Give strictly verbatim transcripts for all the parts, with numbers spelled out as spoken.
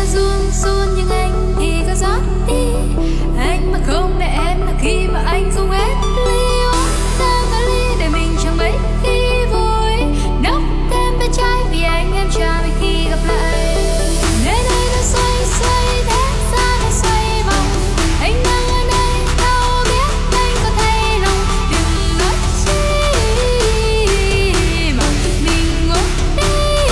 suôn suôn nhưng anh thì có rót đi. Anh mà không để em là khi mà anh không hết ly. Uống ta có ly để mình chẳng mấy khi vui. Nốc thêm bên trái vì anh em cha mình khi gặp lại. Nơi đây nó xoay xoay thế gian nó xoay vòng. Anh đang ở đây đâu biết anh có thay lòng. Đừng nói chi mà mình ngốc đi.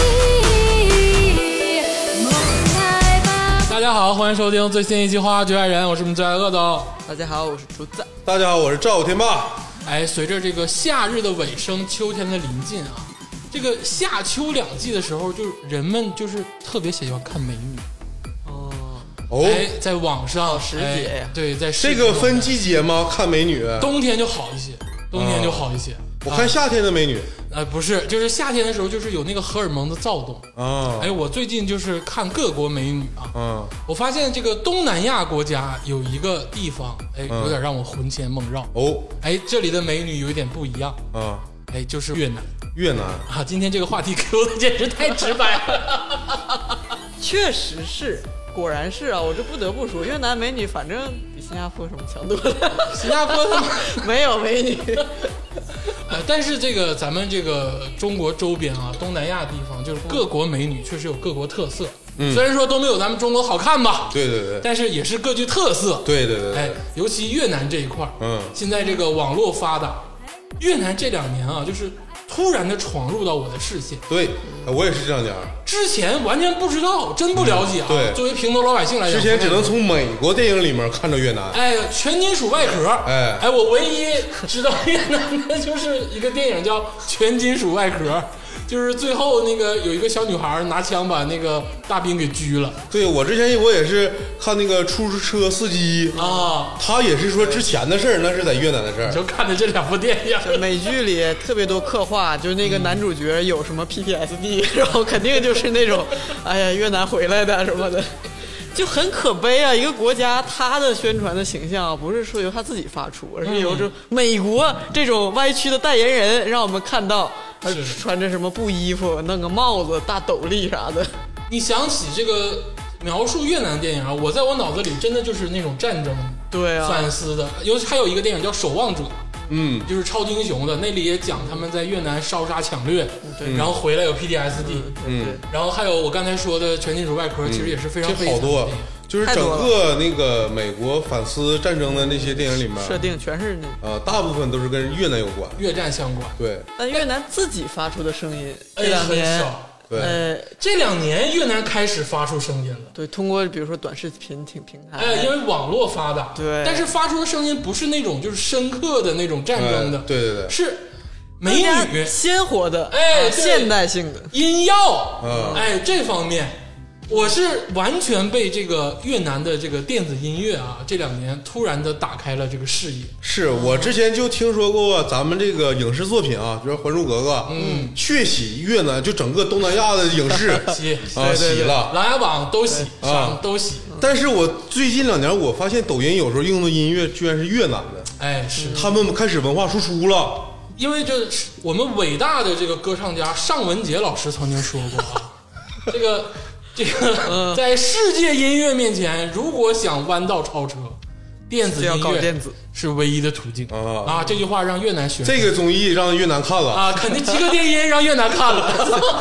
Một hai ba。 大家好，欢迎收听最新一期《花花局爱人》，我是你们最爱恶斗。 大家好，我是竹子。 大家好，我是赵天霸。 哎，随着这个夏日的尾声，秋天的临近啊，这个夏秋两季的时候，就是人们就是特别喜欢看美女。 哦， 哦， 哎，在网上时节呀、 哎，对，在这个分季节吗？看美女， 冬天就好一些，冬天就好一些。 啊、我看夏天的美女， 呃，不是，就是夏天的时候，就是有那个荷尔蒙的躁动啊。 哎，我最近就是看各国美女啊， 啊， 我发现这个东南亚国家有一个地方，哎，有点让我魂牵梦绕。 哦， 哎，这里的美女有一点不一样啊， 哎，就是越南。 越南啊，今天这个话题 Q 的简直太直白了。 确实是，果然是啊，我这不得不说，越南美女反正比新加坡什么强多了。 新加坡他们没有美女。 呃，但是这个咱们这个中国周边啊，东南亚地方，就是各国美女确实有各国特色。嗯，虽然说都没有咱们中国好看吧， 对对对， 但是也是各具特色。 对对对对， 哎，尤其越南这一块， 嗯， 现在这个网络发达，越南这两年啊，就是突然的闯入到我的视线。 对，我也是这两年， 之前完全不知道，真不了解啊。 嗯、对， 作为平头老百姓来讲， 之前只能从美国电影里面看到越南。 哎，全金属外壳。 哎哎，我唯一知道越南的就是一个电影叫《全金属外壳》。就是最后那个有一个小女孩拿枪把那个大兵给狙了。 对，我之前我也是看那个出租车司机啊， 他也是说之前的事儿，那是在越南的事儿。 就看的这两部电影， 美剧里特别多刻画，就是那个男主角有什么 P T S D，、嗯、然后肯定就是那种，哎呀，越南回来的什么的。就很可悲啊！一个国家，他的宣传的形象不是说由他自己发出，而是由这美国这种歪曲的代言人让我们看到，他穿着什么布衣服、弄个帽子、大斗笠啥的。 你想起这个描述越南电影啊，我在我脑子里真的就是那种战争对啊反思的，尤其还有一个电影叫《守望者》。 嗯， 就是超级英雄的，那里也讲他们在越南烧杀抢掠， 嗯、 然后回来有 P T S D， 嗯， 然后还有我刚才说的全金属外壳，嗯、其实也是非常非常好多，就是整个那个美国反思战争的那些电影里面设定全是那啊、呃，大部分都是跟越南有关， 越战相关。 对， 但越南自己发出的声音， 哎、 这两年。 很少对， 呃， 这两年越南开始发出声音了。 对，通过比如说短视频平平台， 哎，因为网络发达， 对， 但是发出的声音不是那种就是深刻的那种战争的， 哎、对对对， 是美女鲜活的， 哎， 现代性的音药， 嗯， 哎，这方面。我是完全被这个越南的这个电子音乐啊，这两年突然的打开了这个视野。 是我之前就听说过咱们这个影视作品啊，比如《还珠格格》， 嗯， 血洗越南，就整个东南亚的影视洗啊洗了， 《琅琊榜》都洗啊都洗。 但是我最近两年我发现抖音有时候用的音乐居然是越南的， 哎，是他们开始文化输出了。 因为这我们伟大的这个歌唱家尚雯婕老师曾经说过啊，这个。这个在世界音乐面前，如果想弯道超车，电子音乐是唯一的途径啊！啊，这句话让越南学这个综艺让越南看了啊，肯定极客电音让越南看了。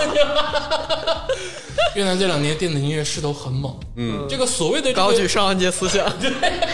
越南这两年电子音乐势头很猛，嗯，这个所谓的、这个、 高举尚雯婕思想， 对，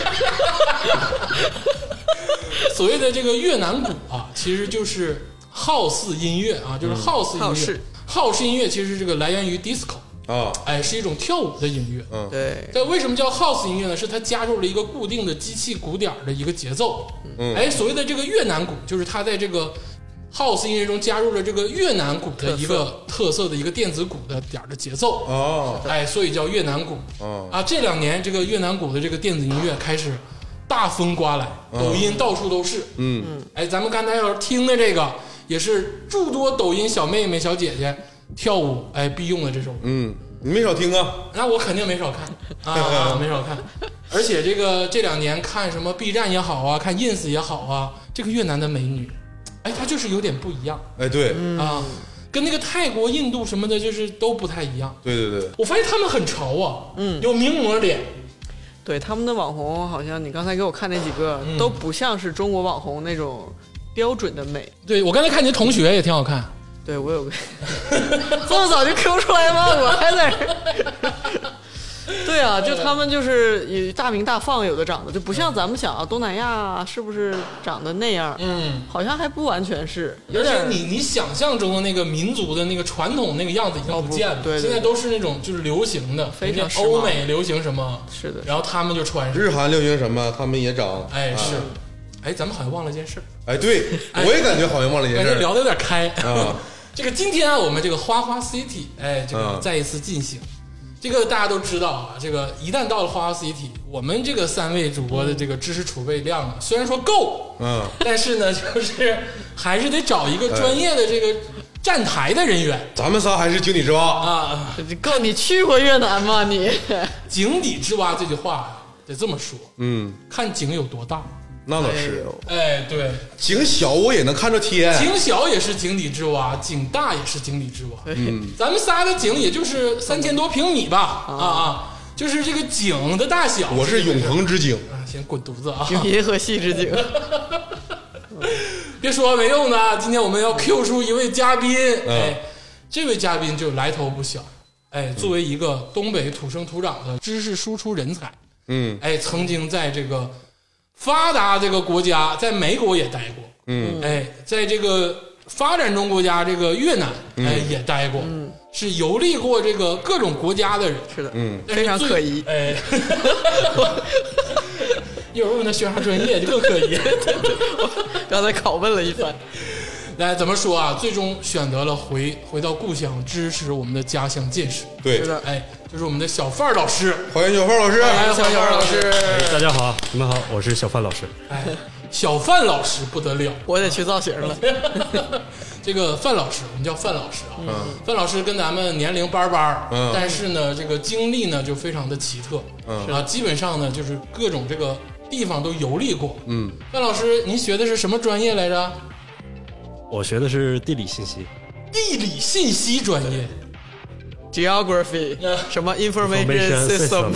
所谓的这个越南鼓啊，其实就是house音乐啊，就是 house 音乐。house音乐其实是这个来源于 disco。 啊， 哎，是一种跳舞的音乐。 嗯， 对。 但为什么叫 house 音乐呢？是它加入了一个固定的机器鼓点的一个节奏。嗯，哎，所谓的这个越南鼓，就是它在这个 house 音乐中加入了这个越南鼓的一个特色的一个电子鼓的点的节奏。 哦， 哎，所以叫越南鼓。 哦， 啊，这两年这个越南鼓的这个电子音乐开始大风刮来，抖音到处都是。 嗯， 哎，咱们刚才要听的这个也是诸多抖音小妹妹、小姐姐跳舞哎必用的这首歌。 嗯，你没少听啊？ 那我肯定没少看啊，没少看。而且这个这两年看什么 B 站也好啊，看 ins 也好啊，这个越南的美女，哎，她就是有点不一样。 哎，对、 嗯、啊， 跟那个泰国、印度什么的，就是都不太一样。 对对对， 我发现他们很潮啊，嗯，有名模脸。 对，他们的网红好像你刚才给我看那几个、 嗯、 都不像是中国网红那种标准的美。 对，我刚才看你同学也挺好看。 对，我有个这么早就 Q 出来吗？我还在这对啊，就他们就是大名大放，有的长得就不像咱们想啊，东南亚是不是长得那样？嗯，好像还不完全是，有点你你想象中的那个民族的那个传统那个样子已经不见了， 哦、对, 对, 对，现在都是那种就是流行的， 非常欧美流行什么， 是的， 然后他们就穿日韩流行什么，他们也长， 哎是，啊、哎咱们好像忘了件事， 哎对，我也感觉好像忘了件事， 感觉聊得有点开啊。 这个今天啊，我们这个花花 City， 哎，这个再一次进行。嗯，这个大家都知道啊，这个一旦到了花花 City， 我们这个三位主播的这个知识储备量啊，虽然说够，嗯，但是呢，就是还是得找一个专业的这个站台的人员。 咱们仨还是井底之蛙啊！ 够你去过越南吗？你井底之蛙这句话得这么说，嗯，看井有多大。 那倒是， 哎，对， 井小我也能看着天， 井小也是井底之蛙，井大也是井底之蛙。嗯，咱们仨的井也就是三千多平米吧，啊啊，就是这个井的大小。 我是永恒之井啊，先滚犊子啊！ 银河系之井。 别说没用的，今天我们要 Q 出一位嘉宾，哎，这位嘉宾就来头不小，哎，作为一个东北土生土长的知识输出人才，嗯，哎，曾经在这个。发达这个国家，在美国也待过，嗯，哎，在这个发展中国家这个越南，嗯、哎，也待过，嗯，是游历过这个各种国家的人， 是的，嗯，非常可疑， 哎，一会儿问他学啥专业就更可疑， 刚才拷问了一番。 来，怎么说啊？最终选择了回回到故乡，支持我们的家乡建设。 对， 是的， 哎，就是我们的小范儿老师， 欢迎小范儿老师， 欢迎小范儿老师。 哎，大家好，你们好，我是小范老师。 哎，小范老师不得了， 我得去造型了。 这个范老师，我们叫范老师啊。嗯，范老师跟咱们年龄班班，嗯，但是呢，这个经历呢就非常的奇特，嗯啊，基本上呢就是各种这个地方都游历过。嗯，范老师，您学的是什么专业来着？ 我学的是地理信息， 地理信息专业 ，Geography， 什么 Information System，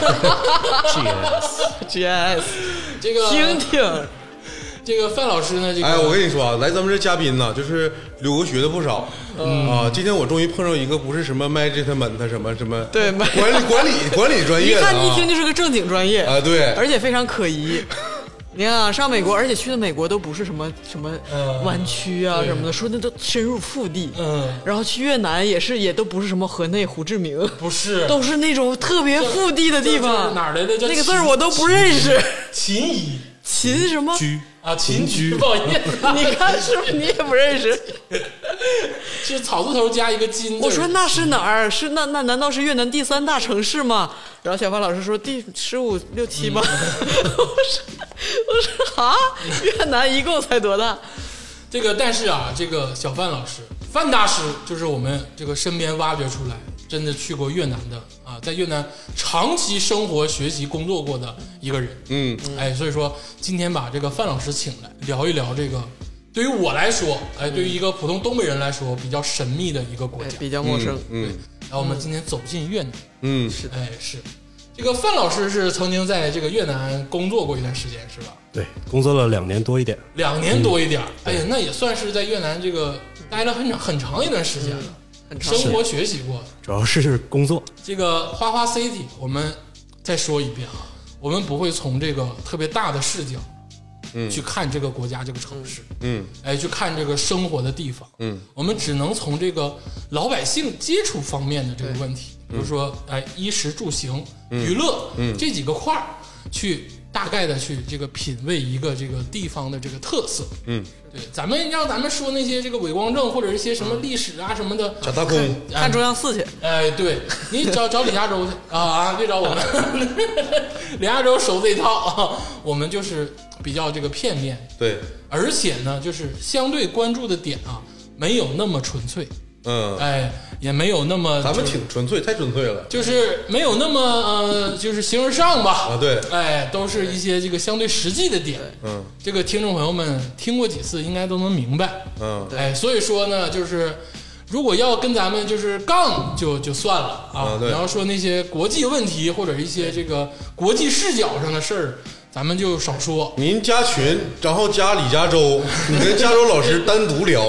G S G S， 这个听听， 这个范老师呢，这个哎，我跟你说啊，来咱们这嘉宾呢，就是留过学的不少，嗯啊，今天我终于碰上一个不是什么 management 什么什么， 对， 管理管理管理专业的， 一看一听就是个正经专业啊，对， 而且非常可疑。你看啊，上美国，而且去的美国都不是什么什么湾区啊什么的，说那都深入腹地。嗯，然后去越南也是，也都不是什么河内、胡志明， 不是， 都是那种特别腹地的地方。 哪来的？ 那个字儿我都不认识。 秦夷， 秦什么？ 居啊，秦居，不好意思， 你看是不是你也不认识？ 是草字头加一个金。 我说那是哪儿？是那那难道是越南第三大城市吗？然后小范老师说第十五六七吧。嗯、我说我说啊，越南一共才多大？ 这个但是啊，这个小范老师范大师就是我们这个身边挖掘出来，真的去过越南的啊，在越南长期生活、学习、工作过的一个人。嗯，哎，所以说今天把这个范老师请来聊一聊这个。对于我来说，哎，对于一个普通东北人来说，比较神秘的一个国家， 比较陌生。 嗯，对。然后我们今天走进越南。 嗯， 是的，哎，是。这个范老师是曾经在这个越南工作过一段时间，是吧？ 对，工作了两年多一点。 两年多一点，嗯、哎呀，那也算是在越南这个待了很长很长一段时间了， 很长生活学习过。 主要是工作。 这个花花 City， 我们再说一遍啊，我们不会从这个特别大的视角。嗯，去看这个国家这个城市，嗯，哎，去看这个生活的地方，嗯，我们只能从这个老百姓接触方面的这个问题，比如说，哎，衣食住行、娱乐，嗯，这几个块儿，去大概的去这个品味一个这个地方的这个特色，嗯，对，咱们让咱们说那些这个伪光正或者一些什么历史啊什么的， 假大空， 看中央四去， 哎，对你找找李嘉洲去啊啊，别找我们，李嘉洲守这一套啊，我们就是比较这个片面， 对， 而且呢，就是相对关注的点啊，没有那么纯粹，嗯，哎，也没有那么， 咱们挺纯粹，太纯粹了， 就是没有那么呃，就是形而上吧， 啊，对， 哎，都是一些这个相对实际的点，嗯，这个听众朋友们听过几次，应该都能明白，嗯，哎，所以说呢，就是如果要跟咱们就是杠就就算了啊， 啊对你要说那些国际问题或者一些这个国际视角上的事儿，咱们就少说。 您加群，然后加李加州，你跟加州老师单独聊。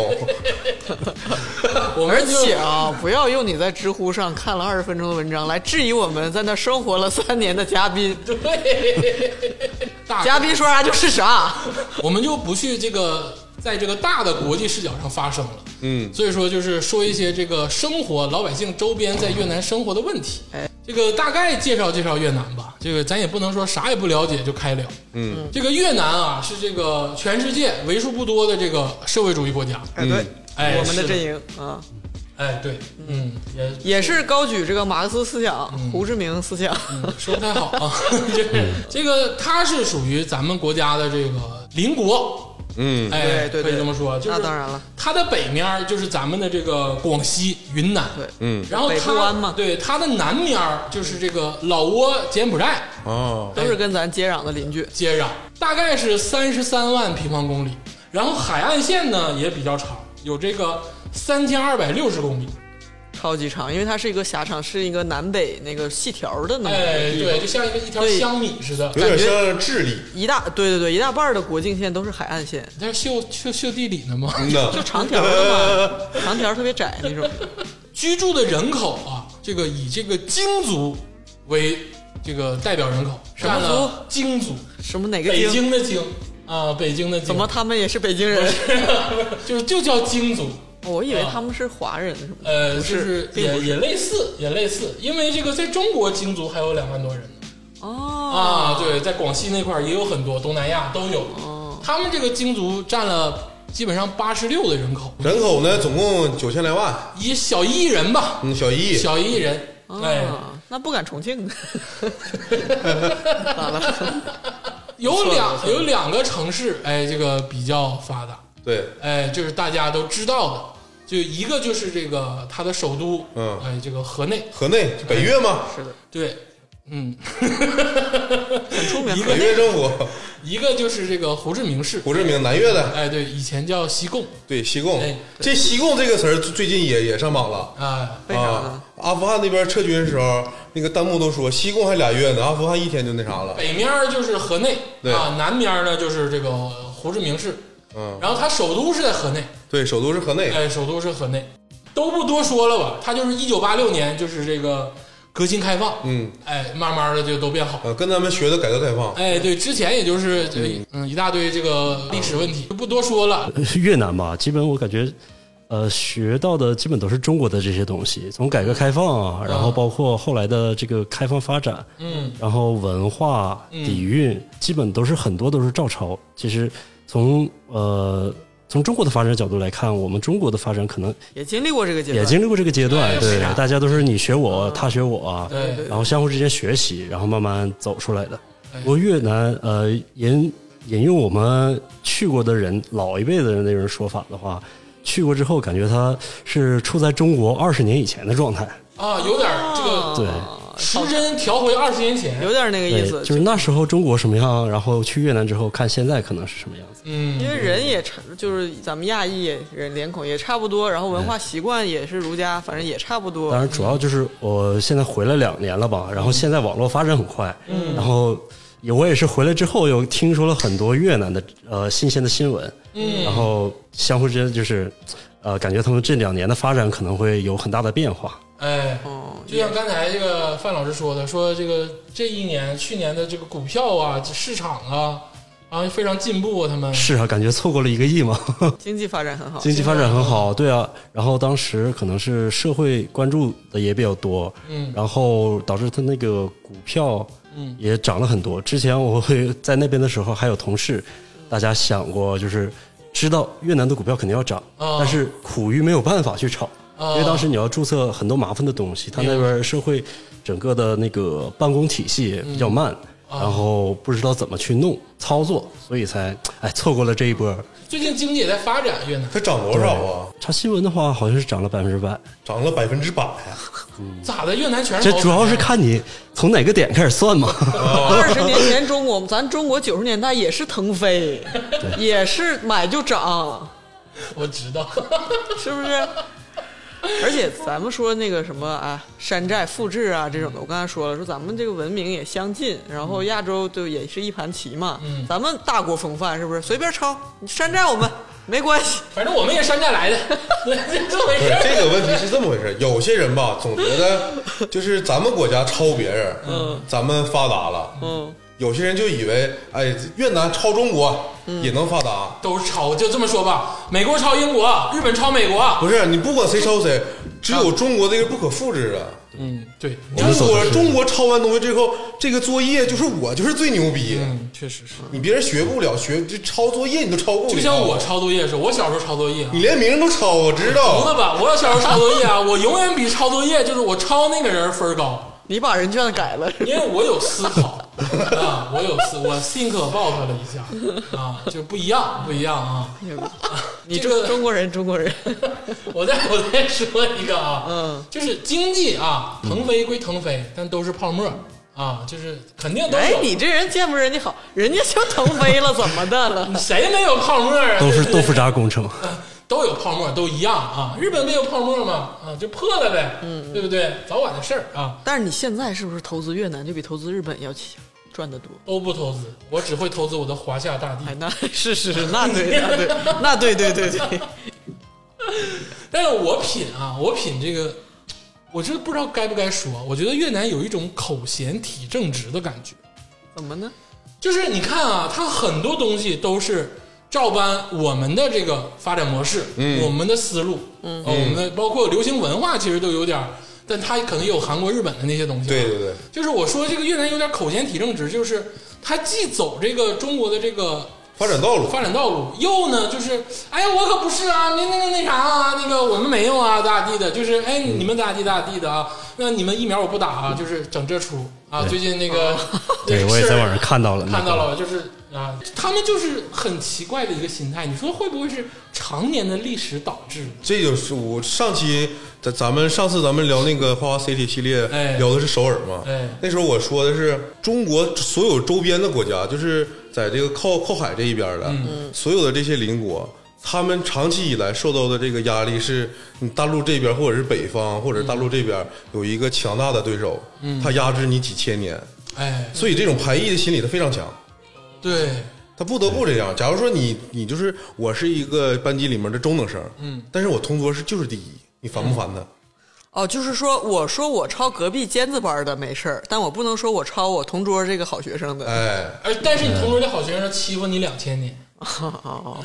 我们而就且啊，不要用你在知乎上看了二十分钟的文章来质疑我们在那生活了三年的嘉宾。 对，大嘉宾说啥就是啥。 我们就不去这个在这个大的国际视角上发声了。 嗯， 所以说就是说一些这个生活老百姓周边在越南生活的问题。 哎， 这个大概介绍介绍越南吧。这个咱也不能说啥也不了解就开聊。 嗯， 这个越南啊是这个全世界为数不多的这个社会主义国家。 哎，对， 哎我们的是的阵营啊， 哎，对，嗯，也也是高举这个马克思思想、胡志明思想。 说不太好啊。这这个它是属于咱们国家的这个邻国。 嗯， 哎， 对对对可以这么说，就是那当然了， 它的北面就是咱们的这个广西、云南， 对， 嗯， 北然后它部湾嘛对它的南面就是这个老挝、柬埔寨哦， 都是跟咱接壤的邻居。 接壤，大概是三十三万平方公里，然后海岸线呢也比较长，有这个三千二百六十公里。 超级长，因为它是一个狭长，是一个南北那个细条的那么哎， 一个地方对，就像一个一条对香米似的， 有点像智利。 一大对对对，一大半的国境线都是海岸线， 你在这秀秀秀地理呢吗？ 嗯呐， 就长条的嘛，长条特别窄那种。 居住的人口啊，这个以这个京族为这个代表人口， 什么占了京族， 什么哪个北京？ 京的京啊，北京的京， 怎么他们也是北京人？ 就就叫京族？ 我以为他们是华人什么的。 呃， 不就是并不是也也类似，也类似，因为这个在中国京族还有两万多人呢。 哦啊，对，在广西那块儿也有很多，东南亚都有。 哦， 他们这个京族占了基本上八十六的人口， 人口呢，总共九千来万， 一小一亿人吧， 嗯，小一亿。 小一亿人。哎， 啊，那不敢重庆呢？咋了？ 有不错两不错有两个城市，哎，这个比较发达， 对， 哎，就是大家都知道的，就一个就是这个它的首都， 嗯哎，这个河内， 河内北越嘛， 是的， 对，嗯， 很出名。 北越政府， 一个就是这个胡志明市， 胡志明南越的， 哎，对，以前叫西贡， 对，西贡哎。 这西贡这个词儿最近也也上榜了。 哎， 为啥呢啊？阿富汗那边撤军的时候，那个弹幕都说西贡还俩月呢，阿富汗一天就那啥了。 北面就是河内， 对啊，南面呢就是这个胡志明市， 嗯， 然后它首都是在河内， 对，首都是河内。 哎，首都是河内，都不多说了吧，它就是一九八六年就是这个革新开放， 嗯， 哎，慢慢的就都变好。 呃，跟咱们学的改革开放。 哎，对，之前也就是这嗯一大堆这个历史问题，就不多说了。 越南吧，基本我感觉，呃，学到的基本都是中国的这些东西，从改革开放啊，然后包括后来的这个开放发展， 嗯， 然后文化底蕴，基本都是很多都是照抄。其实从呃从中国的发展角度来看，我们中国的发展可能也经历过这个阶段， 也经历过这个阶段，对哎是啊， 大家都是你学我，他学我啊， 对对然后相互之间学习，然后慢慢走出来的哎。 不过越南，呃，引引用我们去过的人老一辈的人那种说法的话，去过之后感觉他是处在中国二十年以前的状态， 啊，有点这个对时针调回二十年前， 有点那个意对， 思， 就是那时候中国什么样，然后去越南之后看现在可能是什么样子。 嗯， 因为人也差，就是咱们亚裔人脸孔也差不多，然后文化习惯也是儒家，反正也差不多。 当然，主要就是我现在回来两年了吧，然后现在网络发展很快，嗯，然后也我也是回来之后又听说了很多越南的呃新鲜的新闻， 嗯， 然后相互之间就是呃感觉他们这两年的发展可能会有很大的变化。 哎， 哦， 就像刚才这个范老师说的，说这个这一年、去年的这个股票啊、这市场啊，啊非常进步啊，他们是啊，感觉错过了一个亿嘛， 经济发展很好， 经济发展很好，对啊。然后当时可能是社会关注的也比较多， 嗯然后导致他那个股票嗯也涨了很多。之前我会在那边的时候，还有同事，大家想过就是知道越南的股票肯定要涨， 哦但是苦于没有办法去炒。 哦因为当时你要注册很多麻烦的东西，他那边社会整个的那个办公体系比较慢， 嗯然后不知道怎么去弄操作，所以才哎错过了这一波。 最近经济也在发展，越南它涨多少啊？ 查新闻的话，好像是涨了百分之百。 涨了百分之百呀！ 咋的？越南全是这主要是看你从哪个点开始算嘛。 二十年前中国，咱中国九十年代也是腾飞，也是买就涨， 我知道， 是不是？ 而且咱们说那个什么啊，山寨复制啊这种的，我刚才说了，说咱们这个文明也相近，然后亚洲就也是一盘棋嘛。嗯，咱们大国风范是不是？随便抄，你山寨我们没关系， 反正我们也山寨来的，对，这么回事。 这个问题是这么回事，有些人吧，总觉得就是咱们国家抄别人，嗯，咱们发达了，嗯。有些人就以为，哎，越南抄中国也能发达， 都是抄，就这么说吧。美国抄英国，日本抄美国， 不是你不管谁抄谁，只有中国这个不可复制的。 嗯，对， 中国中国抄完东西之后，这个作业就是我就是最牛逼。 嗯，确实是你别人学不了，学这抄作业你都抄不了。 就像我抄作业的时候，我小时候抄作业， 你连名都抄，我知道。 不的吧？我小时候抄作业啊，我永远比抄作业就是我抄那个人分高。 你把人卷子改了， 因为我有思考啊，我有思，我 think about 了一下啊，就不一样，不一样啊。 你这个中国人，中国人。 我再我再说一个啊，嗯，就是经济啊，腾飞归腾飞，但都是泡沫啊，就是肯定都有。 哎，你这人见不人家好，人家就腾飞了，怎么的了？ 谁没有泡沫啊？ 都是豆腐渣工程。 都有泡沫，都一样啊！日本没有泡沫吗？啊，就破了呗，嗯，对不对？早晚的事儿啊。 但是你现在是不是投资越南就比投资日本要赚得多？ 都不投资，我只会投资我的华夏大地。 哎，那是是是，那对，那对，那对对对对。 但是我品啊，我品这个，我这不知道该不该说。我觉得越南有一种口嫌体正直的感觉。 怎么呢？ 就是你看啊，它很多东西都是照搬我们的这个发展模式，嗯，我们的思路，嗯，我们的包括流行文化，其实都有点，但它可能有韩国、日本的那些东西。 对对对， 就是我说这个越南有点口嫌体正直，就是它既走这个中国的这个发展道路， 发展道路，又呢就是，哎呀，我可不是啊，那那个那啥啊，那个我们没有啊，大地的，就是哎，你们大地大地的啊，那你们疫苗我不打啊，就是整这出啊，最近那个， 对我也在网上看到了， 看到了，就是。啊，他们就是很奇怪的一个心态，你说会不会是常年的历史导致的？ 这就是我上期咱咱们上次咱们聊那个花花 City 系列， 哎、 聊的是首尔嘛， 哎、 那时候我说的是中国所有周边的国家，就是在这个靠靠海这一边的，嗯、所有的这些邻国，他们长期以来受到的这个压力是，你大陆这边或者是北方或者大陆这边有一个强大的对手，嗯、他压制你几千年， 哎， 所以这种排异的心理他非常强。 对， 他不得不这样。假如说你你就是我是一个班级里面的中等生，嗯，但是我同桌是就是第一，你烦不烦他？ 哦，就是说，我说我抄隔壁尖子班的没事儿，但我不能说我抄我同桌这个好学生的。 哎， 而但是你同桌这好学生欺负你两千年。 哦，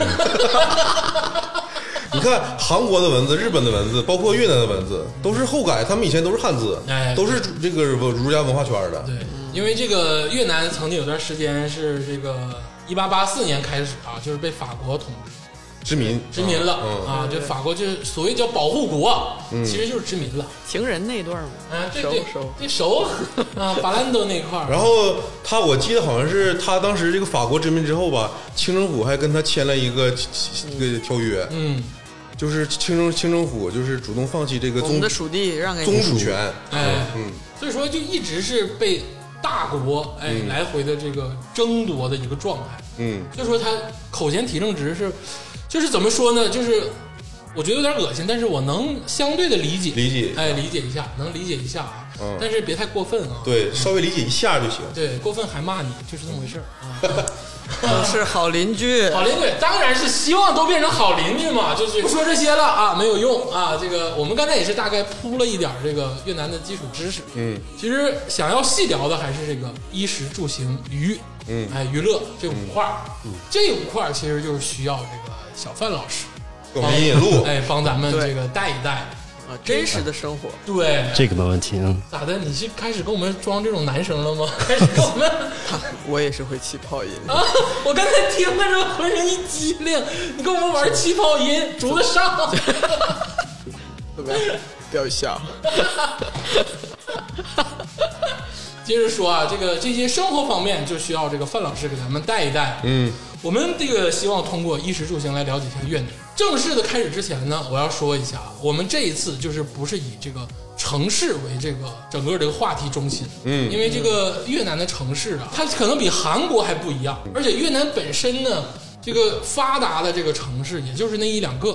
你看韩国的文字、日本的文字，包括越南的文字，都是后改，他们以前都是汉字， 哎， 都是这个儒家文化圈的。 对，因为这个越南曾经有段时间是这个一八八四年开始啊，就是被法国统治。 殖民殖民了、 嗯、 啊！就法国就是所谓叫保护国，嗯、其实就是殖民了。 情人那段嘛， 啊，对对熟对熟啊，法兰多那块儿。 然后他，我记得好像是他当时这个法国殖民之后吧，清政府还跟他签了一个一个条约， 嗯， 就是清政清政府就是主动放弃这个宗我们的属地让给宗主权， 哎， 嗯， 所以说就一直是被大国哎、嗯、来回的这个争夺的一个状态， 嗯， 所以说他口嫌体正直是。就是怎么说呢？就是我觉得有点恶心，但是我能相对的理解， 理解， 哎，理解一下，能理解一下啊。嗯，但是别太过分啊。 对，稍微理解一下就行。 对，过分还骂你，就是这么回事啊。 都是好邻居， 好邻居当然是希望都变成好邻居嘛。就是不说这些了啊，没有用啊。这个我们刚才也是大概铺了一点这个越南的基础知识。 嗯， 其实想要细聊的还是这个衣食住行娱， 嗯， 哎，娱乐这五块儿。嗯，这五块儿其实就是需要这个小范老师给我们引引路， 哎，帮咱们这个带一带。 啊，真实的生活， 对， 这个没问题啊。 咋的？你是开始跟我们装这种男生了吗？开始跟我们， 我也是会起泡音啊！我刚才听的时候浑身一激灵，你跟我们玩气泡音，竹子上， 怎么样？不要笑。 接着说啊，这个这些生活方面就需要这个范老师给咱们带一带。 嗯， 我们这个希望通过衣食住行来了解一下越南。正式的开始之前呢，我要说一下，我们这一次就是不是以这个城市为这个整个这个话题中心。 嗯， 因为这个越南的城市啊，它可能比韩国还不一样，而且越南本身呢，这个发达的这个城市也就是那一两个。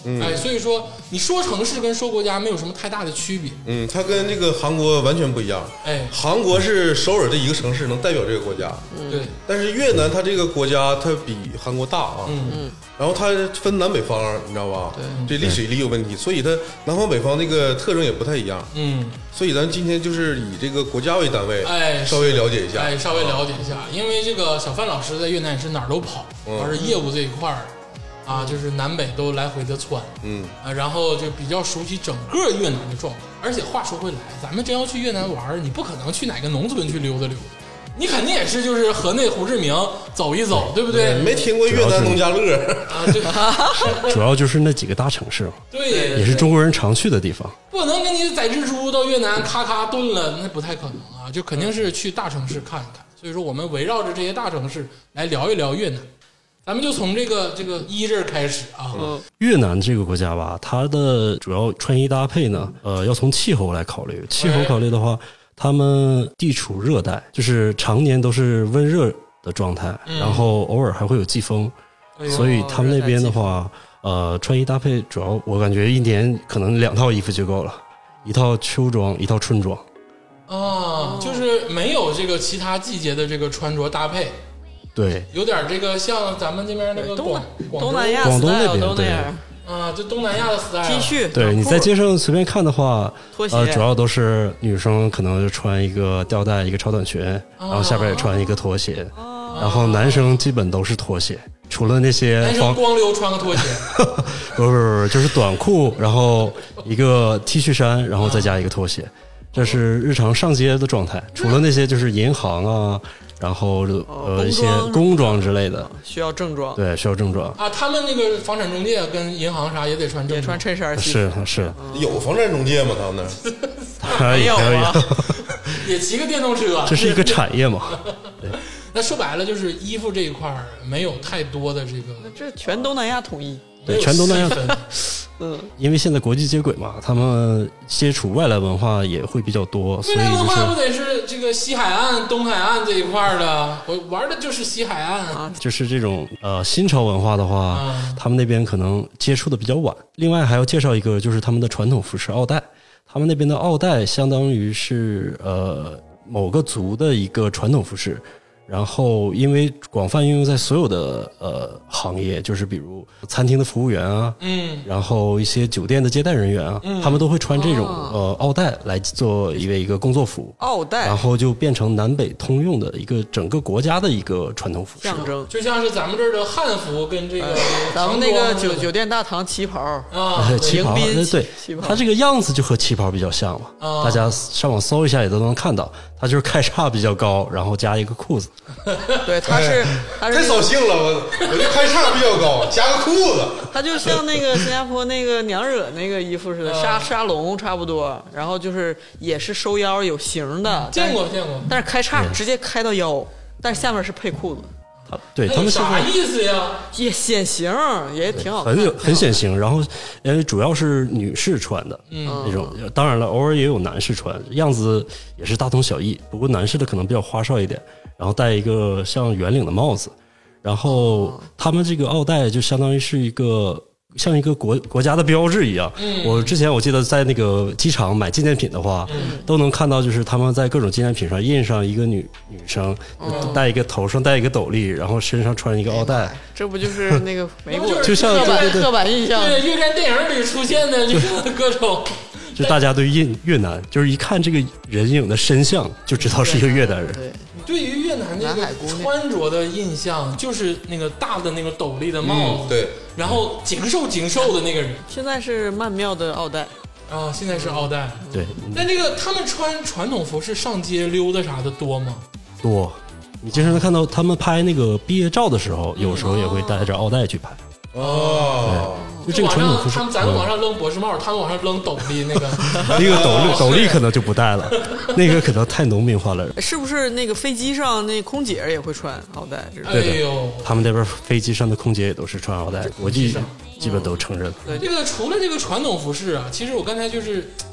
嗯、哎，所以说你说城市跟说国家没有什么太大的区别。 嗯，它跟这个韩国完全不一样。 哎， 韩国是首尔这一个城市能代表这个国家， 嗯、对。 但是越南它这个国家它比韩国大啊，嗯嗯，然后它分南北方，你知道吧？对，这历史里有问题，所以它南方北方那个特征也不太一样。嗯，所以咱今天就是以这个国家为单位， 哎， 稍微了解一下， 哎，稍微了解一下，因为这个小范老师在越南也是哪儿都跑，主要是业务这一块儿。啊，就是南北都来回的窜，嗯啊，然后就比较熟悉整个越南的状况。而且话说回来，咱们真要去越南玩，你不可能去哪个农村去溜达溜达，你肯定也是就是河内胡志明走一走，对不对？ 没听过越南农家乐啊？对， 主要就是那几个大城市， 对， 也是中国人常去的地方。 不能给你宰只猪到越南咔咔炖了，那不太可能啊，就肯定是去大城市看一看。所以说，我们围绕着这些大城市来聊一聊越南。咱们就从这个这个一这儿开始啊。 嗯、越南这个国家吧，它的主要穿衣搭配呢，呃，要从气候来考虑。气候考虑的话，他们地处热带，就是常年都是温热的状态，嗯、然后偶尔还会有季风，哎、所以他们那边的话，呃，穿衣搭配主要我感觉一年可能两套衣服就够了，一套秋装，一套春装。 啊，就是没有这个其他季节的这个穿着搭配。 对， 有点这个像咱们这边那个广东南亚广东那边都那样啊，就东南亚的 style T 恤。 对，你在街上随便看的话， 拖鞋呃，主要都是女生可能就穿一个吊带一个超短裙，然后下边也穿一个拖鞋，然后男生基本都是拖鞋，除了那些男生光溜穿个拖鞋， 不是不是，就是短裤，然后一个 T 恤衫，然后再加一个拖鞋，这是日常上街的状态。除了那些就是银行啊。然后呃一些工装之类的需要正装， 对，需要正装啊。他们那个房产中介跟银行啥也得穿正装， 也穿衬衫。 是是， 有房产中介吗？他们那没有啊， 也骑个电动车， 这是一个产业嘛。对， 那说白了就是衣服这一块没有太多的这个， 这全东南亚统一， 对，全东南亚。嗯，因为现在国际接轨嘛，他们接触外来文化也会比较多，所以就是外来文化不得是这个西海岸、东海岸这一块的，我玩的就是西海岸啊。 就是这种呃新潮文化的话， 啊、 他们那边可能接触的比较晚。另外还要介绍一个，就是他们的传统服饰奥黛，他们那边的奥黛相当于是呃某个族的一个传统服饰。然后，因为广泛应用在所有的呃行业，就是比如餐厅的服务员啊，嗯，然后一些酒店的接待人员啊，嗯、他们都会穿这种、哦、呃奥黛来做一个一个工作服， 奥黛， 然后就变成南北通用的一个整个国家的一个传统服饰象征， 就像是咱们这儿的汉服跟这个、呃、 咱们那个酒酒店大堂旗袍啊， 旗袍，对，它这个样子就和旗袍比较像嘛，啊、大家上网搜一下也都能看到，它就是开叉比较高，然后加一个裤子。 对，他是他是太扫兴了，我我就开叉比较高，加个裤子。 他就像那个新加坡那个娘惹那个衣服似的，沙沙龙差不多，然后就是也是收腰有型的， 见过见过， 但是开叉直接开到腰，但是下面是配裤子。 对他们现在啥意思呀？ 也显形，也挺好看， 很有很显形。然后，因为主要是女士穿的、嗯、那种，当然了，偶尔也有男士穿，样子也是大同小异。不过男士的可能比较花哨一点，然后戴一个像圆领的帽子。然后他们这个奥黛就相当于是一个像一个国国家的标志一样。嗯，我之前我记得在那个机场买纪念品的话，嗯、都能看到，就是他们在各种纪念品上印上一个女女生，嗯、戴一个头上戴一个斗笠，然后身上穿一个奥黛。 这不就是那个美国就像刻板对对对刻板印象？ 对，越战电影里出现的这个各种。 就大家对越越南，就是一看这个人影的身相，就知道是一个越南人。 对， 对于越南那个穿着的印象，就是那个大的那个斗笠的帽子， 嗯、对， 然后精瘦精瘦的那个人。 现在是曼妙的奥黛啊，现在是奥黛。 对， 但这个他们穿传统服饰上街溜达啥的多吗？ 多，你经常能看到他们拍那个毕业照的时候，有时候也会带着奥黛去拍。 哦。 就这个传统服饰， 他们咱们往上扔博士帽，他们往上扔斗笠，那个那个斗笠斗笠可能就不戴了，那个可能太农民化了。 是不是那个飞机上那空姐也会穿奥黛？ 哎呦， 他们那边飞机上的空姐也都是穿奥黛，国际基本都承认。 对，这个除了这个传统服饰啊，其实我刚才就是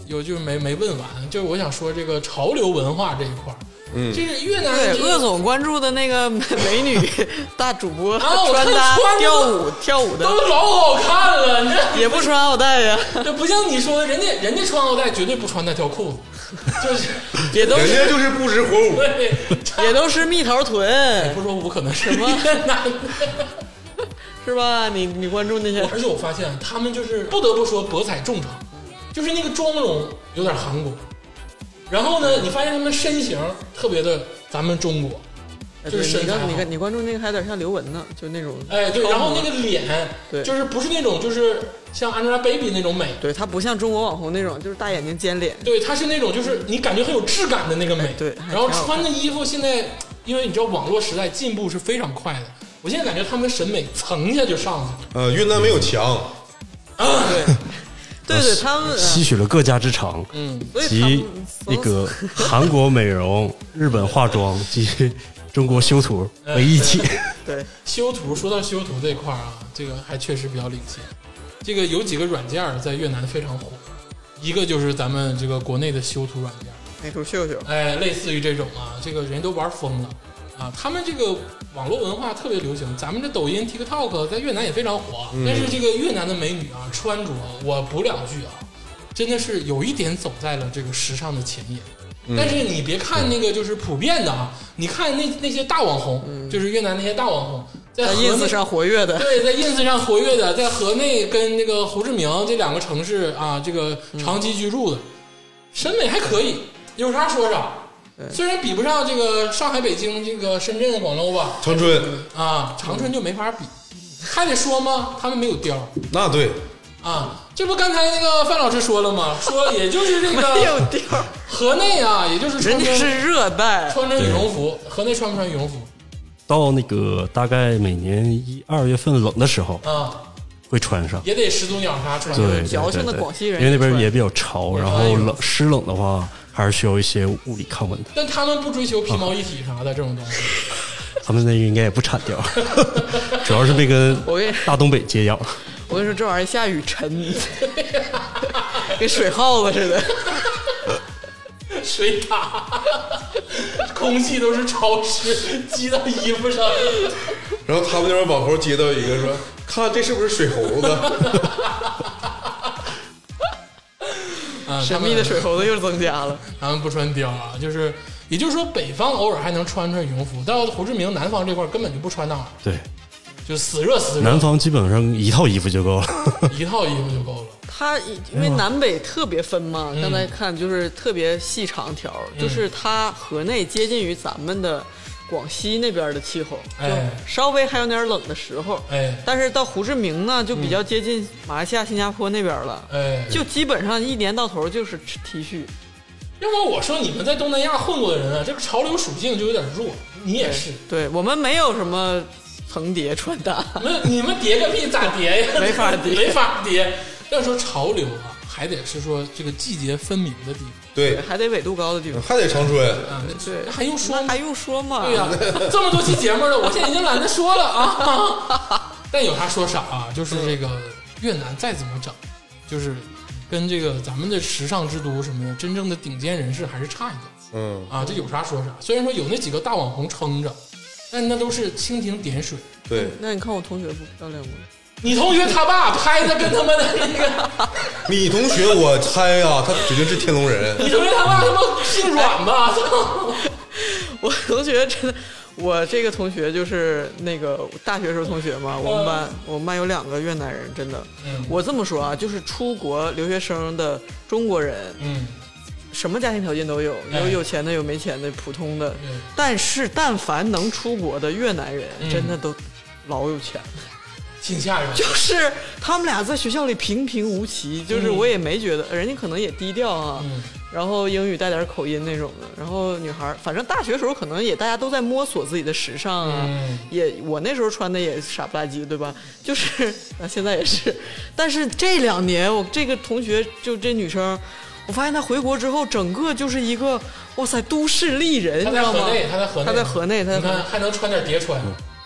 有就是没没问完，就是我想说这个潮流文化这一块儿，嗯，这是越南对， 的这个鄂总关注的那个美女大主播， 啊我看穿搭穿着跳舞跳舞的， 都老好看了，你这也不穿奥带呀， 这不像你说的，人家人家穿奥带绝对不穿那条裤子，就是也都是人家就是不识火舞， 对， 也都是蜜桃臀， 不说我可能是么越南的。 是吧？你你关注那些， 而且我发现他们就是不得不说博采众长，就是那个妆容有点韩国，然后呢，你发现他们身形特别的咱们中国，就是身材好你看你看你关注那个还有点像刘雯呢，就那种哎对，然后那个脸， 对就是不是那种就是像 Angelababy 那种美， 对，她不像中国网红那种，就是大眼睛尖脸， 对，她是那种就是你感觉很有质感的那个美， 哎对还然后挺好看穿的衣服现在，因为你知道网络时代进步是非常快的，我现在感觉他们审美层一下就上去了， 呃，越南没有墙， 对对对，他们吸取了各家之长， 嗯， 所以他集们那个韩国美容、日本化妆及中国修图为一体。 对修图，说到修图这块儿啊，这个还确实比较领先。这个有几个软件在越南非常火，一个就是咱们这个国内的修图软件， 美图秀秀， 哎，类似于这种啊，这个人都玩疯了啊。他们这个网络文化特别流行，咱们这抖音、TikTok 在越南也非常火。 嗯但是这个越南的美女啊，穿着我补两句啊，真的是有一点走在了这个时尚的前沿。但是你别看那个就是普遍的啊，你看那那些大网红，嗯、就是越南那些大网红，在在河内 ins 上活跃的， 对，在 ins 上活跃的，在河内跟那个胡志明这两个城市啊，这个长期居住的，审美还可以，有啥说啥。虽然比不上这个上海、北京、这个深圳、广州吧， 长春啊，长春就没法比，还得说吗？他们没有貂那对， 啊，这不刚才那个范老师说了吗？说也就是这没有个地儿， 河内啊，也就是穿着人家是热带， 穿着羽绒服，河内穿不穿羽绒服到那个大概每年一二月份冷的时候啊？ 会穿上， 也得始祖鸟啥穿。 对对矫情的对广西人因为那边穿也比较潮，然后冷湿冷的话，还是需要一些物理抗温的。 但他们不追求皮毛一体啥的这种东西。 他们那个应该也不产貂，主要是没跟我跟大东北接壤。 我跟你说，这玩意儿下雨沉，跟水耗子似的。 水塔，空气都是潮湿，积到衣服上。 然后他们那边网红接到一个说：“看这是不是水猴子？” 啊， 神秘的水猴子又增加了。 他们不穿貂啊，就是也就是说，北方偶尔还能穿穿羽绒服，到胡志明南方这块根本就不穿那玩意儿， 对， 就死热死热。 南方基本上一套衣服就够了。 一套衣服就够了。 它因为南北特别分嘛，刚才看就是特别细长条， 嗯就是它河内接近于咱们的广西那边的气候，就哎稍微还有点冷的时候。 哎但是到胡志明呢，就比较接近马来西亚、新加坡那边了， 哎， 就基本上一年到头就是 T 恤。 要不我说你们在东南亚混过的人啊，这个潮流属性就有点弱，你也是。 对我们没有什么层叠穿搭， 你们你们叠个屁咋叠呀？ 没法叠没法叠。要说潮流啊，还得是说这个季节分明的地方对， 还得纬度高的地方。 还得长春。 啊， 对， 那还用说吗？ 那还用说吗？ 对呀、这么多期节目了，我现在已经懒得说了啊。但有啥说啥啊，就是这个越南再怎么整，就是跟这个咱们的时尚之都什么的，真正的顶尖人士还是差一点嗯， 啊。这有啥说啥。虽然说有那几个大网红撑着，但那都是蜻蜓点水。 对， 那你看我同学不漂亮吗？ 你同学他爸拍的跟他们的那个， 你同学我猜呀、他指定是天龙人。 你同学他爸他妈姓阮吧？ 我同学真的，我这个同学就是那个大学时候同学嘛，我们班我们班有两个越南人，真的。 嗯我这么说啊，就是出国留学生的中国人， 嗯， 什么家庭条件都有， 哎有有钱的，有没钱的，普通的。 嗯但是但凡能出国的越南人， 嗯真的都老有钱。 挺吓人。 就是他们俩在学校里平平无奇，就是我也没觉得，人家可能也低调啊， 嗯然后英语带点口音那种的，然后女孩，反正大学时候可能也大家都在摸索自己的时尚啊， 嗯也我那时候穿的也傻不拉几，对吧？就是啊，现在也是，但是这两年我这个同学就这女生，我发现她回国之后，整个就是一个哇塞都市丽人，你他知道吗？ 在河内，他在河内， 她在河内，她在河内你看还能穿点叠穿。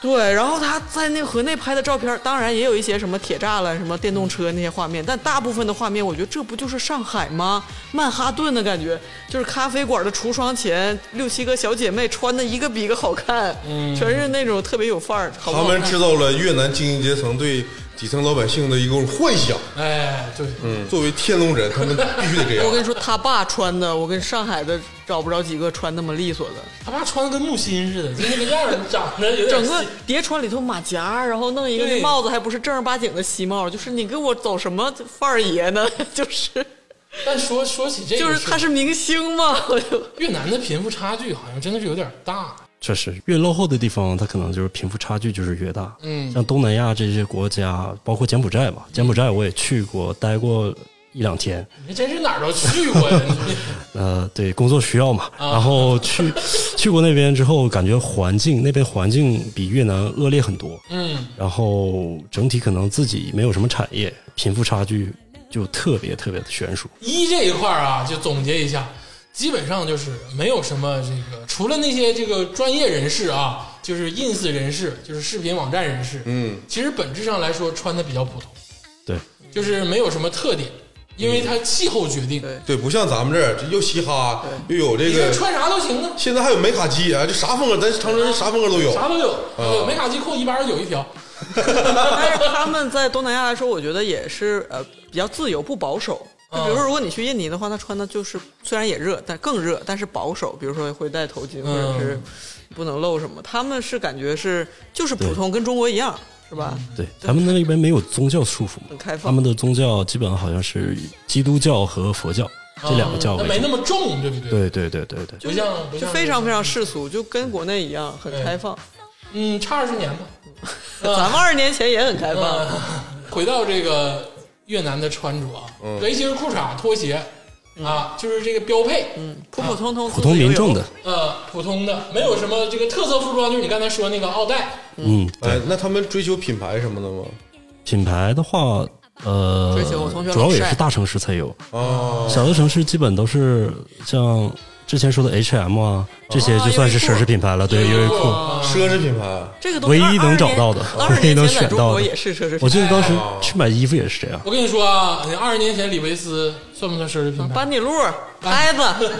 对，然后他在那个河内拍的照片，当然也有一些什么铁栅栏、什么电动车那些画面，但大部分的画面，我觉得这不就是上海吗？曼哈顿的感觉，就是咖啡馆的橱窗前六七个小姐妹穿的一个比一个好看，嗯、全是那种特别有范儿。好不好看他们制造了越南精英阶层对底层老百姓的一种幻想。 哎，对， 嗯，作为天龙人，他们必须得这样。 我跟你说，他爸穿的，我跟上海的找不着几个穿那么利索的。 他爸穿的跟木心似的，就那个样儿，长得有点整个叠穿里头马甲，然后弄一个那帽子，还不是正儿八经的西帽，就是你给我走什么范儿爷呢？就是。 但说说起这个， 就是他是明星嘛，我就越南的贫富差距好像真的是有点大。 确实，越落后的地方，它可能就是贫富差距就是越大。 嗯， 像东南亚这些国家，包括柬埔寨吧，柬埔寨我也去过，待过一两天。 你真是哪儿都去过呀？ 呃，对，工作需要嘛， 啊、 然后去去过那边之后，感觉环境那边环境比越南恶劣很多。 嗯， 然后整体可能自己没有什么产业，贫富差距就特别特别的悬殊。 一这一块啊，就总结一下。基本上就是没有什么这个，除了那些这个专业人士啊，就是 ins 人士，就是视频网站人士， 嗯， 其实本质上来说穿的比较普通， 对， 就是没有什么特点，因为它气候决定， 对， 对，不像咱们这儿又嘻哈，又有这个穿啥都行啊。 现在还有美卡基啊，就啥风格，咱长春啥风格都有， 啥都有， 啊、 美卡基扣一百有一条。 但是他们在东南亚来说，我觉得也是呃比较自由，不保守。就比如说，如果你去印尼的话，他穿的就是虽然也热，但更热，但是保守。比如说会戴头巾，或者是不能露什么。他们是感觉是就是普通，跟中国一样，是吧？ 对，他们那边没有宗教束缚， 很开放。 他们的宗教基本上好像是基督教和佛教这两个教为主， 没那么重，对不对？ 对对对对对， 就像就非常非常世俗，就跟国内一样，很开放。 嗯，差二十年吧。 咱们二十年前也很开放。 回到这个。越南的穿着啊，围巾、裤衩、拖鞋、嗯、啊，就是这个标配， 嗯，普普通通、 普通民众的， 呃，普通的，没有什么这个特色服装，就是你刚才说那个奥黛， 嗯， 哎，那他们追求品牌什么的吗？ 品牌的话，呃， 追求我同学主要也是大城市才有， 哦， 小的城市基本都是像之前说的 H M 啊，这些就算是奢侈品牌了，对，优衣库， 奢侈品牌， 这个都唯一能找到的，唯一能选到的， 也是奢侈品牌。 我记得当时去买衣服也是这样。 我跟你说啊，你二十年前李维斯算不算奢侈品牌？ 班尼路、牌子，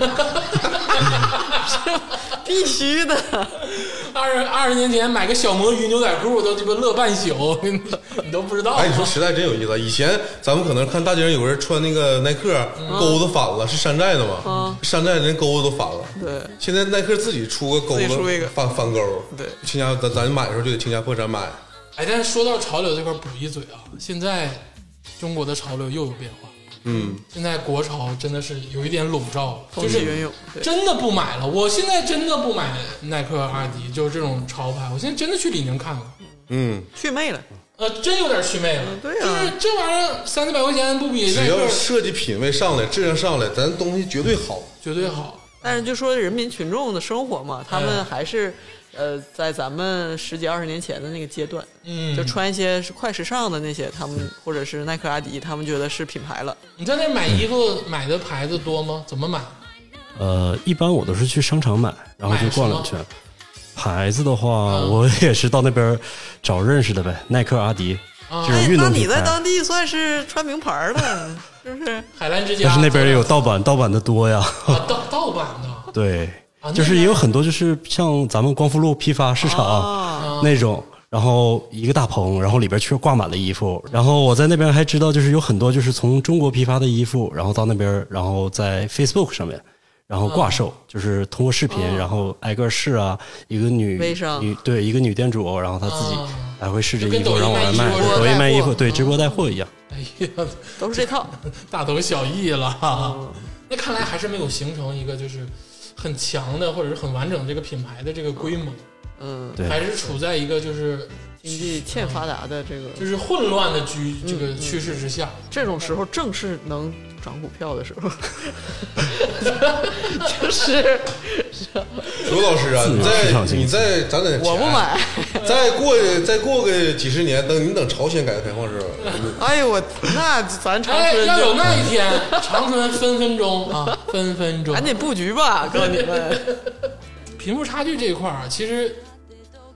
必须的。 二十二十年前买个小魔芋牛仔裤都鸡巴乐半宿，你都不知道。 哎，你说时代真有意思。以前咱们可能看大街上有人穿那个耐克，钩子反了，是山寨的嘛？ 嗯， 山寨人钩子都反了。 对， 现在耐克自己出个钩子， 出一个反反钩。 对， 倾家咱咱买的时候就得倾家破产买。 哎，但是说到潮流这块补一嘴啊，现在中国的潮流又有变化。 嗯， 现在国潮真的是有一点笼罩， 就是真的不买了。我现在真的不买耐克、阿迪，就是这种潮牌。我现在真的去李宁看过， 嗯， 祛魅了， 呃，真有点祛魅了。 嗯、对啊， 就是这玩意儿三四百块钱不比耐克， 只要设计品味上来，质量上来，咱东西绝对好， 绝对好。 但是就说人民群众的生活嘛，他们还是。呃，在咱们十几二十年前的那个阶段， 嗯， 就穿一些是快时尚的那些，他们或者是耐克、阿迪，他们觉得是品牌了。 你在那买衣服买的牌子多吗？怎么买？ 呃，一般我都是去商场买，然后就逛两圈。牌子的话，嗯、我也是到那边找认识的呗，耐克、阿迪、啊、这种运动品牌。 那你在当地算是穿名牌了，是不是？ 海澜之家。 但是那边也有盗版，盗版的多呀。 啊、盗盗版的。 对。就是也有很多，就是像咱们光复路批发市场、啊、那种，然后一个大棚，然后里边却挂满了衣服。然后我在那边还知道，就是有很多就是从中国批发的衣服，然后到那边，然后在 Facebook 上面，然后挂售，就是通过视频，然后挨个试啊，一个女女对一个女店主，然后她自己来回试着衣服，然后往外卖，抖音卖衣服，对，直播带货一样。 哎呀， 都是这套， 大同小异了。嗯、那看来还是没有形成一个就是很强的或者是很完整这个品牌的这个规模， 嗯， 对， 还是处在一个就是经济欠发达的这个就是混乱的居这个趋势之下， 嗯嗯、这种时候正是能涨股票的时候，就是刘老师啊，你在你在攒点钱， 我不买， 再过再过个几十年，等你等朝鲜改革开放时候， 哎呦我那咱长春、 哎、要有那一天，长春分分钟啊，分分钟， 赶紧布局吧，告诉你们， 贫富差距这一块儿，其实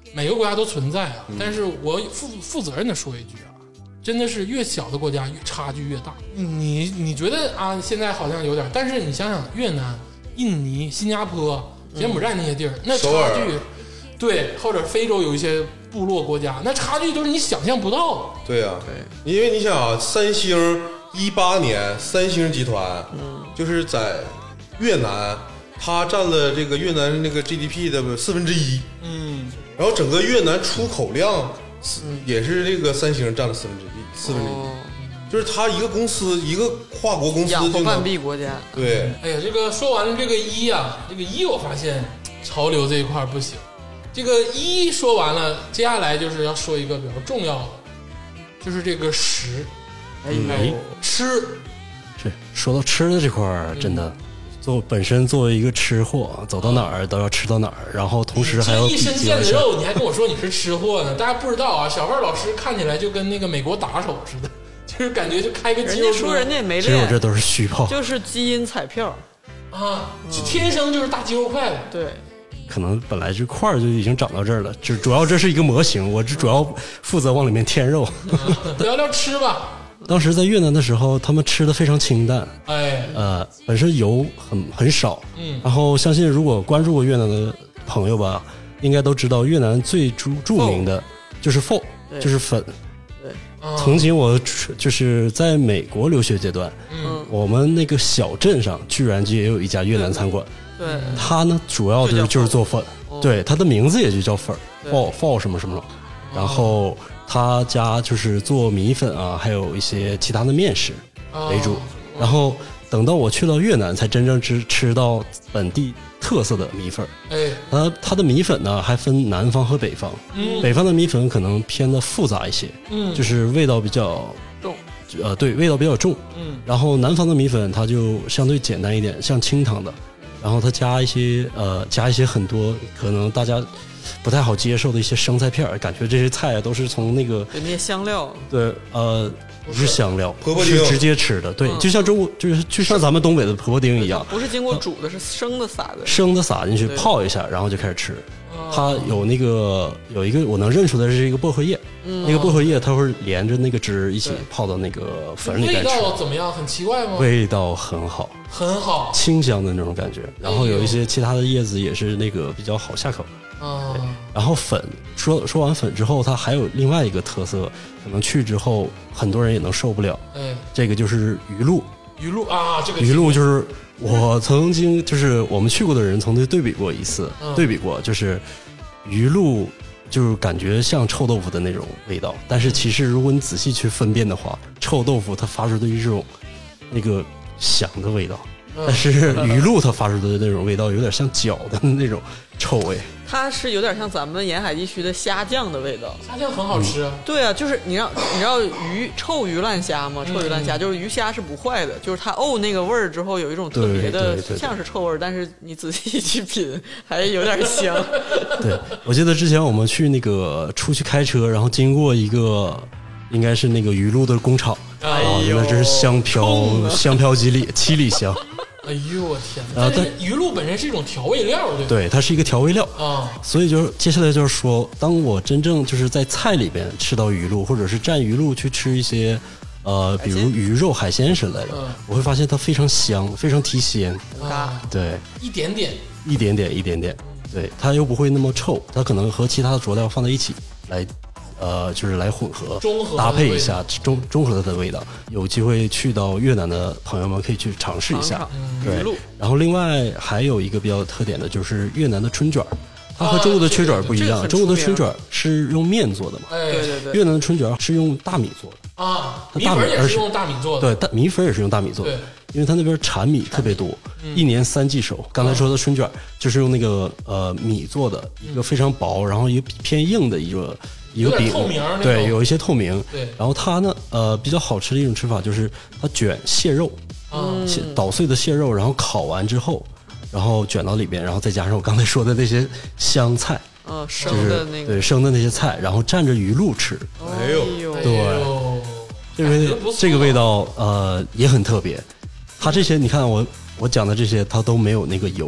每个国家都存在啊，但是我负负责任的说一句啊，真的是越小的国家越差距越大。你你觉得啊，现在好像有点，但是你想想越南、印尼、新加坡、柬埔寨那些地儿，那差距，对，或者非洲有一些部落国家，那差距都是你想象不到的。 对呀、啊，对，因为你想啊，三星一八年，三星集团，嗯，就是在越南，它占了这个越南那个 G D P 的四分之一， 嗯， 然后整个越南出口量也是这个三星占了四分之一，四分之一。哦，就是他一个公司，一个跨国公司养活半壁国家。 对， 哎呀，这个说完了这个一啊，这个一我发现潮流这一块不行。这个一说完了，接下来就是要说一个比较重要的，就是这个食。 哎呦，吃是说到吃的这块儿，真的。做本身作为一个吃货，走到哪儿都要吃到哪儿，然后同时还要一身腱子肉，你还跟我说你是吃货呢？大家不知道啊，小范老师看起来就跟那个美国打手似的，就是感觉就开个肌肉车。 人家说人家也没练， 其实我这都是虚炮， 就是基因彩票啊，就天生就是大肌肉块的。 对， 可能本来这块儿就已经长到这儿了，就主要这是一个模型，我只主要负责往里面添肉。 聊聊吃吧。 当时在越南的时候，他们吃的非常清淡， 哎， 呃，本身油很很少， 嗯， 然后相信如果关注过越南的朋友吧，应该都知道越南最著著名的就是pho，就是粉。 对， 曾经我就是在美国留学阶段， 嗯， 我们那个小镇上居然就也有一家越南餐馆， 对， 它呢主要就是就是做粉， 哦、 对，它的名字也就叫粉 ，pho pho 什么什么，然后。他家就是做米粉啊，还有一些其他的面食为主。然后等到我去到越南，才真正吃吃到本地特色的米粉。 哎， 它它的米粉呢还分南方和北方。 嗯， 北方的米粉可能偏的复杂一些， 嗯， 就是味道比较重， 呃，对，味道比较重。 嗯， 然后南方的米粉它就相对简单一点，像清汤的，然后它加一些呃加一些很多可能大家。不太好接受的一些生菜片，感觉这些菜啊都是从那个对那些香料， 对呃不是香料， 婆婆丁是直接吃的，对，嗯、就像中国就是就像咱们东北的婆婆丁一样， 不是经过煮的，是生的撒的， 生的撒进去泡一下，然后就开始吃。它有那个有一个我能认出来是一个薄荷叶，嗯、那个薄荷叶它会连着那个汁一起泡到那个粉里边吃。 味道怎么样？很奇怪吗？ 味道很好， 很好， 清香的那种感觉。然后有一些其他的叶子也是那个比较好下口。 啊， 然后粉说说完粉之后，它还有另外一个特色，可能去之后很多人也能受不了。 哎， 这个就是鱼露。 鱼露啊，这个鱼露就是我曾经就是我们去过的人曾经对比过一次， 嗯、 对比过就是鱼露就是感觉像臭豆腐的那种味道，但是其实如果你仔细去分辨的话，臭豆腐它发出的一种那个香的味道。但是鱼露它发出的那种味道有点像脚的那种臭味， 它是有点像咱们沿海地区的虾酱的味道。 虾酱很好吃啊、 嗯。对啊，就是你知道你知道鱼臭鱼烂虾吗？臭鱼烂虾、嗯、就是鱼虾是不坏的，就是它沤那个味儿之后有一种特别的像是臭味，但是你仔细去品还有点香。 对，我记得之前我们去那个出去开车，然后经过一个应该是那个鱼露的工厂， 哎呦，那真是香飘香飘几里七里香。 哎呦我天！但是鱼露本身是一种调味料，对吧？ 对，它是一个调味料啊。 所以就是接下来就是说，当我真正就是在菜里边吃到鱼露，或者是蘸鱼露去吃一些呃，比如鱼肉、海鲜之类的， 嗯、 我会发现它非常香，非常提鲜。 啊， 对， 一点点， 一点点，一点点。对，它又不会那么臭，它可能和其他的佐料放在一起来。呃，就是来混合、 中和搭配一下，中中和它的味道。有机会去到越南的朋友们可以去尝试一下。 嗯、 对，然后另外还有一个比较特点的就是越南的春卷，它和中国的春卷不一样。 啊、 中国的春卷是用面做的嘛？ 哎， 对对对。 越南的春卷是用大米做的啊，米粉也是用大米做的。 对，大米粉也是用大米做的。 对， 因为它那边产米特别多， 嗯、 一年三季熟。刚才说的春卷就是用那个呃米做的，一个非常薄，然后一个偏硬的一个。一个饼，对，有一些透明。 对， 然后它呢，呃，比较好吃的一种吃法就是它卷蟹肉， 嗯， 捣碎的蟹肉，然后烤完之后，然后卷到里边，然后再加上我刚才说的那些香菜， 嗯，生的那个， 对，生的那些菜，然后蘸着鱼露吃。 哎呦， 对，这个这个味道呃也很特别。它这些你看我我讲的这些，它都没有那个油。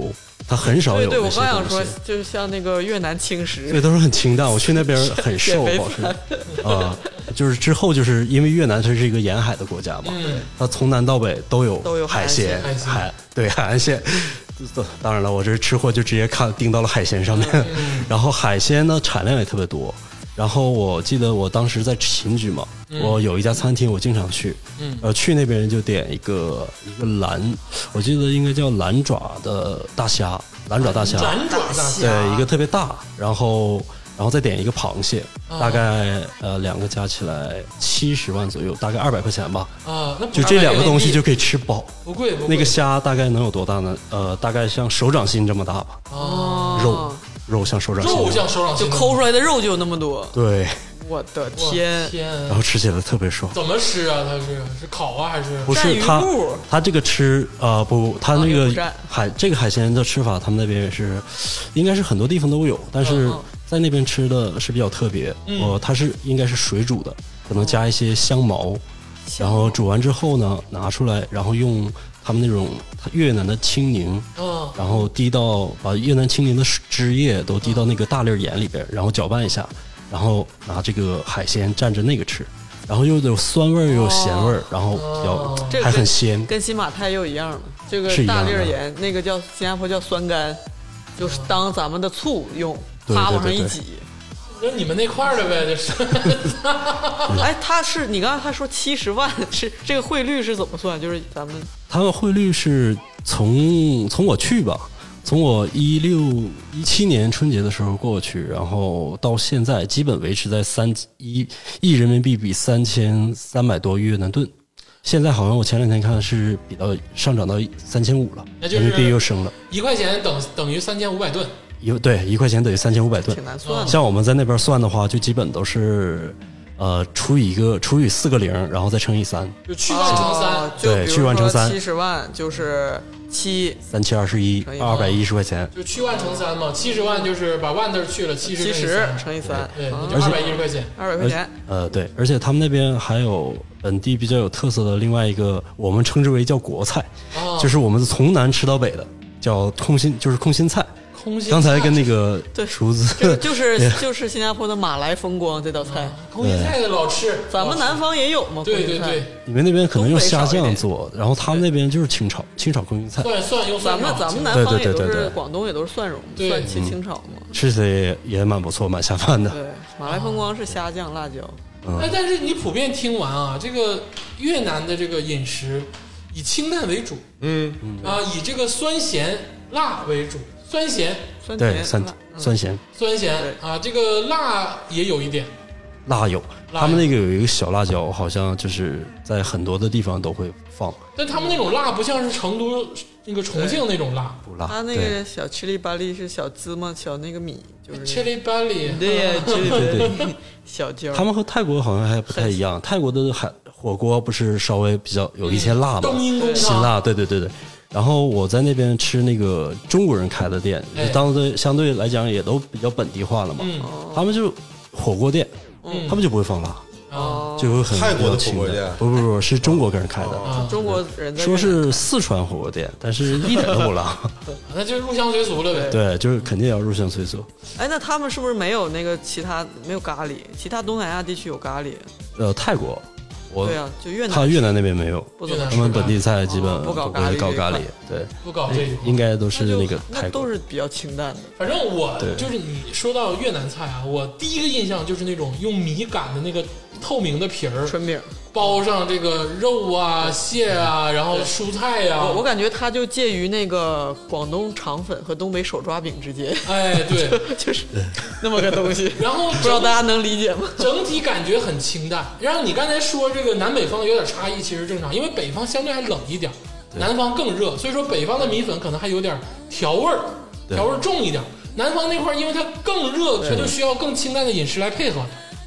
它很少对对， 有那些我刚想说东西，， 就是像那个越南轻食， 对，都是很清淡。我去那边很瘦， 减肥保持啊、就是之后就是因为越南它是一个沿海的国家嘛，它从南到北都有都有海海鲜， 海鲜海对海岸线。当然了，我这吃货就直接看盯到了海鲜上面，然后海鲜呢产量也特别多。然后我记得我当时在秦居嘛，我有一家餐厅我经常去，嗯，呃，去那边就点一个一个蓝，我记得应该叫蓝爪的大虾，蓝爪大虾， 蓝爪大虾， 对，一个特别大，然后然后再点一个螃蟹，大概呃两个加起来七十万左右，大概二百块钱吧， 啊，那就这两个东西就可以吃饱。 不贵，不贵那个虾大概能有多大呢？呃，大概像手掌心这么大吧， 啊， 肉肉像手掌心这么大， 肉像手掌就心， 抠出来的肉就有那么多， 对， 我的我天！ 天， 然后吃起来特别爽。 怎么吃啊？它是是烤啊还是？ 不蘸鱼是它露， 它这个吃啊、呃、不，它那个啊也不蘸海这个海鲜的吃法，他们那边也是，应该是很多地方都有，但是嗯嗯在那边吃的是比较特别。 嗯呃，它是应该是水煮的，可能加一些香茅，然后煮完之后呢，拿出来，然后用他们那种越南的青柠， 嗯然后滴到把越南青柠的汁液都滴到那个大粒盐里边，然后搅拌一下，然后拿这个海鲜蘸着那个吃，然后又有酸味儿又有咸味儿，然后比较还这个跟很鲜。 跟新马泰又一样的，这个大是一样的粒儿盐，那个叫新加坡叫酸柑，就是当咱们的醋用， 对啪对对对往上一挤。 那你们那块儿的呗，就是。 哎，他是你刚才他说七十万，是这个汇率是怎么算？就是咱们他们汇率是从从我去吧，从我一六一七年春节的时候过去，然后到现在基本维持在三一一人民币比三千三百多越南盾。现在好像我前两天看是比到上涨到三千五了， 那就是人民币又升了， 一块钱等等于三千五百吨， 一对一块钱等于三千五百吨挺。难算的。 像我们在那边算的话，就基本都是呃除以一个除以四个零，然后再乘以三， 就去万乘三哦，就对去万乘三七十万就是七， 三七二十一乘以二百一十块钱。 就去万乘三嘛，七十万就是把万字去了，七十七十乘以三， 对， 啊那就二百一十块钱。 二百块钱。 呃，对，而且他们那边还有本地比较有特色的另外一个，我们称之为叫国菜， 啊就是我们从南吃到北的，叫空心，就是空心菜。 空心菜刚才跟那个对厨子， 这就是就是新加坡的马来风光这道菜， 空心菜的老吃， 咱们南方也有嘛？ 对空心菜对对， 你们那边可能用虾东北少一点酱做，然后他们那边就是清炒，清炒空心菜， 蒜蒜用蒜咱们炒咱们南方也都是对对对对对广东也都是蒜蓉对蒜清清炒嘛。 吃起来也也蛮不错，蛮下饭的。 对，马来风光是虾酱辣椒， 哎，但是你普遍听完啊，这个越南的这个饮食以清淡为主， 嗯， 啊，以这个酸咸辣为主，酸咸对， 酸甜酸辣酸咸酸咸对啊，这个辣也有一点， 辣有， 辣他们那个有一个小辣椒，好像就是在很多的地方都会放， 但他们那种辣不像是成都那个重庆那种辣不辣。 它那对个小七里八里是小芝麻小那个米，就是那个 ，chili belly， 对呀，七里八对对里小椒。 他们和泰国好像还不太一样，泰国的海火锅不是稍微比较有一些辣嘛， 冬阴功啊， 辛辣，对对对对。然后我在那边吃那个中国人开的店， 哎当对相对来讲也都比较本地化了嘛。 嗯他们就火锅店， 嗯他们就不会放辣， 啊就会很泰国的比较清淡火锅店不不不是中国人开的， 啊， 中国人在说越南是四川火锅店，但是一点都不辣。 那就是入乡随俗了呗。 对，就是肯定要入乡随俗。 哎，那他们是不是没有那个其他没有咖喱？其他东南亚地区有咖喱？ 呃，泰国，我对啊，就越南他越南那边没有， 不怎么越南他们本地菜基本哦不搞不咖喱这一会搞咖喱块， 对， 不搞这个， 应该都是那就那个泰那国都是比较清淡的。 反正我对就是你说到越南菜啊，我第一个印象就是那种用米擀的那个透明的皮儿， 春饼， 包上这个肉啊、蟹啊，然后蔬菜呀、 我我感觉它就介于那个广东肠粉和东北手抓饼之间， 哎，对， 就是那么个东西。 然后不知道大家能理解吗？ 整体感觉很清淡。然后你刚才说这个南北方有点差异，其实正常，因为北方相对还冷一点，南方更热，所以说北方的米粉可能还有点调味儿，调味儿重一点。南方那块儿因为它更热，它就需要更清淡的饮食来配合。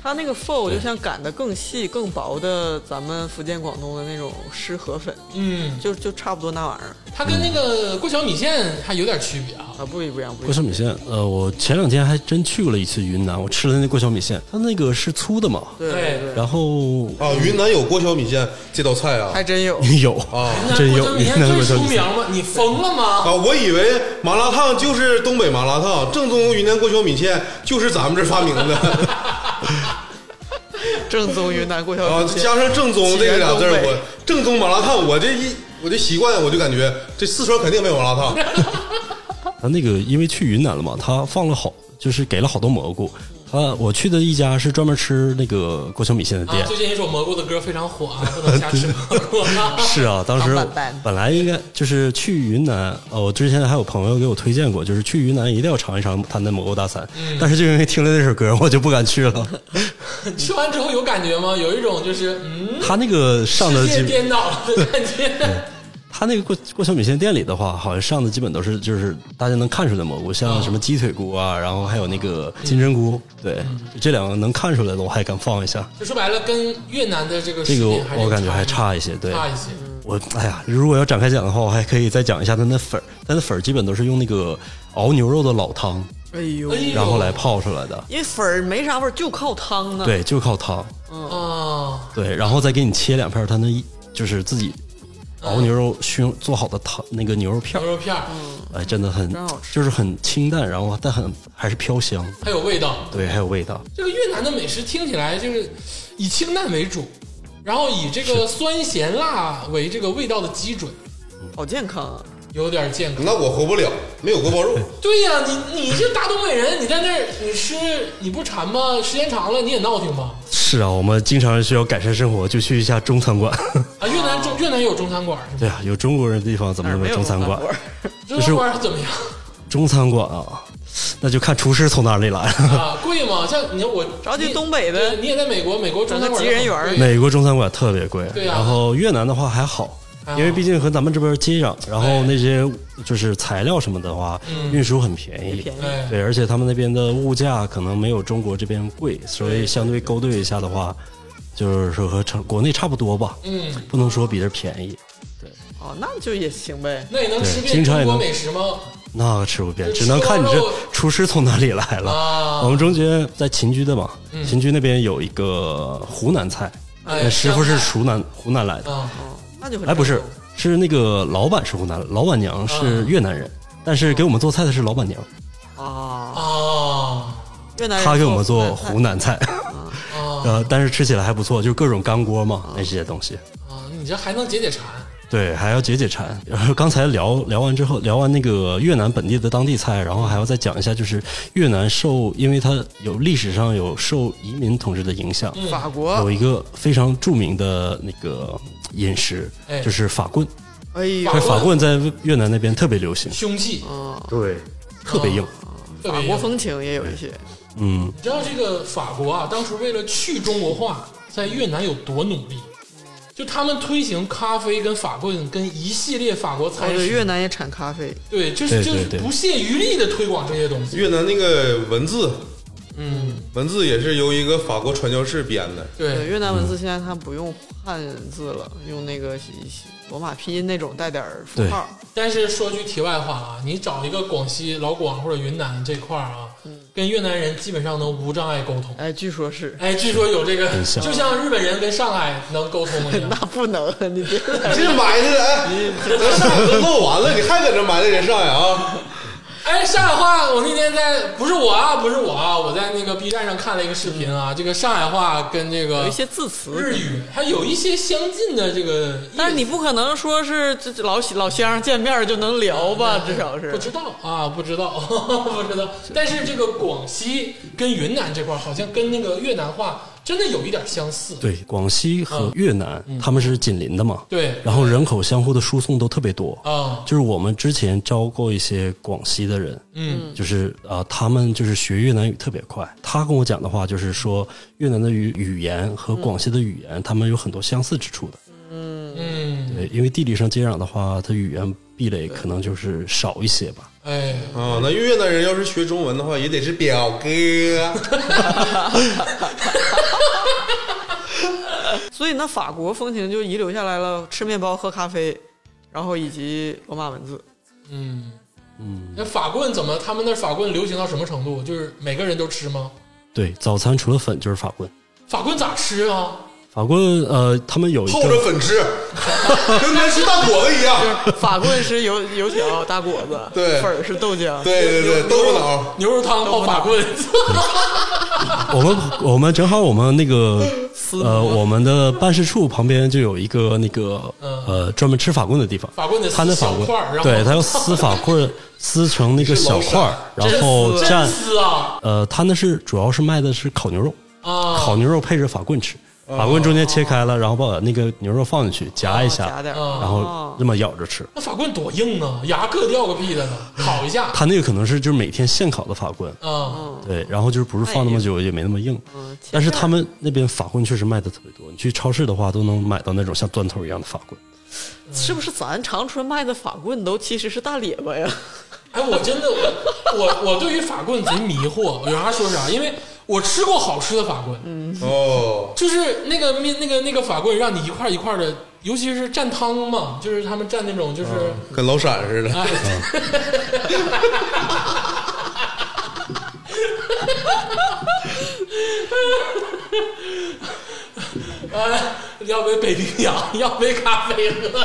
它那个 pho 就像擀的更细更薄的咱们福建广东的那种湿河粉， 嗯， 就就差不多那玩意儿它跟那个过小米线还有点区别啊。 啊，不一不一样，不一样。 过小米线，呃，我前两天还真去过了一次云南，我吃了那过小米线，它那个是粗的嘛， 对对对， 然后啊，云南有过小米线这道菜啊？ 还真有。 有啊， 真有你看最云南过小米线。 出名吗？你疯了吗？ 啊，我以为麻辣烫就是东北麻辣烫，正宗云南过小米线就是咱们这发明的正宗云南过小啊， 米线， 加上正宗这个俩字儿， 起源东北我正宗麻辣烫，我这一我这习惯，我就感觉这四川肯定没有麻辣烫。 他那个因为去云南了嘛，他放了好，就是给了好多蘑菇。他我去的一家是专门吃那个过小米线的店。 啊，最近一首蘑菇的歌非常火啊，不能瞎吃蘑菇。 是啊，当时长板板本来应该就是去云南，呃，我之前还有朋友给我推荐过，就是去云南一定要尝一尝他的蘑菇大餐。 嗯但是就因为听了那首歌，我就不敢去了。 吃完之后有感觉吗？有一种就是嗯， 他那个上的基世界颠倒了的感觉。 他那个过过小米线店里的话，好像上的基本都是就是大家能看出来的蘑菇，像什么鸡腿菇啊，然后还有那个金针菇，对，就这两个能看出来的我还敢放一下。 就说白了，跟越南的这个这个食品还是我感觉还一差一些，对。 差一些。 我哎呀，如果要展开讲的话，我还可以再讲一下它那粉儿，它的粉儿基本都是用那个熬牛肉的老汤， 哎呦哎，呦然后来泡出来的。 因为粉儿没啥味儿，就靠汤呢。， 对，就靠汤。 啊， 对，然后再给你切两片儿，它那一就是自己熬牛肉熏做好的汤那个牛肉片儿， 牛肉片儿哎，真的很真好吃就是很清淡，然后但很还是飘香， 还有味道。 对，还有味道。 这个越南的美食听起来就是以清淡为主，然后以这个酸咸辣为这个味道的基准， 好健康啊！ 有点健康。 那我活不了，没有锅包肉。 对呀、你你这大东北人，你在那儿你吃你不馋吗？时间长了你也闹挺吧？ 是啊，我们经常需要改善生活，就去一下中餐馆。 啊，越南中越南有中餐馆是吗？ 对啊，有中国人的地方怎么能没哪儿没有有中餐馆？ 饭馆儿中餐馆怎么样？ 中餐馆啊，那就看厨师从哪里来了。 啊，贵吗？像你我着急你东北的对你也在美国，美国中餐馆整个吉人园儿也很贵美国中餐馆特别贵， 对啊然后越南的话还好， 还好因为毕竟和咱们这边接壤，然后那些就是材料什么的话，运输很便宜。 便宜。 哎， 对，而且他们那边的物价可能没有中国这边贵，所以相对勾兑一下的话，就是说和成国内差不多吧， 嗯， 不能说比这便宜， 哦，那就也行呗。 那也能吃对遍中国经常也能美食吗？ 那吃不遍， 这只能看你这吃包肉厨师从哪里来了。 啊我们中间在秦居的嘛，秦居那边有一个湖南菜， 哎那师傅是湘湖南湖南来的， 啊， 哦，那就很哎，不是正宗， 是那个老板是湖南，老板娘是越南人，但是给我们做菜的是老板娘， 啊， 啊越南人她给我们做做湖南菜， 啊呃，但是吃起来还不错，就是各种干锅嘛，那些东西。 啊！你这还能解解馋？ 对，还要解解馋。然后刚才聊聊完之后，聊完那个越南本地的当地菜，然后还要再讲一下，就是越南受，因为它有历史上有受移民统治的影响， 法国有，一个非常著名的那个饮食， 哎就是法棍。 哎呦法这法棍在越南那边特别流行， 凶器， 对，特别硬。 法特别硬国风情也有一些。 嗯， 你知道这个法国啊，当时为了去中国化，在越南有多努力？就他们推行咖啡跟法棍跟一系列法国哦，对， 餐食， 越南也产咖啡。 对，就是对就是对对不屑余力的推广这些东西。 越南那个文字， 嗯， 文字也是由一个法国传教士编的。 对， 对， 越南文字现在它不用汉字了，用那个罗马拼音那种带点儿符号。 但是说句题外话啊，你找一个广西、老广或者云南这块儿啊，跟越南人基本上能无障碍沟通。 哎，据说是， 哎，据说有这个， 很像就像日本人跟上海能沟通一样那。不能，你别你这埋汰的，哎，咱上海都漏完了，你还搁这埋汰人上海啊？ 哎，上海话，我那天在不是我啊，不是我啊，我在那个 B 站上看了一个视频啊，这个上海话跟这个有一些字词日语还有一些相近的这个意思， 但是你不可能说是这这老老乡见面就能聊吧，至少是不知道啊，不知道，不知道。但是这个广西跟云南这块儿好像跟那个越南话真的有一点相似。 对，广西和越南他们是紧邻的嘛， 对然后人口相互的输送都特别多。 啊， 就是我们之前招过一些广西的人， 嗯， 就是啊、呃他们就是学越南语特别快。他跟我讲的话就是说，越南的语语言和广西的语言，他们有很多相似之处的。 嗯， 对，因为地理上接壤的话，它语言壁垒可能就是少一些吧。 哎， 啊，那越南人要是学中文的话，也得是表哥。 所以那法国风情就遗留下来了，吃面包喝咖啡，然后以及罗马文字。 嗯嗯，那法棍怎么？他们那法棍流行到什么程度？就是每个人都吃吗？ 对，早餐除了粉就是法棍。 法棍咋吃啊？ 法棍呃，他们有一个泡着粉吃，跟咱吃大果子一样。 法棍是油油条大果子， 对， 粉儿是豆浆， 对对对，豆腐脑、 牛肉汤泡法棍。 我们我们正好我们那个呃，我们的办事处旁边就有一个那个呃专门吃法棍的地方。 法棍的他那法棍，对，他要撕法棍，撕成那个小块儿，然后蘸撕啊。 呃，他那是主要是卖的是烤牛肉啊， 烤牛肉配着法棍吃。法棍中间切开了，然后把那个牛肉放进去，夹一下， 夹点， 然后这么咬着吃。 那法棍多硬啊，牙硌掉个屁的呢！烤一下， 他那个可能是就是每天现烤的法棍啊， 对，然后就是不是放那么久也没那么硬，但是他们那边法棍确实卖的特别多，你去超市的话都能买到那种像砖头一样的法棍。 是不是咱长春卖的法棍都其实是大咧巴呀？ 哎，我真的我我我对于法棍贼迷惑，有啥说啥，因为我吃过好吃的法棍，嗯哦， 就是那个面那个那个法棍让你一块一块的，尤其是蘸汤嘛，就是他们蘸那种就是、 嗯、跟老陕似的。 哎呃，要杯北冰洋，要杯咖啡喝。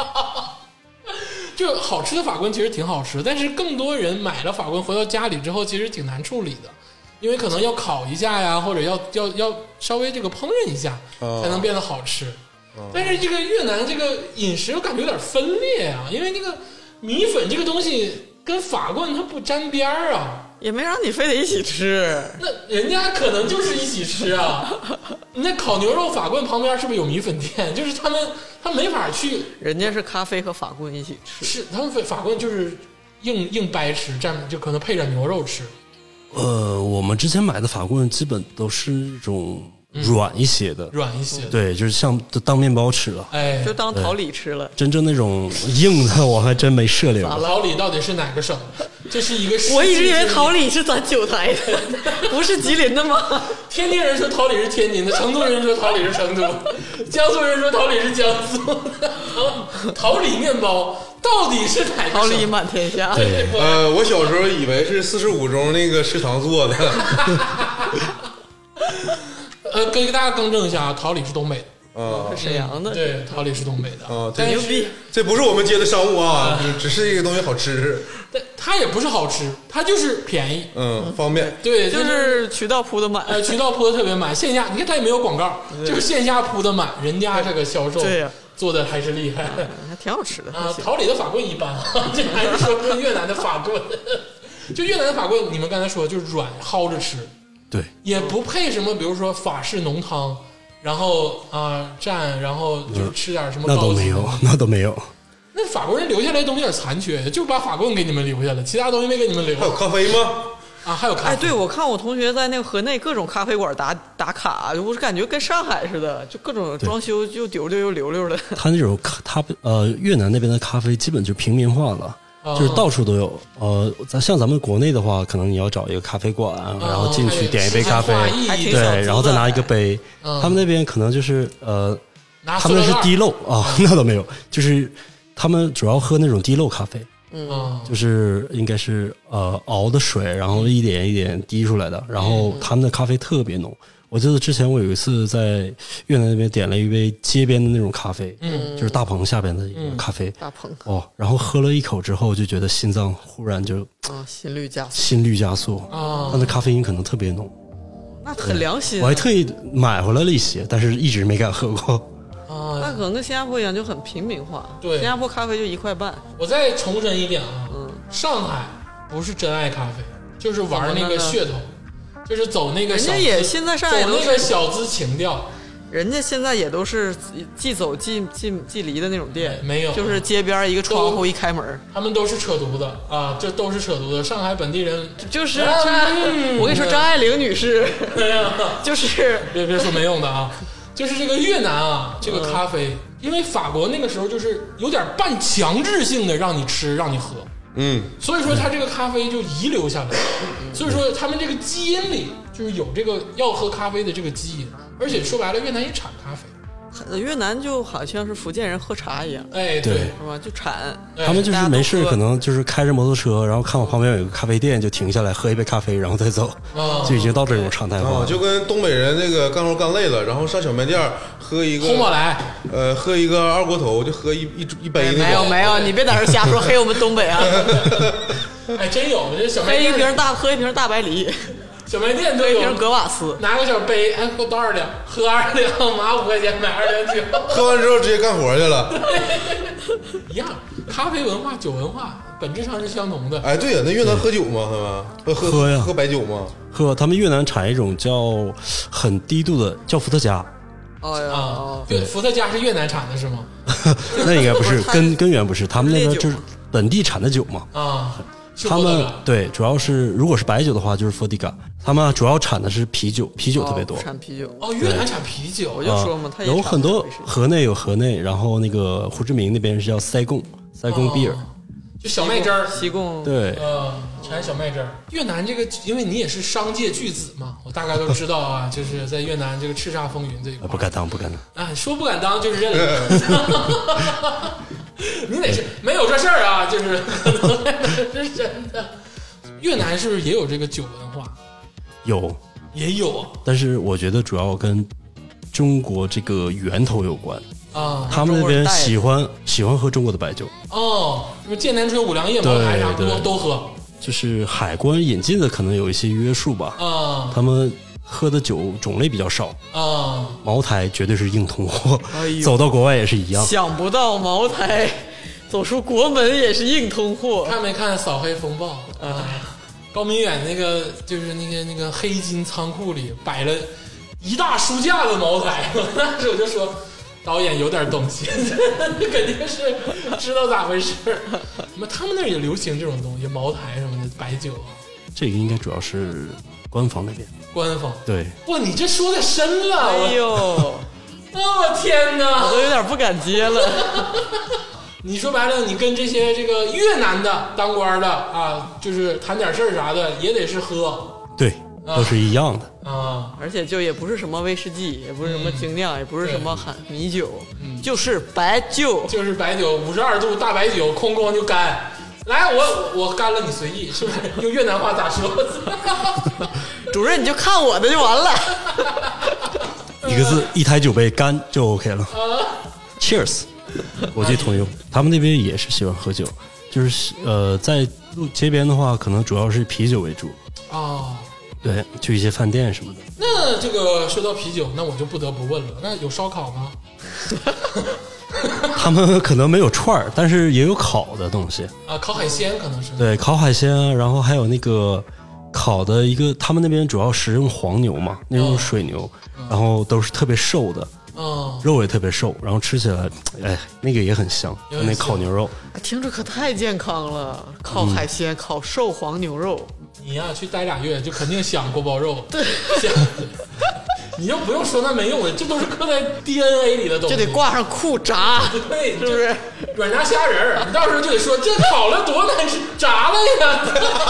就好吃的法棍其实挺好吃，但是更多人买了法棍回到家里之后，其实挺难处理的，因为可能要烤一下呀，或者要要要稍微这个烹饪一下，才能变得好吃。哦、但是这个越南这个饮食我感觉有点分裂啊，因为那个米粉这个东西跟法棍它不沾边儿啊。 也没让你非得一起吃， 那人家可能就是一起吃啊。那烤牛肉法棍旁边是不是有米粉店？就是他们他没法去， 人家是咖啡和法棍一起吃， 是他们法棍就是硬硬掰吃，蘸就可能配着牛肉吃。 呃，我们之前买的法棍基本都是一种软一些的， 软、嗯、一些的， 对，就是像当面包吃了， 哎， 就当桃李吃了。 真正那种硬的，我还真没涉猎过。 桃李到底是哪个省？这是一个， 我一直以为桃李是咱九台的，不是吉林的吗？ 天津人说桃李是天津的，成都人说桃李是成都，江苏人说桃李是江苏的。桃李面包到底是哪个省？ 桃李满天下。 对， 呃，我小时候以为是四十五中那个食堂做的。 呃，给大家更正一下，桃李是东北的。 啊， 是沈阳的， 对，桃李是东北的啊， 但牛逼， 这不是我们接的商务啊，只是这个东西好吃， 但它也不是好吃，它就是便宜， 嗯，方便， 对， 就是渠道铺的满， 呃，渠道铺的特别满，线下你看它也没有广告，就是线下铺的满，人家这个销售对呀做的还是厉害， 还挺好吃的啊。桃李的法棍一般，这还是说越南的法棍，就越南的法棍，你们刚才说就是软薅着吃， 对， 也不配什么，比如说法式浓汤。然后啊、呃、蘸，然后就是吃点什么那都没有，那都没有。 那法国人留下来的东西有点残缺，就把法棍给你们留下了，其他东西没给你们留。 还有咖啡吗？ 啊，还有咖啡。 哎，对，我看我同学在那个河内各种咖啡馆打打卡，我是感觉跟上海似的，就各种装修又丢丢又溜溜的。 他那种他呃越南那边的咖啡基本就平民化了。就是到处都有，呃，咱像咱们国内的话，可能你要找一个咖啡馆， 哦、 然后进去点一杯咖啡，对，然后再拿一个杯。 嗯、 他们那边可能就是呃，他们是滴漏啊，那倒没有，就是他们主要喝那种滴漏咖啡， 嗯， 就是应该是呃熬的水，然后一点一点滴出来的，然后他们的咖啡特别浓。我记得之前我有一次在越南那边点了一杯街边的那种咖啡，嗯，就是大棚下边的一个咖啡， 嗯、大棚哦，然后喝了一口之后就觉得心脏忽然就啊心率加速， 心率加速啊， 它的咖啡因可能特别浓， 那很良心、啊。 我还特意买回来了一些，但是一直没敢喝过。 啊， 那可能跟新加坡一样，就很平民化。 对， 新加坡咖啡就一块半。 我再重申一点啊， 嗯， 上海不是真爱咖啡，就是玩那个噱头。就是走那个小， 人家也现在上海走那个小资情调， 人家现在也都是既走既既既离的那种店， 没有， 就是街边一个窗户一开门， 他们都是扯犊子啊，这都是扯犊子。上海本地人就是张，嗯、我跟你说，张爱玲女士，就是别别说没用的啊，就是这个越南啊，这个咖啡，嗯、因为法国那个时候就是有点半强制性的让你吃让你喝。 嗯， 所以说他这个咖啡就遗留下来了，所以说他们这个基因里就是有这个要喝咖啡的这个基因，而且说白了，越南也产咖啡， 越南就好像是福建人喝茶一样， 哎， 对是吧？就产， 哎他们就是没事大家都喝可能就是开着摩托车，然后看我旁边有一个咖啡店，就停下来喝一杯咖啡，然后再走， 啊就已经到这种常态化啊， 了。 就跟东北人那个干活干累了，然后上小卖店喝一个红宝来， 呃，喝一个二锅头，就喝一一一杯那种。 没有没有，你别在这瞎说，黑我们东北啊！ 哎，真有这小卖喝一店， 瓶大喝一瓶大白梨， 小卖店都喝一瓶有， 格瓦斯， 拿个小杯，哎，喝多少两？喝二两，码五块钱买二两酒， 喝完之后直接干活去了。 一样。咖啡文化、酒文化本质上是相同的。 哎，对呀，那越南喝酒吗？他们喝喝喝呀喝白酒吗？ 喝他们越南产一种叫很低度的叫伏特加， 哦呀啊哦，， 对，伏特加是越南产的是吗？ 那应该不是不是它根根源不是，他们那烈酒个就是本地产的酒嘛。 啊，是他们波德嘎对主要是如果是白酒的话就是伏特加，他们主要产的是啤酒，啤酒特别多哦。产啤酒， 哦，越南产啤酒我就说嘛，它也产有很多威士忌河内有河内，然后那个胡志明那边是叫塞贡，塞贡 beer，、 哦就小麦汁儿， 西贡， 对， 呃，产小麦汁儿。越南这个，因为你也是商界巨子嘛，我大概都知道啊，就是在越南这个叱咤风云这一块呃，不敢当不敢当。 啊，说不敢当就是认了。你得是没有这事儿啊，就是可能是真的。越南是不是也有这个酒文化？ 有， 也有啊但是我觉得主要跟中国这个源头有关， 啊他们那边中国人带的喜欢喜欢喝中国的白酒， 哦，什么剑南春、五粮液、茅台啥对对都都喝就是海关引进的可能有一些约束吧， 啊他们喝的酒种类比较少， 啊！ 茅台绝对是硬通货， 哎呦走到国外也是一样。 想不到茅台走出国门也是硬通货， 看没看《扫黑风暴》啊？高明远那个就是那个那个黑金仓库里摆了一大书架子茅台，那时候我就说导演有点东西，肯定是知道咋回事儿。那么他们那儿也流行这种东西，茅台什么的白酒啊， 这个应该主要是官方那边， 官方。 对， 哇，你这说的深了，我、 哎呦， 哦我天哪！ 我都有点不敢接了。 你说白了，你跟这些这个越南的当官的啊，就是谈点事儿啥的，也得是喝对，都是一样的。 啊。 而且就也不是什么威士忌，也不是什么精酿，也不是什么喊米酒， 嗯就是白酒。 就是白酒，五十二度大白酒，哐哐就干。来，我我干了，你随意，是不是？用越南话咋说？ 主任你就看我的就完了。 一个字，一台酒杯干就 OK 了。Cheers，国际通用。他们那边也是喜欢喝酒，就是呃，在路街边的话，可能主要是啤酒为主。 啊， 对，去一些饭店什么的。 那这个说到啤酒，那我就不得不问了，那有烧烤吗？ 他们可能没有串儿，但是也有烤的东西。 啊，烤海鲜可能是。 对，烤海鲜啊，然后还有那个烤的一个，他们那边主要食用黄牛嘛，那种水牛，然后都是特别瘦的， 啊， 肉也特别瘦，然后吃起来，哎，那个也很香， 也很那烤牛肉。 听着可太健康了，烤海鲜，烤瘦黄牛肉， 你呀、去待俩月就肯定想锅包肉。对，你就不用说那没用的，这都是刻在 D N A 里的东西。 就得挂上裤炸， 对， 是不是？ 软炸虾仁儿，你到时候就得说这烤了多难吃，炸了呀！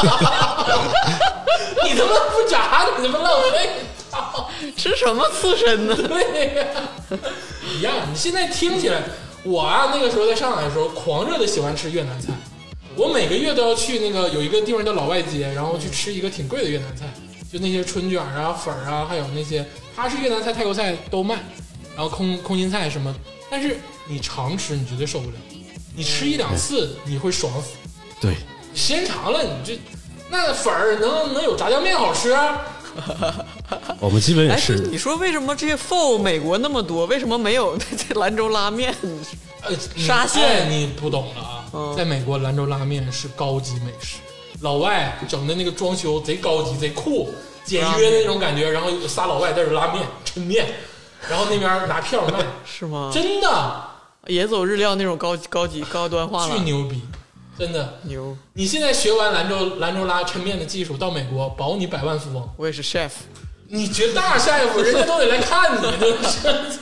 你他妈不炸，你他妈浪费！操吃什么刺身呢？ 对呀，一样。你现在听起来，我啊那个时候在上海的时候，狂热的喜欢吃越南菜。我每个月都要去那个有一个地方叫老外街，然后去吃一个挺贵的越南菜，就那些春卷啊、粉儿啊，还有那些它是越南菜、泰国菜都卖，然后空空心菜什么。但是你常吃，你绝对受不了。你吃一两次，你会爽死。 对， 时间长了，你这那粉儿能能有炸酱面好吃啊？ 我们基本也哎， 是。 你说为什么这些 pho 美国那么多，为什么没有这兰州拉面？ 呃， 沙县哎你不懂了啊！ 嗯在美国，兰州拉面是高级美食，老外整的那个装修贼高级、贼酷、简约的那种感觉，然后有仨老外在这拉面、抻面，然后那边拿票卖， 是吗？ 真的也走日料那种高高级高端化了， 巨牛逼，真的。 牛！ 你现在学完兰州兰州拉抻面的技术，到美国保你百万富翁。 我也是 chef， 你绝大 chef，人家都得来看你，真是。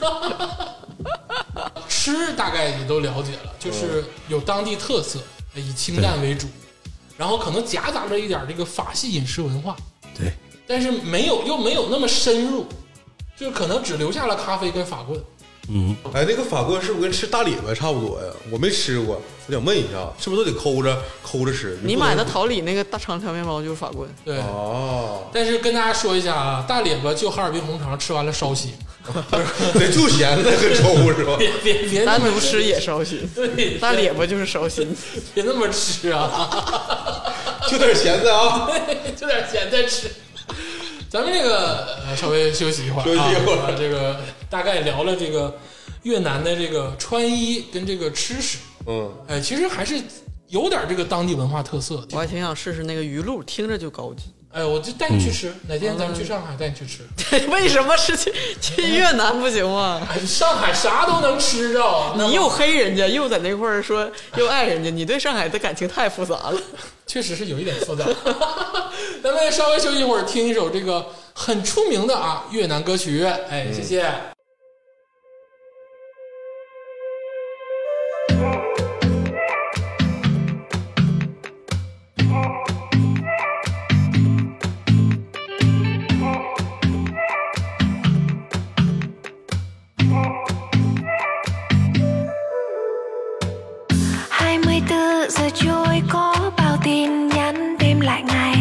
吃大概也都了解了，就是有当地特色，以清淡为主，然后可能夹杂着一点这个法系饮食文化， 对， 但是没有又没有那么深入，就是可能只留下了咖啡跟法棍。 嗯， 哎，那个法棍是不是跟吃大列巴差不多呀？我没吃过，我想问一下，是不是都得抠着抠着吃？ 你买的桃李那个大长条面包就是法棍。 对， 哦， 但是跟大家说一下啊，大列巴就哈尔滨红肠吃完了烧心， 得住咸的个粥是吧？ 别别别那么单独吃也烧心， 对， 大列巴就是烧心。 别那么吃啊， 就点咸的啊， 就点咸再吃。咱们这个呃稍微休息一会儿， 休息一会儿啊，这个大概聊了这个越南的这个穿衣跟这个吃食， 嗯， 哎，其实还是有点这个当地文化特色的。 我还挺想试试那个鱼露，听着就高级。 哎，我就带你去吃，哪天咱们去上海带你去吃。 为什么是去去越南不行吗？ 哎，上海啥都能吃着啊， 你又黑人家，又在那块儿说又爱人家，你对上海的感情太复杂了。 确实是有一点复杂。咱们稍微休息一会儿，听一首这个很出名的啊越南歌曲。哎，谢谢。 hai mươi tư giờ trôi có bao tin nhắn đêm lại ngày,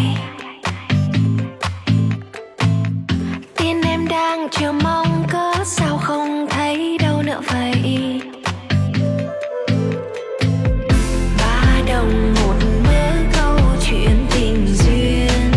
tin em đang chờ mong cớ sao không thấy đâu nữa vậy. Ba đồng một mớ câu chuyện tình duyên,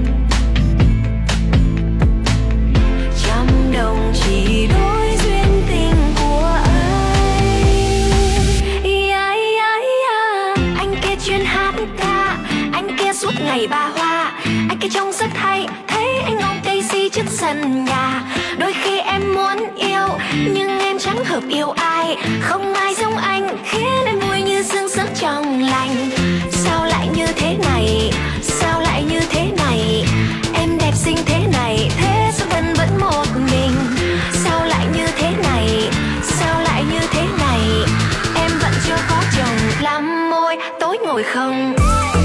trăm đồng chỉ đôi duyên tình của anh. Yeah, yeah, yeah. Anh kia chuyên hát ca, anh kia suốt ngày ba hoa, anh kia trông rất hay, thấy anh ôm cây si trước sân nhà. Đôi khi em muốn yêu nhưng em chẳng hợp yêu ai, không ai giống anh khiến em vui như sương sớm trong lành. Sao lại như thế này, sao lại như thế này, em đẹp xinh thế này, thế sao thân vẫn một mình. Sao lại như thế này, sao lại như thế này, em vẫn chưa có chồng, lắm môi tối ngồi không.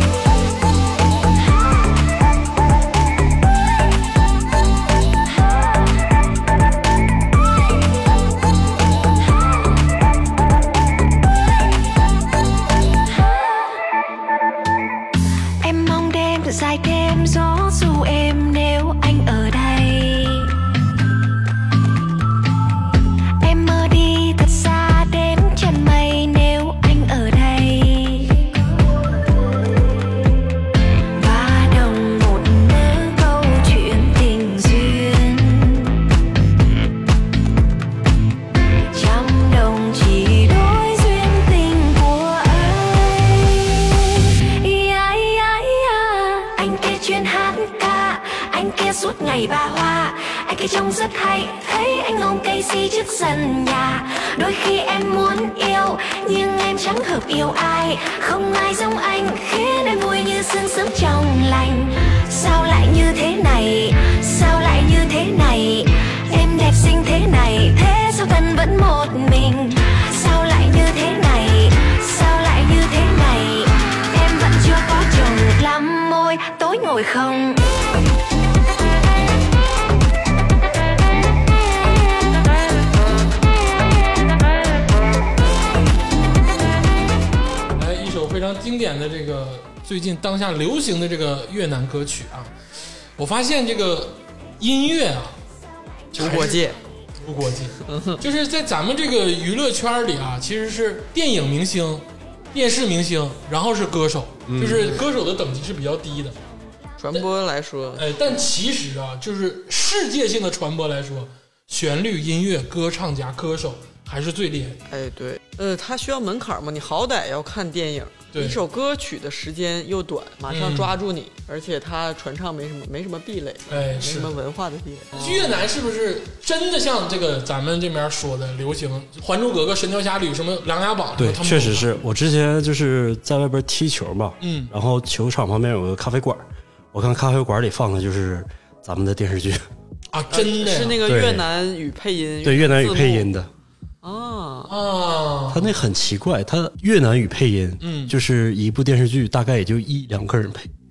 Em mong đêm thật dài thêm gió dù em nếu anh ở đây. Em mơ đi thật xa đến chân mây nếu anh ở đây. Và đồng một mớ câu chuyện tình duyên, trăm đồng chỉ đôi duyên tình của anh. Yeah, yeah, yeah. Anh kia chuyên hát ca, anh kia suốt ngày ba hoa, anh kia trông rất hay, thấy anh ôm cây si trước sân nhà. Đôi khi em muốn yêu nhưng em chẳng hợp yêu ai, không ai giống anh khiến em vui như sương sớm trong lành. Sao lại như thế này, sao lại như thế này, em đẹp xinh thế này, thế sao thân vẫn một mình. Sao lại như thế này, sao lại như thế này, em vẫn chưa có chồng, lắm môi tối ngồi không. 哎，一首非常经典的这个最近当下流行的这个越南歌曲啊，我发现这个音乐啊， 无国界， 无国界，就是在咱们这个娱乐圈里啊，其实是电影明星、电视明星，然后是歌手，就是歌手的等级是比较低的。 传播来说， 哎，但其实啊，就是世界性的传播来说，旋律、音乐、歌唱家、歌手还是最厉害的。 哎，对，呃，它需要门槛嘛，你好歹要看电影。 对一首歌曲的时间又短，马上抓住你，嗯、而且它传唱没什么没什么壁垒， 哎， 没什么文化的壁垒。 越南是不是真的像这个咱们这边说的流行《还珠格格》《神雕侠侣》什么《琅琊榜》？ 对，确实是我之前就是在外边踢球嘛， 嗯， 然后球场旁边有个咖啡馆，我看咖啡馆里放的就是咱们的电视剧啊，真的是那个越南语配音， 对，越南语配音的。 啊啊， 他那很奇怪，他越南语配音， 嗯， 就是一部电视剧大概也就一两个人配，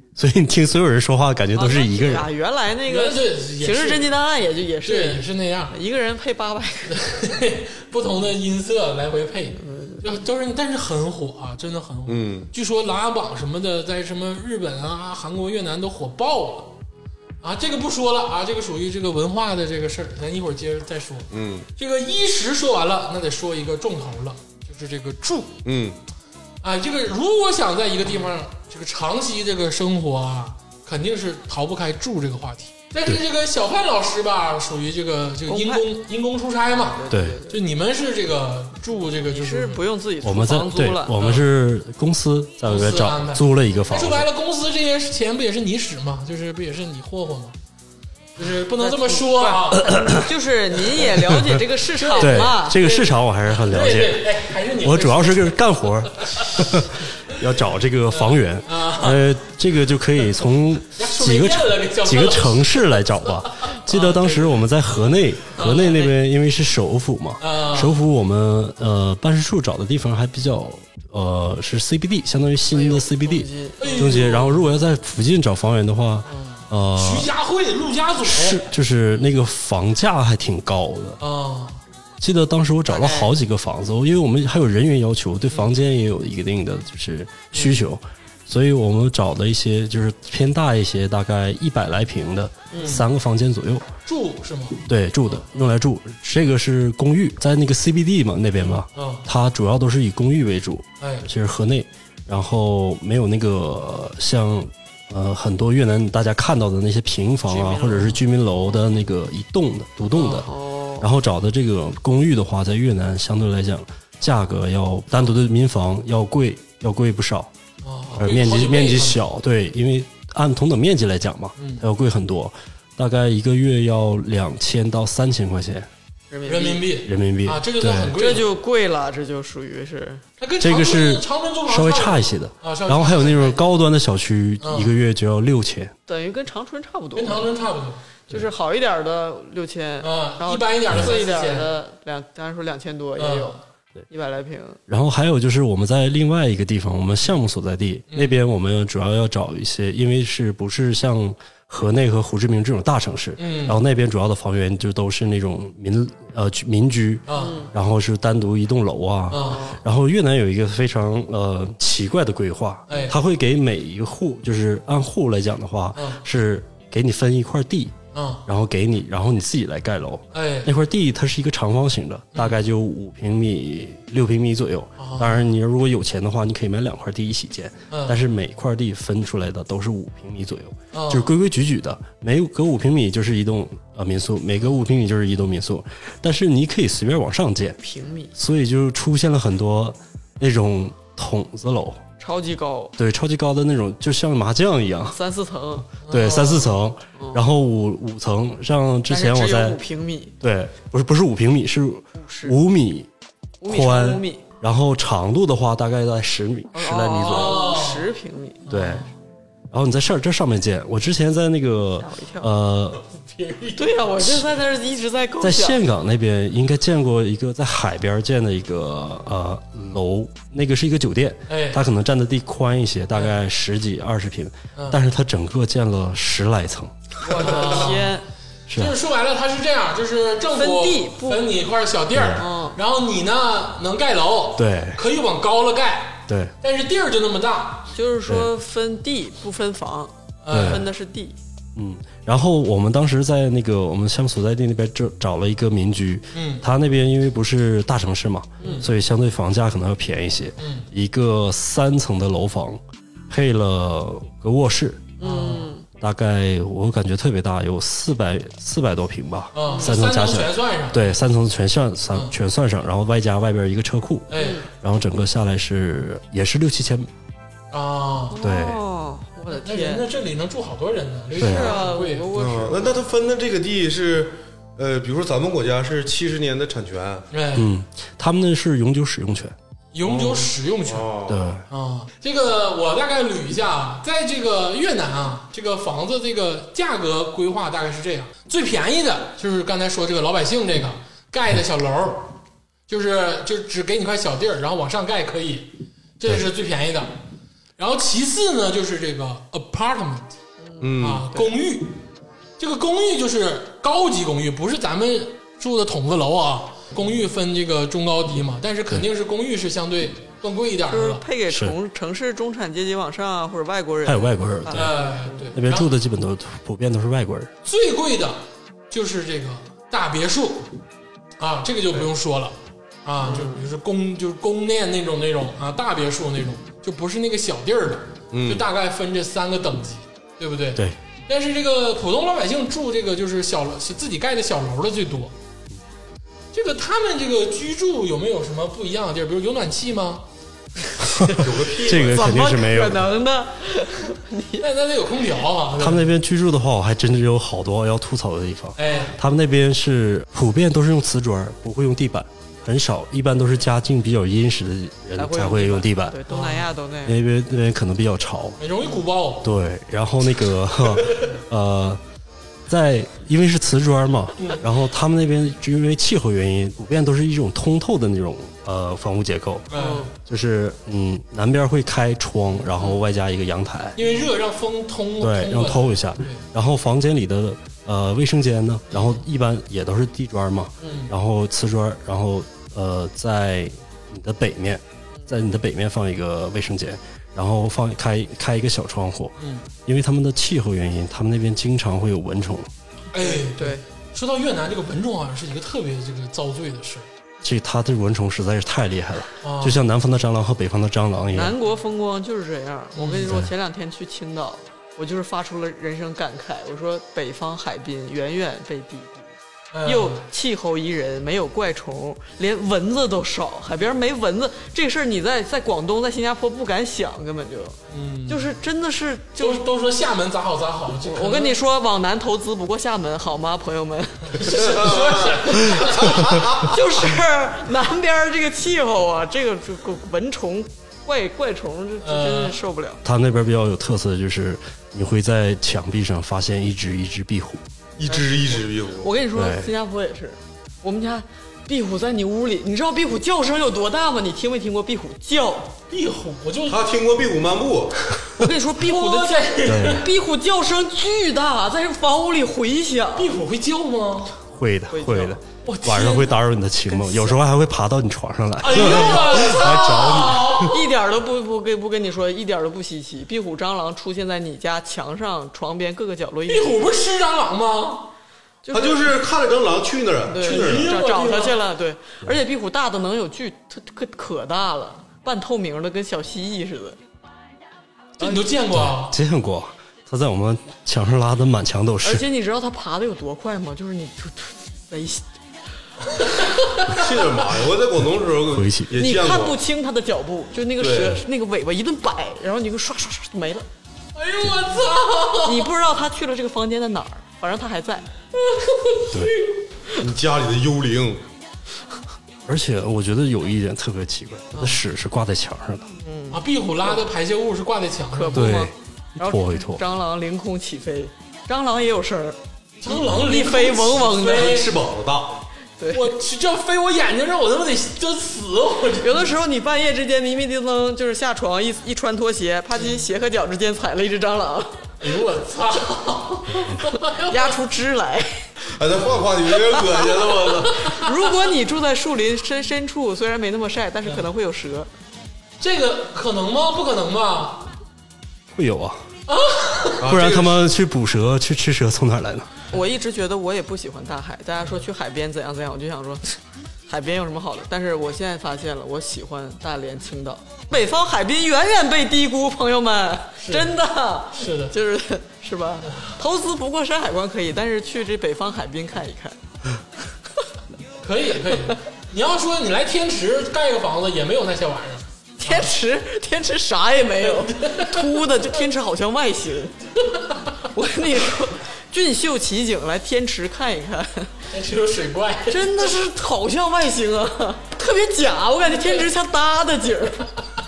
所以你听所有人说话，感觉都是一个人。 啊，原来那个对 《刑事侦缉档案》也就也是对也是那样， 一个人配八百个， 不同的音色来回配，就都是，但是很火啊，真的很火。 嗯， 据说琅琊榜什么的，在什么日本啊、韩国、越南都火爆了啊。这个不说了啊，这个属于这个文化的这个事儿，咱一会儿接着再说。 嗯， 这个衣食说完了，那得说一个重头了，就是这个住。 嗯， 啊，这个如果想在一个地方这个长期这个生活啊，肯定是逃不开住这个话题。但是这个小范老师吧，属于这个这个因公因公出差嘛， 对， 就你们是这个住这个就你是不用自己我们在对房租了， 我们是公司在外面找租了一个房子说。白了，公司这些钱不也是你使吗？就是不也是你霍霍吗？就是不能这么说啊。 就是您也了解这个市场对嘛， 这个市场我还是很了对解。 对，哎，还是你我主要是个干活儿，要找这个房源，呃，这个就可以从几个城几个城市来找吧。记得当时我们在河内，河内那边因为是首府嘛，首府我们呃办事处找的地方还比较呃是 C B D， 相当于新的 C B D 中街。然后如果要在附近找房源的话，呃， 徐家汇、陆家嘴是就是那个房价还挺高的啊。 记得当时我找了好几个房子，因为我们还有人员要求，对房间也有一定的就是需求，所以我们找的一些就是偏大一些，大概一百来平的三个房间左右。 住是吗？ 对，住的用来住，这个是公寓，在那个 C B D 嘛那边吧， 嗯， 它主要都是以公寓为主， 哎， 就是河内，然后没有那个像呃很多越南大家看到的那些平房啊，或者是居民楼的那个一栋的独栋的。 哦， 然后找的这个公寓的话，在越南相对来讲，价格要单独的民房要贵，要贵不少， 哦， 而面积面积小，对，因为按同等面积来讲嘛，它要贵很多，大概一个月要两千到三千块钱人民币， 人民币啊，这就算很贵了， 这就贵了，这就属于是它跟这个是长春租房稍微差一些的， 啊， 然后还有那种高端的小区，一个月就要六千， 等于跟长春差不多， 跟长春差不多。 就是好一点的六千， 啊， 然后一般一点的贵一点的两，刚才说两千多也有，一百来平。 然后还有就是我们在另外一个地方，我们项目所在地、嗯、那边，我们主要要找一些，因为是不是像河内和胡志明这种大城市，嗯，然后那边主要的房源就都是那种民呃民居，嗯，然后是单独一栋楼啊，嗯，然后越南有一个非常呃奇怪的规划，哎，它会给每一个户，就是按户来讲的话，嗯，是给你分一块地。嗯，然后给你，然后你自己来盖楼。哎，那块地它是一个长方形的，大概就五平米、六平米左右。哦、当然，你如果有钱的话，你可以买两块地一起建。嗯，但是每块地分出来的都是五平米左右，哦、就是规规矩矩的。每隔五平米就是一栋呃民宿，每隔五平米就是一栋民宿。但是你可以随便往上建， 平米， 所以就出现了很多那种筒子楼。 超级高， 对，超级高的那种，就像麻将一样， 三四层， 对，三四层，嗯、然后五五层。像之前我在五平米， 对，不是不是五平米，是五米宽， 五米， 然后长度的话大概在十米，十来米左右， 十平米， 对。然后你在上这上面建，我之前在那个呃， 对呀、啊，我就在那儿一直在构想， 在岘港那边应该见过一个在海边建的一个呃楼，那个是一个酒店，哎，它可能占的地宽一些，大概十几二十平，嗯、但是它整个建了十来层， 我的天！ 是啊、 就是说白了，它是这样，就是政府分地分你一块小地儿，嗯，然后你呢能盖楼， 对， 可以往高了盖， 对， 但是地儿就那么大。 就是说分地不分房，分的是地。 嗯，然后我们当时在那个我们项目所在地那边找找了一个民居，嗯，他那边因为不是大城市嘛，嗯，所以相对房价可能要便宜些，嗯，一个三层的楼房，配了个卧室，嗯，大概我感觉特别大，有四百四百多平吧， 嗯， 三层加起来全算上， 对，三层全算三、嗯、全算上，然后外加外边一个车库，哎，然后整个下来是也是六七千。 啊， 对， 哦，我的天， 那这里能住好多人呢， 是啊， 贵啊。那那他分的这个地是，呃，比如说咱们国家是七十年的产权， 嗯，他们那是永久使用权， 永久使用权， 哦、 对啊，这个我大概捋一下啊，在这个越南啊，这个房子这个价格规划大概是这样，最便宜的就是刚才说这个老百姓这个盖的小楼，就是就只给你块小地儿，然后往上盖可以，这是最便宜的。 然后其次呢就是这个 apartment， 嗯啊，公寓。这个公寓就是高级公寓，不是咱们住的筒子楼啊。公寓分这个中高低嘛，但是肯定是公寓是相对更贵一点就是的了。 配给城城市中产阶级往上啊，或者外国人， 还有外国人，对， 哎，对， 那边然后住的基本都普遍都是外国人。 最贵的就是这个大别墅啊，这个就不用说了啊，就比如说宫就是宫殿那种那种啊，大别墅那种，就不是那个小地儿的，就大概分这三个等级，对不对？ 对。 但是这个普通老百姓住这个就是小楼自己盖的小楼的最多。这个他们这个居住有没有什么不一样的地儿？比如有暖气吗？ 有个屁！ 这个肯定是没有怎么可的。 能呢？ 那那得有空调啊。 他们那边居住的话，我还真是有好多要吐槽的地方。 哎， 他们那边是普遍都是用瓷砖，不会用地板，很少，一般都是家境比较殷实的人才会用地板。 对，东南亚都那样。 那边那边可能比较潮， 容易鼓包。 对，然后那个呃，在因为是瓷砖嘛，然后他们那边就因为气候原因，普遍都是一种通透的那种呃房屋结构， 嗯， 就是嗯南边会开窗，然后外加一个阳台， 因为热让风通， 对，让透一下。然后房间里的呃卫生间呢，然后一般也都是地砖嘛，然后瓷砖，然后呃在你的北面，在你的北面放一个卫生间。然后放开开一个小窗户，嗯，因为他们的气候原因，他们那边经常会有蚊虫。 哎， 对， 说到越南，这个蚊虫好像是一个特别这个遭罪的事儿。 这它的蚊虫实在是太厉害了， 啊就像南方的蟑螂和北方的蟑螂一样。 南国风光就是这样。我跟你说，前两天去青岛，我就是发出了人生感慨，我说北方海滨远远被低估。又气候宜人，没有怪虫，连蚊子都少，海边没蚊子，这事儿你在在广东、在新加坡不敢想，根本就，嗯，就是真的是，就都都说厦门咋好咋好， 我跟你说，往南投资不过厦门，好吗，朋友们？就是南边这个气候啊，这个这个蚊虫、怪怪虫，这真是受不了。 它那边比较有特色的就是，你会在墙壁上发现一只一只壁虎。 一只一只壁虎， 我跟你说，新加坡也是，我们家壁虎在你屋里，你知道壁虎叫声有多大吗？你听没听过壁虎叫？ 壁虎，我就他听过壁虎漫步。 我跟你说，壁虎的叫，壁虎叫声巨大，在房屋里回响。 壁虎会叫吗？ 会的， 会会的。 我晚上会打扰你的清梦，有时候还会爬到你床上来， 哎呦我来找一点都不不跟不跟你说，一点都不稀奇。壁虎、蟑螂出现在你家墙上、床边各个角落。 壁虎不是吃蟑螂吗？ 他就是看着蟑螂去那儿，去那儿找找他去了。对，而且壁虎大的能有巨，它可可大了，半透明的，跟小蜥蜴似的。 这你都见过啊？ 你。见过，它在我们墙上拉的满墙都而是。 且你知道它爬的有多快吗？就是你就贼。 去哪儿妈呀！我在广东的时候回去你也见过， 看不清它的脚步，就那个蛇对那个尾巴一顿摆，然后你就刷刷刷就没了。 哎呦我操！ 你不知道它去了这个房间的哪儿，反正它还在。 对， 你家里的幽灵。 而且我觉得有一点特别奇怪，它的屎是挂在墙上的。 啊，壁虎拉的排泄物是挂在墙上的。 对可不吗？， 一然后拖一拖。 蟑螂凌空起飞，蟑螂也有声儿， 蟑螂一飞嗡嗡的。 飞翅膀子大， 我去，这飞我眼睛上，我他妈得真死！我这有的时候你半夜之间迷迷瞪瞪，就是下床一一穿拖鞋，啪叽鞋和脚之间踩了一只蟑螂， 哎呦我操！ 压出汁来。 哎，咱换话题，有点恶心了，我操！ 如果你住在树林深深处，虽然没那么晒，但是可能会有蛇。 这个可能吗？不可能吧？ 会有啊，不然他们去捕蛇、去吃蛇从哪儿来呢？ 我一直觉得我也不喜欢大海，大家说去海边怎样怎样，我就想说，海边有什么好的？但是我现在发现了，我喜欢大连、青岛，北方海滨远远被低估，朋友们，真的是的， 就是是吧？投资不过山海关可以，但是去这北方海滨看一看， 可以可以。你要说你来天池盖个房子，也没有那些玩意儿。 天池天池啥也没有，秃的，就天池好像外星。我跟你说，俊秀奇景，来天池看一看。 天池有水怪， 真的是好像外星啊，特别假，我感觉天池像搭的景儿。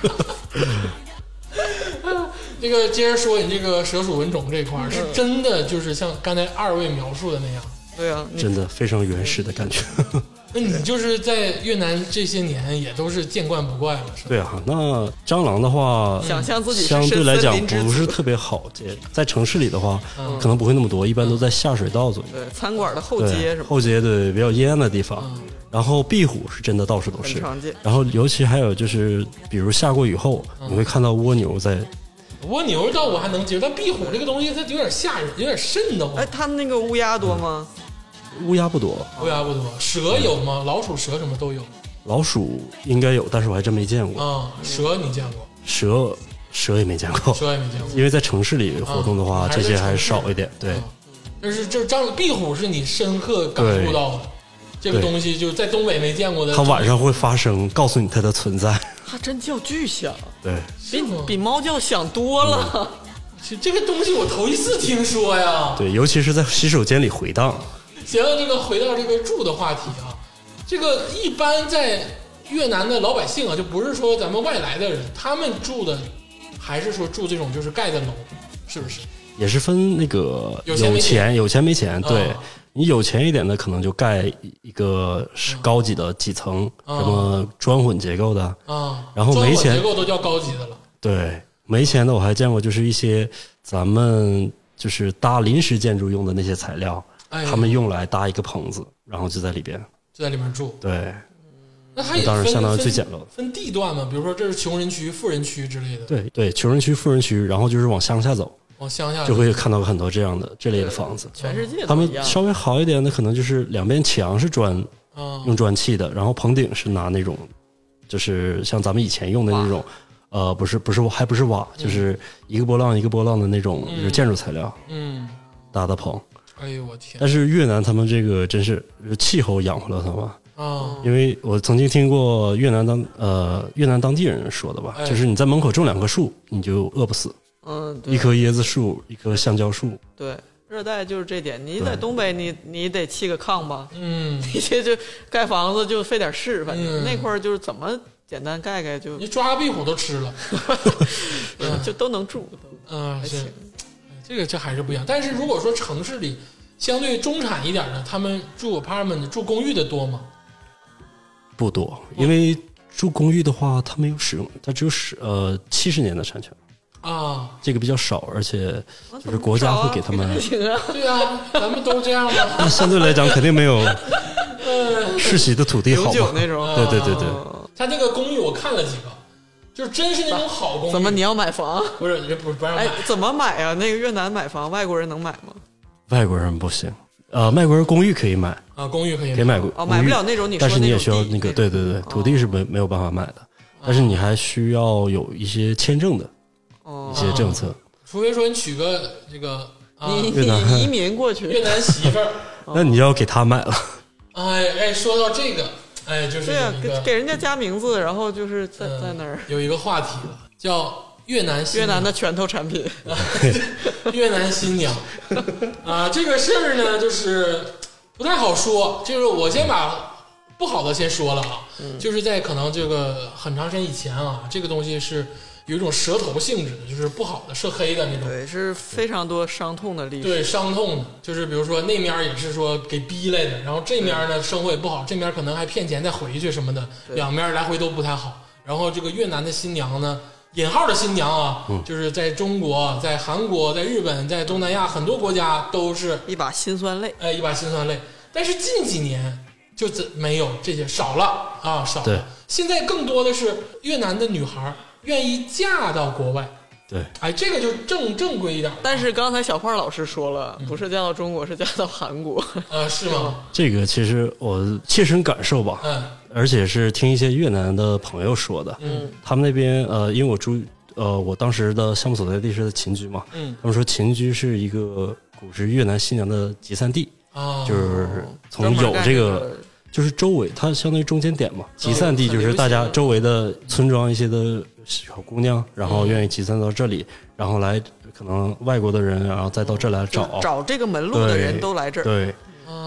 这个接着说你这个蛇鼠蚊虫这一块儿，是真的就是像刚才二位描述的那样。 对啊， 真的非常原始的感觉。 那你就是在越南这些年也都是见惯不怪了，是吧？ 对啊，那蟑螂的话， 想象自己是相对来讲森林之子不是特别好见，在城市里的话，可能不会那么多，一般都在下水道左右。 对，餐馆的后街对什么后街对比较阴暗的地方，然后壁虎是真的到处都是很常见， 然后尤其还有就是，比如下过雨后，你会看到蜗牛在， 蜗牛倒我还能接受，但壁虎这个东西它有点吓人，有点瘆得慌哎，。他们那个乌鸦多吗？ 乌鸦不多， 乌鸦不多，蛇有吗？老鼠、蛇什么都有老鼠应该有，但是我还真没见过。 啊。蛇你见过？ 蛇蛇也没见过， 蛇也没见过。 因为在城市里活动的话， 啊这些还是少一点。对， 但是这张壁虎是你深刻感悟到的，这个东西就是在东北没见过的。 它晚上会发声，告诉你它的存在。 它真叫巨响， 对， 比比猫叫响多了。 其实这个东西我头一次听说呀。 对，尤其是在洗手间里回荡。 行，这个回到这个住的话题啊，这个一般在越南的老百姓啊，就不是说咱们外来的人，他们住的还是说住这种就是盖的楼，是不是？ 也是分那个有钱没钱钱有钱没钱，对、 啊你有钱一点的可能就盖一个是高级的几层， 啊什么砖混结构的， 啊， 然后没钱结构都叫高级的了。 对，没钱的我还见过，就是一些咱们就是搭临时建筑用的那些材料， 哎他们用来搭一个棚子，然后就在里边。 就在里面住， 对那它也分当然相当于最分简陋的分地段嘛，比如说这是穷人区、富人区之类的， 对对，穷人区、富人区，然后就是往乡下走， 往乡下就会看到很多这样的这类的房子。 全世界他都一样。 们稍微好一点的，可能就是两边墙是砖， 啊用砖砌的，然后棚顶是拿那种，就是像咱们以前用的那种，呃，不是不是还不是瓦，就是一个波浪一个波浪的那种，就是建筑材料嗯， 搭的棚。 哎呦我天但是越南他们这个真是气候养活了他们， 啊， 因为我曾经听过越南当呃越南当地人说的吧， 哎就是你在门口种两棵树，你就饿不死， 嗯， 一对棵椰子树，一棵橡胶树， 对，热带就是这点。你在东北你，你得砌个炕吧？ 嗯， 你这就盖房子就费点事，反正、 嗯那块儿就是怎么简单盖盖就你抓壁虎都吃了， 就都能住。 嗯，是还行， 这个这还是不一样。但是如果说城市里相对中产一点的，他们住 apartment 住公寓的多吗？ 不多，因为住公寓的话，它没有使用，它只有使呃七十年的产权， 啊， 这个比较少，而且就是国家会给他们， 行啊， 对啊，咱们都这样吗？ 那相对来讲肯定没有世袭的土地好永久嘛。 那种。 对对对对， 他这个公寓我看了几个，就是真是那种好公寓。 怎么你要买房？ 不是人不不让买哎，怎么买呀、那个越南买房，外国人能买吗？ 外国人不行，呃，外国人公寓可以买， 啊？公寓可以可以买公哦，买不了那种你说但是你也需要那种地那个，对对对，土地是没没有办法买的，但是你还需要有一些签证的哦一，些政策。 除非说你娶个这个啊你越南你移民过去， 越南媳妇儿。 那你就要给他买了， 哎哎，说到这个，哎，就是对啊， 有一个给给人家加名字，然后就是在嗯在那儿有一个话题了，叫越南新娘越南的拳头产品。 越南新娘啊，这个事儿呢，就是不太好说。就是我先把不好的先说了啊，就是在可能这个很长时间以前啊，这个东西是有一种蛇头性质的，就是不好的、涉黑的那种。 对，是非常多伤痛的历史。 对，伤痛的，就是比如说那面也是说给逼来的，然后这面呢生活也不好，这面可能还骗钱再回去什么的，两面来回都不太好。然后这个越南的新娘呢，引号的新娘啊，就是在中国、在韩国、在日本、在东南亚很多国家都是一把辛酸泪。 哎一把辛酸泪。但是近几年就这没有这些少了啊，少对了。现在更多的是越南的女孩愿意嫁到国外， 对， 哎，这个就正正规一点。 但是刚才小胖老师说了，不是嫁到中国，是嫁到韩国。 呃，是吗？ 这个其实我切身感受吧， 嗯而且是听一些越南的朋友说的， 嗯他们那边呃，因为我住呃，我当时的项目所在地是秦居嘛， 嗯他们说秦居是一个古时越南新娘的集散地， 啊， 就是从有这个，就是周围它相当于中间点嘛，集散地就是大家周围的村庄一些的小姑娘，然后愿意集散到这里，然后来可能外国的人，然后再到这来找找这个门路的人都来这儿。 对， 啊，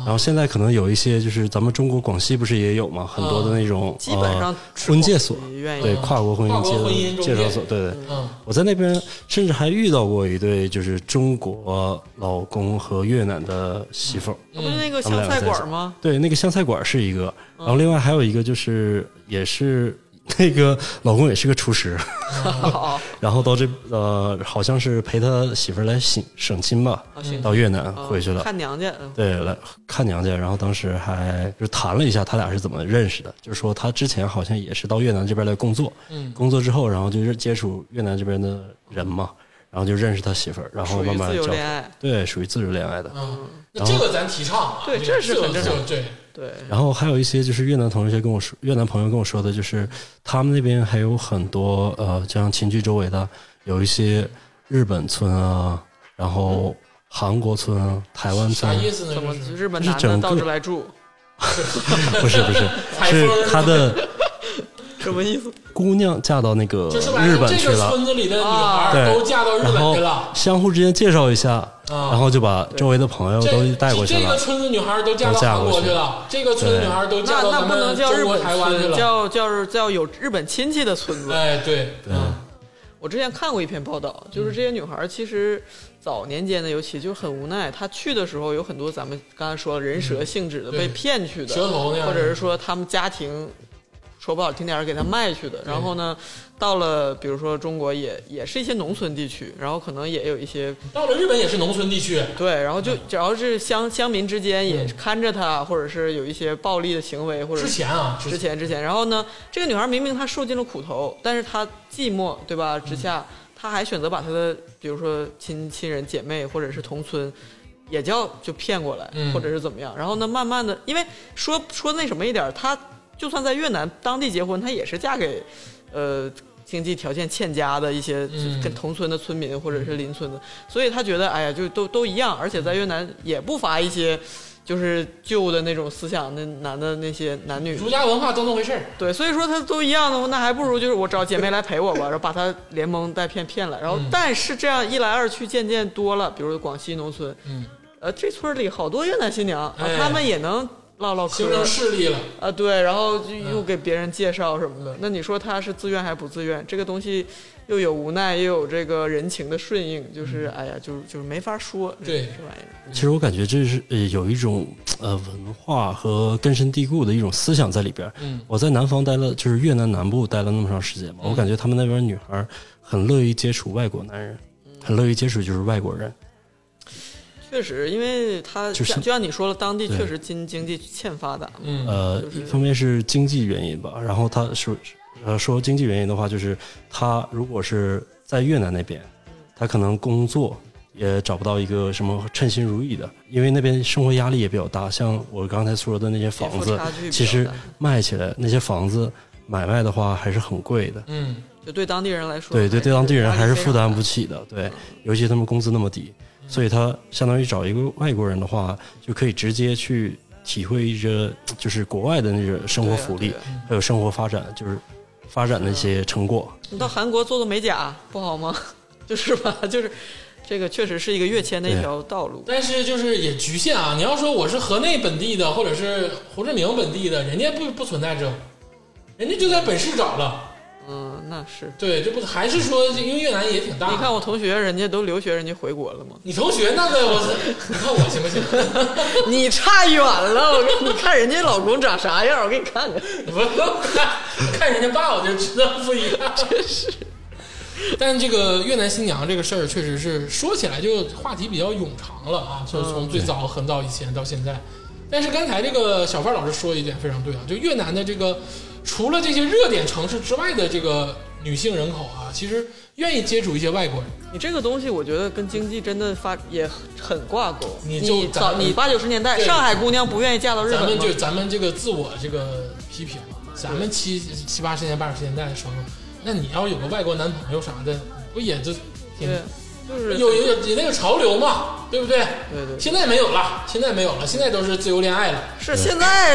然后现在可能有一些就是咱们中国广西不是也有嘛，很多的那种基本上呃婚介所， 愿意对跨国婚跨国婚姻姻中介介绍所，对对。 嗯我在那边甚至还遇到过一对就是中国老公和越南的媳妇儿， 不是那个他们湘菜两个在一起馆吗？ 对，那个湘菜馆是一个，然后另外还有一个就是也是那个老公也是个厨师， 好， 然后到这呃好像是陪他媳妇儿来省省亲吧，到越南回去了， 看娘家，嗯对，来看娘家，然后当时还就谈了一下他俩是怎么认识的，就是说他之前好像也是到越南这边来工作， 嗯工作之后，然后就是接触越南这边的人嘛，然后就认识他媳妇儿，然后慢慢属于自由交恋爱， 对，属于自由恋爱的。 嗯，那这个咱提倡啊， 对这是很正常对。 对， 然后还有一些就是越南同学跟我说，越南朋友跟我说的，就是他们那边还有很多呃，像秦居周围的有一些日本村啊，然后韩国村啊、台湾村啊， 啥意思呢？ 怎么这是日本就是整个男的到这来住？ 不是不是，是他的什么意思？ 姑娘嫁到那个就是把日本去这个了， 村子里的女孩对都嫁到日然后本去了。 相互之间介绍一下， 啊然后就把周围的朋友这都带过去了。 这个村子女孩都嫁到韩国去了，这个村子女孩都嫁那那不到咱们中国能叫日本村， 台湾去了。 叫叫叫有日本亲戚的村子。 哎，对，嗯， 我之前看过一篇报道，就是这些女孩其实早年间的，尤其就是很无奈，她去的时候有很多咱们刚才说人蛇性质的、 对被骗去的， 蛇头那样的或者是说他们家庭说不好听点儿给她卖去的。然后呢，到了比如说中国也也是一些农村地区，然后可能也有一些到了日本也是农村地区。 对，然后就只要是乡乡民之间也看着她，或者是有一些暴力的行为，或者之前啊， 之前之前，然后呢，这个女孩明明她受尽了苦头，但是她寂寞，对吧？之下，她还选择把她的，比如说亲亲人、姐妹或者是同村，也叫就骗过来， 嗯或者是怎么样。然后呢，慢慢的，因为说说那什么一点，她就算在越南当地结婚，她也是嫁给，呃。经济条件欠佳的一些嗯跟同村的村民或者是邻村的，所以她觉得哎呀，就都都一样，而且在越南也不乏一些就是旧的那种思想，那男的那些男女儒家文化都那回事儿。 对，所以说他都一样的，那还不如就是我找姐妹来陪我吧，然后把他连蒙带骗骗来，然后、 嗯但是这样一来二去，渐渐多了，比如说广西农村， 嗯， 呃，这村里好多越南新娘， 哎啊、他们也能唠唠嗑形成势力了。 啊，对，然后就又给别人介绍什么的，那你说他是自愿还不自愿？这个东西又有无奈，又有这个人情的顺应，就是、哎呀，就是就是没法说， 对这玩意儿。 其实我感觉这是呃有一种呃文化和根深蒂固的一种思想在里边。 嗯， 我在南方待了，就是越南南部待了那么长时间嘛， 嗯我感觉他们那边女孩很乐意接触外国男人，很乐意接触就是外国人。 确实，因为他就是像就像你说了，当地对确实经经济欠发达嘛。 嗯， 呃， 就是一方面是经济原因吧，然后他说呃说经济原因的话，就是他如果是在越南那边，他可能工作也找不到一个什么称心如意的，因为那边生活压力也比较大。像我刚才说的那些房子贫富差距比较，大其实卖起来那些房子买卖的话还是很贵的。 嗯， 就对当地人来说， 对对，对当地人还是负担不起。 起的。对，尤其他们工资那么低，所以他相当于找一个外国人的话，就可以直接去体会着就是国外的那种生活福利， 对啊对还有生活发展，就是发展的一些成果。 你到韩国做做美甲不好吗？就是吧，就是这个确实是一个跃迁的一条道路。 但是就是也局限啊。你要说我是河内本地的，或者是胡志明本地的，人家不不存在这，人家就在本市找了。 嗯，那是。 对，这不还是说，因为越南也挺大。 你看我同学，人家都留学，人家回国了吗？ 你同学那个，我你看我行不行？ 你差远了，我给你看人家老公长啥样，我给你看看。 不用看，看人家爸我就知道不一样。真是。但这个越南新娘这个事儿，确实是说起来就话题比较冗长了啊，就是从最早很早以前到现在。但是刚才这个小范老师说一点非常对啊，就越南的这个除了这些热点城市之外的这个女性人口啊，其实愿意接触一些外国人。 你这个东西，我觉得跟经济真的发也很挂钩。 你就早你八九十年代， 对上海姑娘不愿意嫁到日本吗？ 咱们就咱们这个自我这个批评啊，咱们七七八十年八十年代的时候，那你要有个外国男朋友啥的，不也就挺对，就是有有有那个潮流嘛，对不对？ 对对。 现在没有了，现在没有了，现在都是自由恋爱了。 是现在是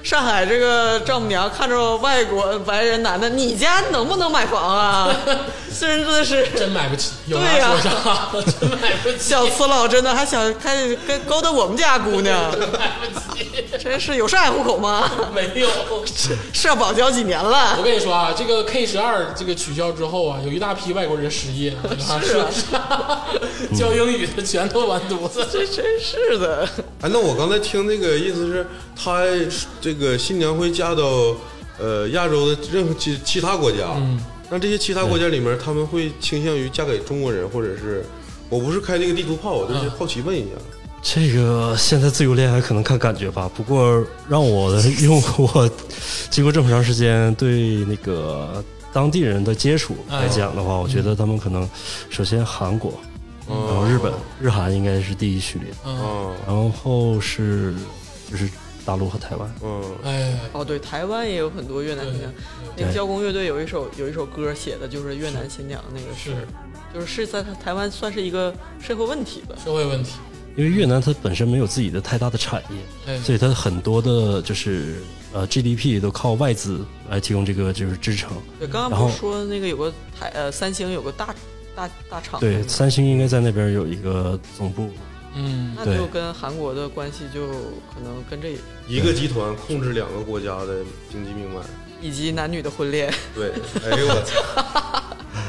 上海这个丈母娘看着外国白人男的，你家能不能买房啊？真的是真买不起，有啥对呀说啥，真买不起， 小慈老真的还想还跟勾搭我们家姑娘， 买不起， 真是有上海户口吗？ 没有。 社保交几年了？ 我跟你说啊，这个 K 十二这个取消之后啊，有一大批外国人失业， 是啊教英语的全都完犊子。 这真是的。 哎，那我刚才听那个意思是，他这个新娘会嫁到呃亚洲的任何其其他国家，嗯，那这些其他国家里面，他们会倾向于嫁给中国人，或者是我不是开这个地图炮，我就是好奇问一下。 这个现在自由恋爱可能看感觉吧，不过让我用我经过这么长时间对那个当地人的接触来讲的话，我觉得他们可能首先韩国，然后日本、日韩应该是第一序列， 嗯， 然后是就是大陆和台湾， 嗯， 哎， 哦，对，台湾也有很多越南新娘。那个交工乐队有一首有一首歌写的就是越南新娘那个事，就是是在台湾算是一个社会问题吧， 社会问题。 因为越南它本身没有自己的太大的产业，所以它很多的就是呃 G D P 都靠外资来提供这个就是支撑。 对，刚刚不是说那个有个台呃三星有个大大大厂， 对，三星应该在那边有一个总部。 嗯， 那就跟韩国的关系就可能跟这一个集团控制两个国家的经济命脉， 以及男女的婚恋。 对，哎呦我操！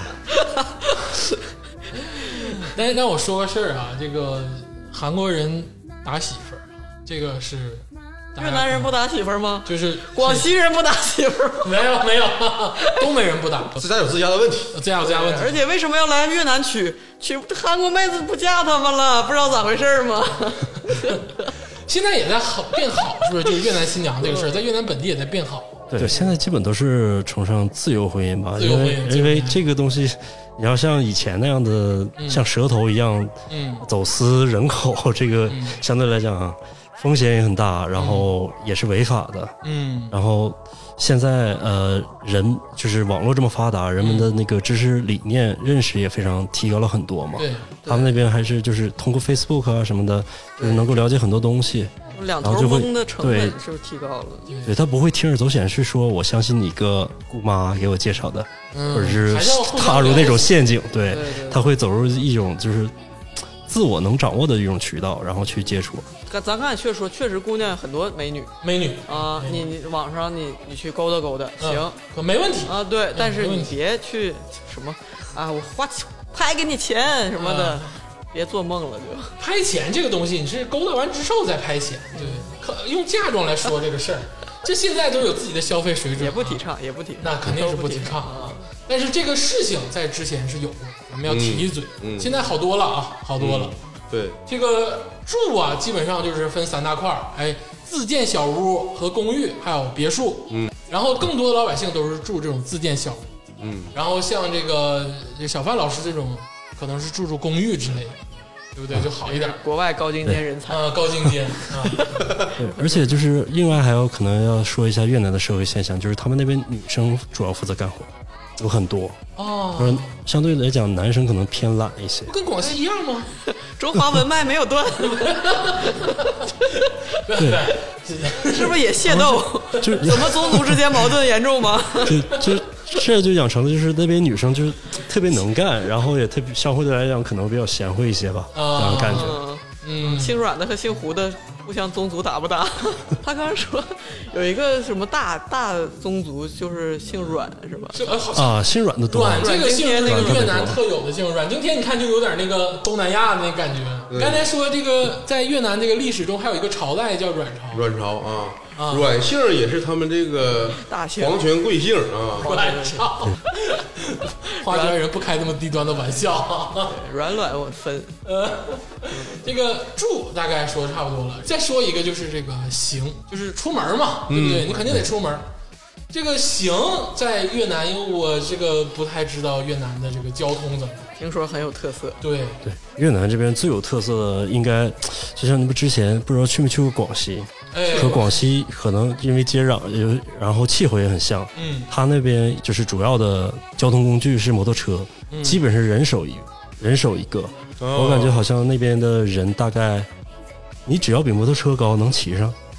但是让我说个事儿啊，这个韩国人打媳妇儿，这个是越南人不打媳妇儿吗？ 就是广西人不打媳妇儿吗？ 没有没有，东北人不打， 自家有自家的问题， 自家有自家问题。 而且为什么要来越南娶娶韩国妹子不嫁他们了？不知道咋回事吗？ 现在也在好变好，是不是？就是越南新娘这个事儿，在越南本地也在变好。 对，现在基本都是崇尚自由婚姻吧， 自由婚姻因为因为这个东西，你要像以前那样的， 嗯、 像蛇头一样， 嗯， 走私人口，这个相对来讲、啊、风险也很大，然后也是违法的， 嗯， 然后现在呃，人就是网络这么发达，人们的那个知识理念、认识也非常提高了很多嘛。 对， 他们那边还是就是通过 Facebook 啊什么的，就是能够了解很多东西。 两头蒙的成本是不是提高了？ 对，他不会铤而走险，是说我相信你个姑妈给我介绍的， 嗯、 或者是踏入那种陷阱。对， 对对对， 他会走入一种就是自我能掌握的一种渠道，然后去接触。 咱刚才确实说，确实姑娘很多美女， 美女啊， 美女你你网上你你去勾搭勾搭，行， 嗯、可没问题啊。对，嗯、但是你别去什么啊，我花拍给你钱什么的。嗯，别做梦了，就拍钱这个东西，你是勾搭完之后再拍钱，对，可用嫁妆来说这个事儿，这现在都有自己的消费水准， 也不提倡，也不提倡， 那肯定是不提倡啊。但是这个事情在之前是有的，咱们要提一嘴。嗯，现在好多了啊，好多了。 嗯、对， 这个住啊，基本上就是分三大块儿，哎，自建小屋和公寓，还有别墅。嗯，然后更多的老百姓都是住这种自建小屋。 嗯， 然后像这个小范老师这种。可能是住住公寓之类的，对不对？就好一点。 国外高精尖人才啊，高精尖啊。 对，而且就是另外还有可能要说一下越南的社会现象，就是他们那边女生主要负责干活，有很多哦。 相对来讲，男生可能偏懒一些。 不跟广西一样吗？ 中华文脉没有断。 对， 是不是也械斗？ 就怎么宗族之间矛盾严重吗？ 就就这就养成了，就是那边女生就是特别能干，然后也特别相对来讲可能比较贤惠一些吧， 啊、 这样感觉。 嗯， 姓阮的和姓胡的互相宗族打不打？他刚才说有一个什么大大宗族，就是姓阮是吧？ 是啊，姓阮的多。 阮这个姓是那个越南特有的姓，阮经天，你看就有点那个东南亚的那感觉。刚才说这个在越南这个历史中还有一个朝代叫阮朝， 阮朝啊。 啊， 阮姓也是他们这个皇权贵姓啊。 阮朝，花圈人不开这么低端的玩笑啊。 软软我分。 呃，这个住大概说差不多了，再说一个就是这个行，就是出门嘛，对不对？嗯、你肯定得出门。这个行在越南，因为我这个不太知道越南的这个交通怎么样， 听说很有特色。 对对，越南这边最有特色的应该，就像你们之前不知道去没去过广西。 哎、 和广西可能因为接壤，然后气候也很像。 嗯， 他那边就是主要的交通工具是摩托车， 嗯、 基本是人手一人手一个。 哦、 我感觉好像那边的人大概，你只要比摩托车高，能骑上。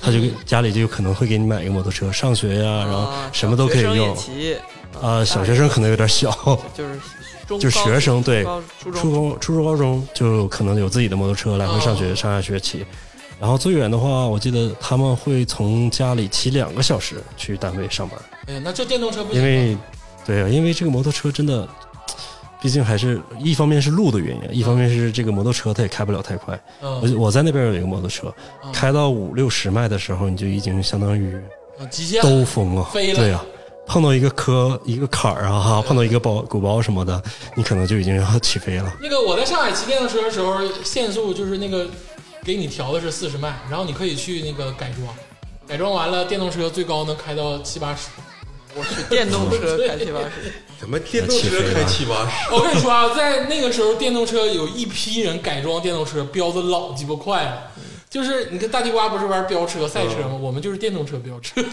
他就家里就有可能会给你买一个摩托车，上学呀、啊，然后什么都可以用。啊、呃，小学生可能有点小， 就是中就学生对， 初中、 初中、初中、高中就可能有自己的摩托车来回上学、哦、上下学骑。然后最远的话，我记得他们会从家里骑两个小时去单位上班。 哎呀，那这电动车不行。 因为，对啊，因为这个摩托车真的，毕竟还是一方面是路的原因，一方面是这个摩托车它也开不了太快。嗯、我我在那边有一个摩托车，嗯、开到五六十迈的时候，你就已经相当于兜风啊， 飞了。 对啊，碰到一个坑、一个坎儿啊，哈，碰到一个包鼓包什么的，你可能就已经要起飞了。 那个我在上海骑电动车的时候，限速就是那个。给你调的是四十迈，然后你可以去那个改装，改装完了电动车最高能开到七八十。 我去，电动车开七八十？ 怎么电动车开七八十？ 我跟你说啊，在那个时候，电动车有一批人改装电动车，飙的老鸡巴快了。就是你跟大地瓜不是玩飙车赛车吗？嗯、我们就是电动车飙车。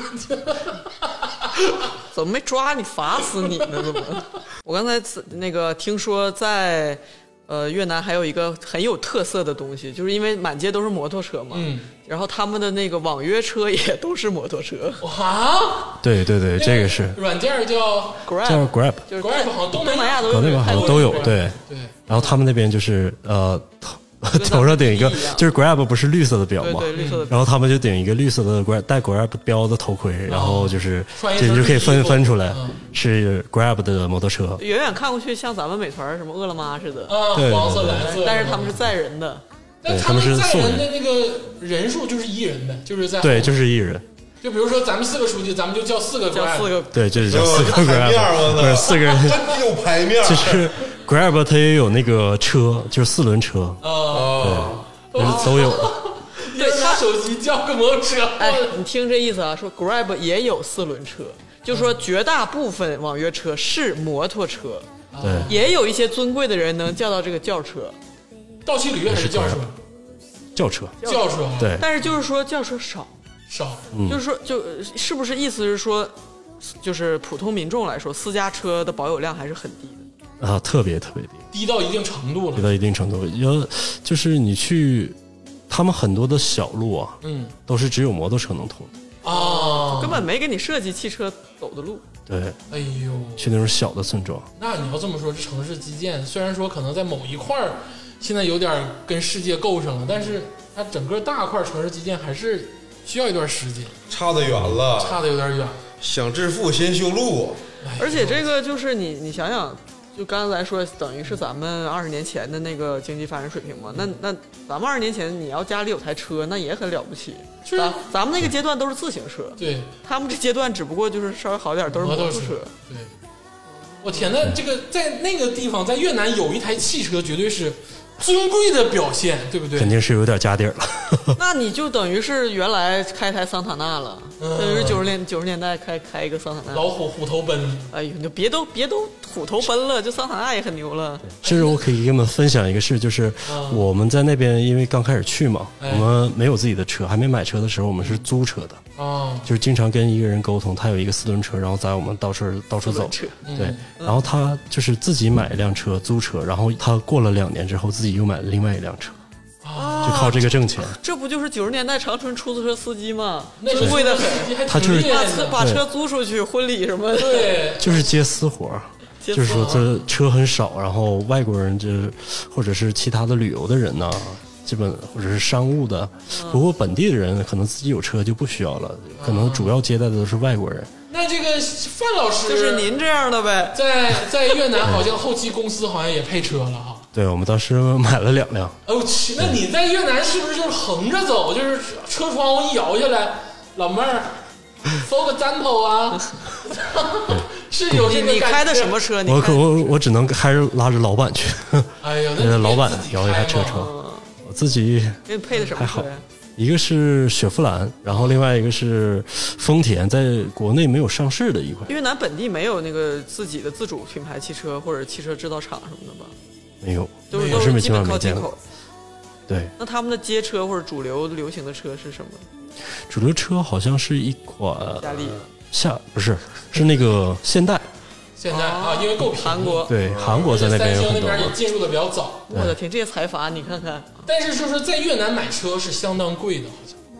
怎么没抓你？罚死你呢？怎么？我刚才那个听说在。呃，越南还有一个很有特色的东西，就是因为满街都是摩托车嘛，嗯，然后他们的那个网约车也都是摩托车。 哇， 对对对，这个是软件叫 Grab， 叫 Grab， 就是 Grab 好像东南亚都有， 那边好像都有，对对。 然后他们那边就是呃。头上顶一个，就是 Grab 不是绿色的标嘛， 对对，绿色的标。 然后他们就顶一个绿色的 Grab 带 Grab 标的头盔，然后就是这就可以分分出来是 Grab 的摩托车。 远远看过去像咱们美团什么饿了么似的， 啊，黄色蓝色， 但是他们是载人的。 但他们是载人的那个人数就是一人呗，就是在对，就是一人。 就比如说咱们四个书记，咱们就叫四个 Grab， 四个对，就是叫四个 Grab， 不是四个人， 真有排面。 其实 Grab 它也有那个车，就是四轮车， 哦， 对，都有。 对，拿手机叫个摩托车。 哎，你听这意思啊？说 Grab 也有四轮车，就说绝大部分网约车是摩托车， 对， 也有一些尊贵的人能叫到这个轿车。 倒骑驴还是轿车？ 轿车， 轿车， 对。 但是就是说轿车少。 少， 嗯、 就是说，就是不是意思是说，就是普通民众来说，私家车的保有量还是很低的啊，特别特别低， 低到一定程度了， 低到一定程度。要就是你去他们很多的小路啊， 嗯， 都是只有摩托车能通的啊， 根本没给你设计汽车走的路。 对， 哎呦， 去那种小的村庄。 那你要这么说，这城市基建虽然说可能在某一块儿现在有点跟世界够上了，但是它整个大块城市基建还是。需要一段时间， 差得远了， 差得有点远。 想致富先修路， 而且这个就是你，你想想，就刚才说，等于是咱们二十年前的那个经济发展水平嘛。那那咱们二十年前，你要家里有台车，那也很了不起。 是咱咱们那个阶段都是自行车， 对， 他们这阶段只不过就是稍微好点，都是摩托车。 对，我天，那这个在那个地方，在越南有一台汽车，绝对是。尊贵的表现，对不对？ 肯定是有点家底儿了。 那你就等于是原来开台桑塔纳了，等于是九十年九十年代开开一个桑塔纳。 老虎虎头奔， 哎呦，你就别都别都虎头奔了，就桑塔纳也很牛了。 其实我可以给你们分享一个事，就是我们在那边，因为刚开始去嘛， 哎、 我们没有自己的车，还没买车的时候，我们是租车的。 哦， 就是经常跟一个人沟通，他有一个四轮车，然后载我们到处到处走。对，嗯、然后他就是自己买一辆车，租车，然后他过了两年之后，自己又买了另外一辆车， 啊， 就靠这个挣钱。 这不就是九十年代长春出租车司机吗？ 那尊贵的很， 他就是把车把车租出去，婚礼什么的， 对， 就是接私活。就是说这车很少，然后外国人就是或者是其他的旅游的人呢、啊。基本或者是商务的，不过本地的人可能自己有车就不需要了，可能主要接待的都是外国人。 那这个范老师就是您这样的呗， 在在越南好像后期公司好像也配车了哈。 对，我们当时买了两辆。 哦去，那你在越南是不是就是横着走，就是车窗户一摇下来，老妹儿搜个簪头啊？是有这个。 你开的什么车？ 我可我我只能还是拉着老板去。 哎呀，那老板摇一下车窗。我自己给你配的什么车呀？ 一个是雪佛兰，然后另外一个是丰田，在国内没有上市的一款。 越南本地没有那个自己的自主品牌汽车或者汽车制造厂什么的吧？ 没有， 都是我是没基本靠进口。 对， 那他们的街车或者主流流行的车是什么？ 主流车好像是一款夏利， 夏不是是那个现代。 现在啊，因为够便宜。 韩国对韩国在那边有很多。 三星那边也进入的比较早。 我的天，这些财阀你看看。 但是就是在越南买车是相当贵的，好像。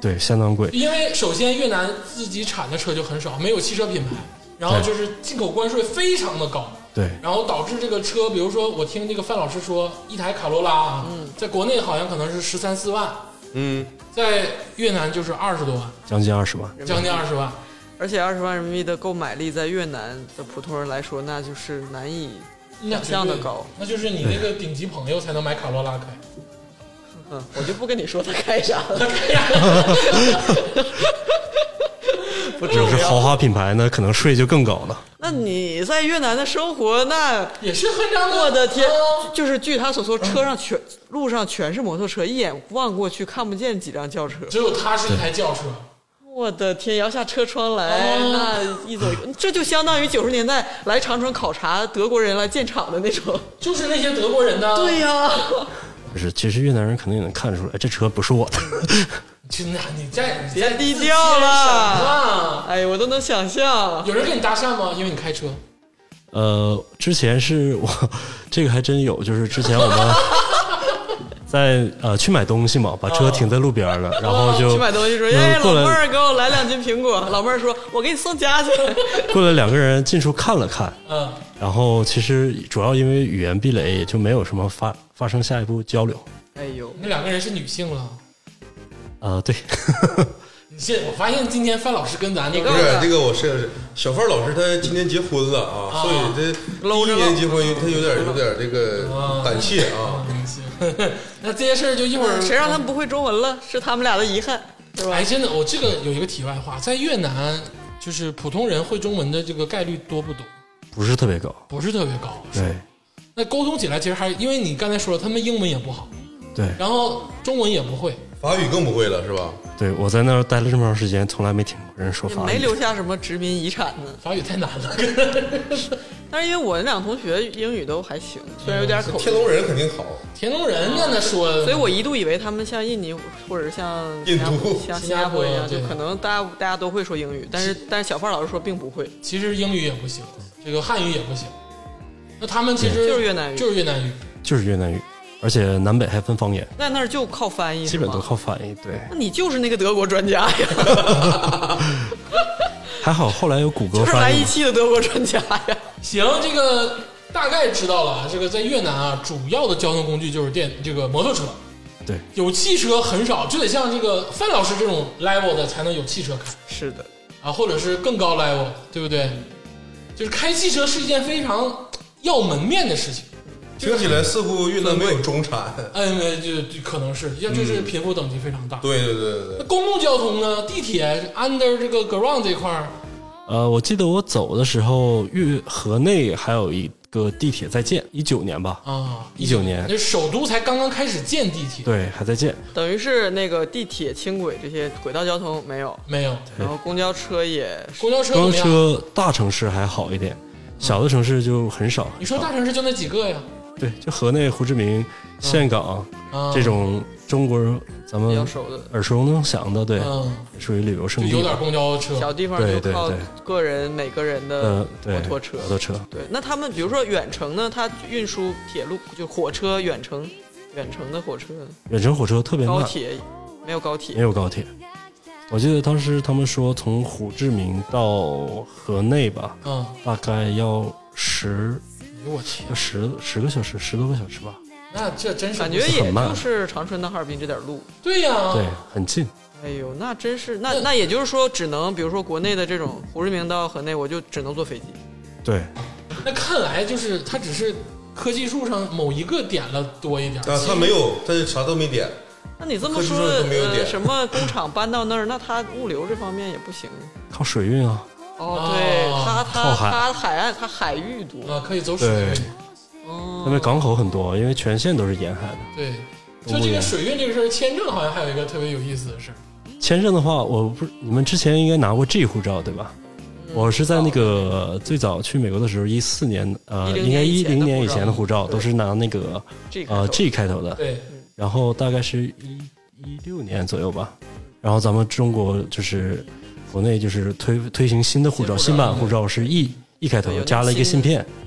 对，相当贵。 因为首先越南自己产的车就很少，没有汽车品牌，然后就是进口关税非常的高。 对， 然后导致这个车，比如说我听这个范老师说，一台卡罗拉啊，嗯、在国内好像可能是十三四万，嗯，在越南就是二十多万， 将近二十万， 将近二十万， 而且二十万人民币的购买力，在越南的普通人来说，那就是难以想象的高。 那就是你那个顶级朋友才能买卡罗拉开。 嗯，我就不跟你说他开啥了， 开啥？ 不重要。是豪华品牌呢，可能税就更高了。 那你在越南的生活，那也是很张的。 我的天，就是据他所说，车上全路上全是摩托车，一眼望过去看不见几辆轿车， 只有他是一台轿车。 我的天，摇下车窗来，那一走，这就相当于九十年代来长春考察德国人来建厂的那种， 就是那些德国人呢。 对呀、啊。 不是，其实越南人肯定也能看出来，这车不是我的。 去那你再别低调了，哎，我都能想象。 有人跟你搭讪吗？因为你开车。 呃，之前是我这个还真有，就是之前我们在呃去买东西嘛，把车停在路边了，然后就去买东西说，哎，老妹儿给我来两斤苹果。老妹儿说，我给你送家去。 过来两个人近处看了看， 嗯， 然后其实主要因为语言壁垒，也就没有什么发发生下一步交流。 哎呦， 那两个人是女性了。 呃，对。 你现我发现今天范老师跟咱不是这个，我是小范老师，他今年结婚了啊，啊所以这第一年结婚，他有点有点这个胆怯啊。 那这些事儿就一会儿， 谁让他们不会中文了？是他们俩的遗憾，是吧？ 哎，真的，我这个有一个题外话，在越南，就是普通人会中文的这个概率多不多？ 不是特别高， 不是特别高。 对。 那沟通起来其实还因为你刚才说了，他们英文也不好， 对， 然后中文也不会。 法语更不会了，是吧？ 对，我在那儿待了这么长时间，从来没听过人说法语， 没留下什么殖民遗产呢。 法语太难了。 但是因为我那两个同学英语都还行，虽然有点口音。 天龙人肯定好， 天龙人家那说， 所以我一度以为他们像印尼或者像印度、 像新加坡一样，就可能大家大家都会说英语，但是但是小范老师说并不会。 其实英语也不行，这个汉语也不行。那他们其实就是越南语， 就是越南语， 就是越南语。而且南北还分方言， 在那儿就靠翻译， 基本都靠翻译。对， 那你就是那个德国专家呀。 还好后来有谷歌翻译， 就是来一期的德国专家呀。 行，这个大概知道了。这个在越南啊，主要的交通工具就是电这个摩托车。 对， 有汽车很少，就得像这个范老师这种 level 的才能有汽车开。 是的， 啊，或者是更高 level， 对不对？就是开汽车是一件非常要门面的事情。 听起来似乎越南没有中产， 哎，就就可能是，要就是贫富等级非常大。 嗯、对对对对。 那公共交通呢？地铁 under 这个 ground 这块儿， 呃，我记得我走的时候，越河内还有一个地铁在建，一九年吧。 啊， 一九年， 那首都才刚刚开始建地铁， 对，还在建。 等于是那个地铁、轻轨这些轨道交通没有， 没有。 然后公交车也， 公交车， 公交车大城市还好一点，小的城市就很少。 你说大城市就那几个呀？ 对，就河内、胡志明、岘港、 嗯、 这种中国咱们耳熟能详的，对， 嗯、 属于旅游胜地， 有点公交车。 小地方就靠个人每个人的摩托车。 摩托车， 对。那他们比如说远程呢，它运输铁路就火车远程，远程的火车， 远程火车特别慢。 高铁没有高铁， 没有高铁。我记得当时他们说从胡志明到河内吧， 嗯， 大概要十。 我天， 要十十个小时，十多个小时吧。 那这真是感觉也就是长春到哈尔滨这点路。 对呀、啊， 对，很近。 哎呦，那真是那那也就是说，只能比如说国内的这种胡志明到河内，我就只能坐飞机。 对。 那看来就是它只是科技树上某一个点了多一点。 啊，它没有，它啥都没点。 那你这么说，呃，什么工厂搬到那儿，那它物流这方面也不行。 靠水运啊。 哦，对，它它它海岸，它海域多啊，可以走水运。 哦， 那边港口很多，因为全线都是沿海的。 对，就这个水运这个事儿，签证好像还有一个特别有意思的事。 签证的话，我不，你们之前应该拿过 G 护照对吧？嗯、我是在那个最早去美国的时候，一四年，呃，应该一零年以前的护照都是拿那个呃 G 开头的。 对。 然后大概是一一六年左右吧，然后咱们中国就是。国内就是推推行新的护照，新版护照是 E E 开头，加了一个芯片。 对，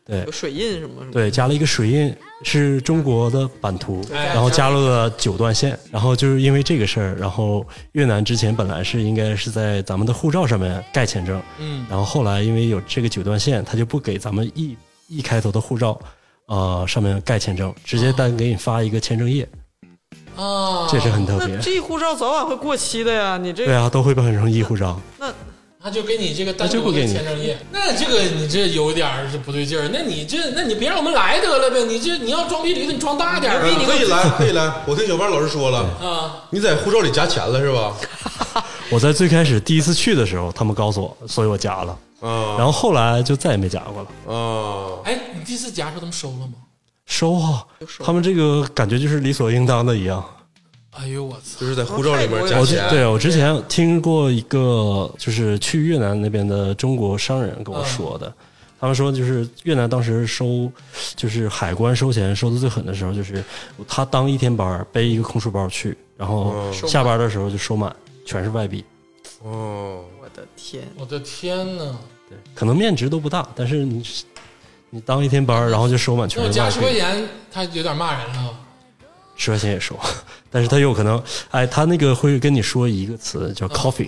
对有水印什么什么。 对，加了一个水印，是中国的版图，然后加入了九段线，然后就是因为这个事儿，然后越南之前本来是应该是在咱们的护照上面盖签证， 嗯， 然后后来因为有这个九段线，他就不给咱们 E E 开头的护照，呃，上面盖签证，直接单给你发一个签证页， 啊， 这是很特别那。这护照早晚会过期的呀，你这对啊，都会变成 E 护照。 那他就给你这个单独的那就不给你签证页，那这个你这有点儿是不对劲儿。那你这，那你别让我们来得了呗？你这你要装逼驴子，你装大点儿呃可以来，可以来。我听小范老师说了， 啊！ 你在护照里加钱了是吧？ 我在最开始第一次去的时候，他们告诉我，所以我加了， 啊， 然后后来就再也没加过了。 啊， 哎，你第一次加时候他们收了吗？ 收啊，他们这个感觉就是理所应当的一样。 哎呦我操！ 就是在护照里面加我钱。 对我之前听过一个，就是去越南那边的中国商人跟我说的，他们说就是越南当时收，就是海关收钱收的最狠的时候，就是他当一天班背一个空书包去，然后下班的时候就收满，全是外币。 哦， 我的天， 我的天哪！ 对，可能面值都不大，但是你你当一天班，然后就收满全那我加十块是外币， 钱，他有点骂人了。 十块钱也收，但是他有可能，哎，他那个会跟你说一个词叫 coffee。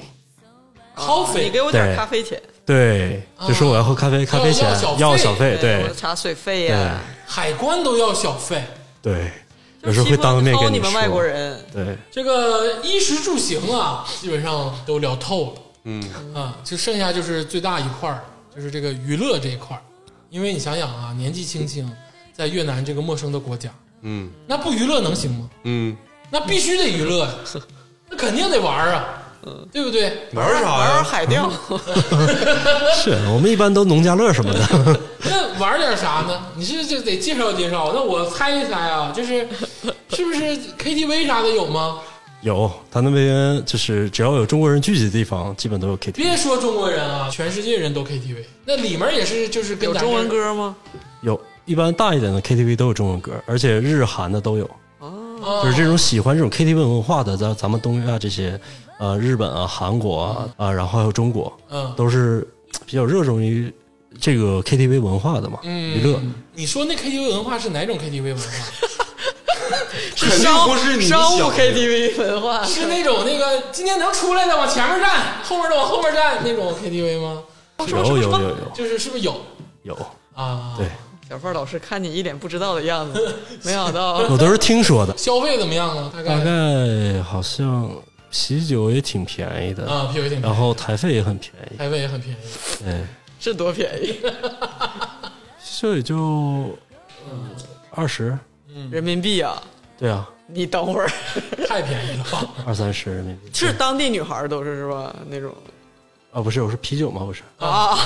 coffee， 你给我点对咖啡钱， 对，就说我要喝咖啡，咖啡钱要小费要小费，对我的茶水费呀， 海关都要小费。 对，有时候会当面跟你说。 们外国人， 对， 这个衣食住行啊，基本上都聊透了。 嗯啊，就剩下就是最大一块儿，就是这个娱乐这一块儿。因为你想想啊，年纪轻轻，在越南这个陌生的国家， 嗯那不娱乐能行吗？ 嗯， 那必须得娱乐呀，那肯定得玩儿啊，对不对？ 玩啥玩玩呀？ 海钓， 是我们一般都农家乐什么的。 那玩点啥呢？你是就得介绍介绍。那我猜一猜啊，就是是不是 K T V 啥的有吗？ 有，他那边就是只要有中国人聚集的地方，基本都有 K T V。 别说中国人啊，全世界人都 K T V。那里面也是就是跟咱这有中文歌吗？ 有，一般大一点的 K T V 都有中文歌，而且日韩的都有。 啊就是这种喜欢这种 K T V 文化的，在咱们东亚这些，呃，日本啊、韩国啊，啊、然后还有中国， 嗯都是比较热衷于这个 K T V 文化的嘛， 嗯娱乐。 你说那 K T V 文化是哪种 K T V 文化？ 肯定不是你商务想的 K T V 文化是那种那个今天能出来的往前面站，后面的往后面站那种 K T V 吗？ 有有有有就是是不是有有， 啊？ 对， 小范老师看你一脸不知道的样子，没想到我都是听说的。 消费怎么样啊？大概大概好像喜酒也挺便宜的， 啊，啤酒也挺便宜， 然后台费也很便宜， 台费也很便宜。 对， 是多便宜， 这也就二十， 人民币啊！ 对啊， 你等会儿， 太便宜了吧？ 二三十人民币。 是当地女孩都是是吧？那种啊，不是，我说啤酒吗？不是， 啊，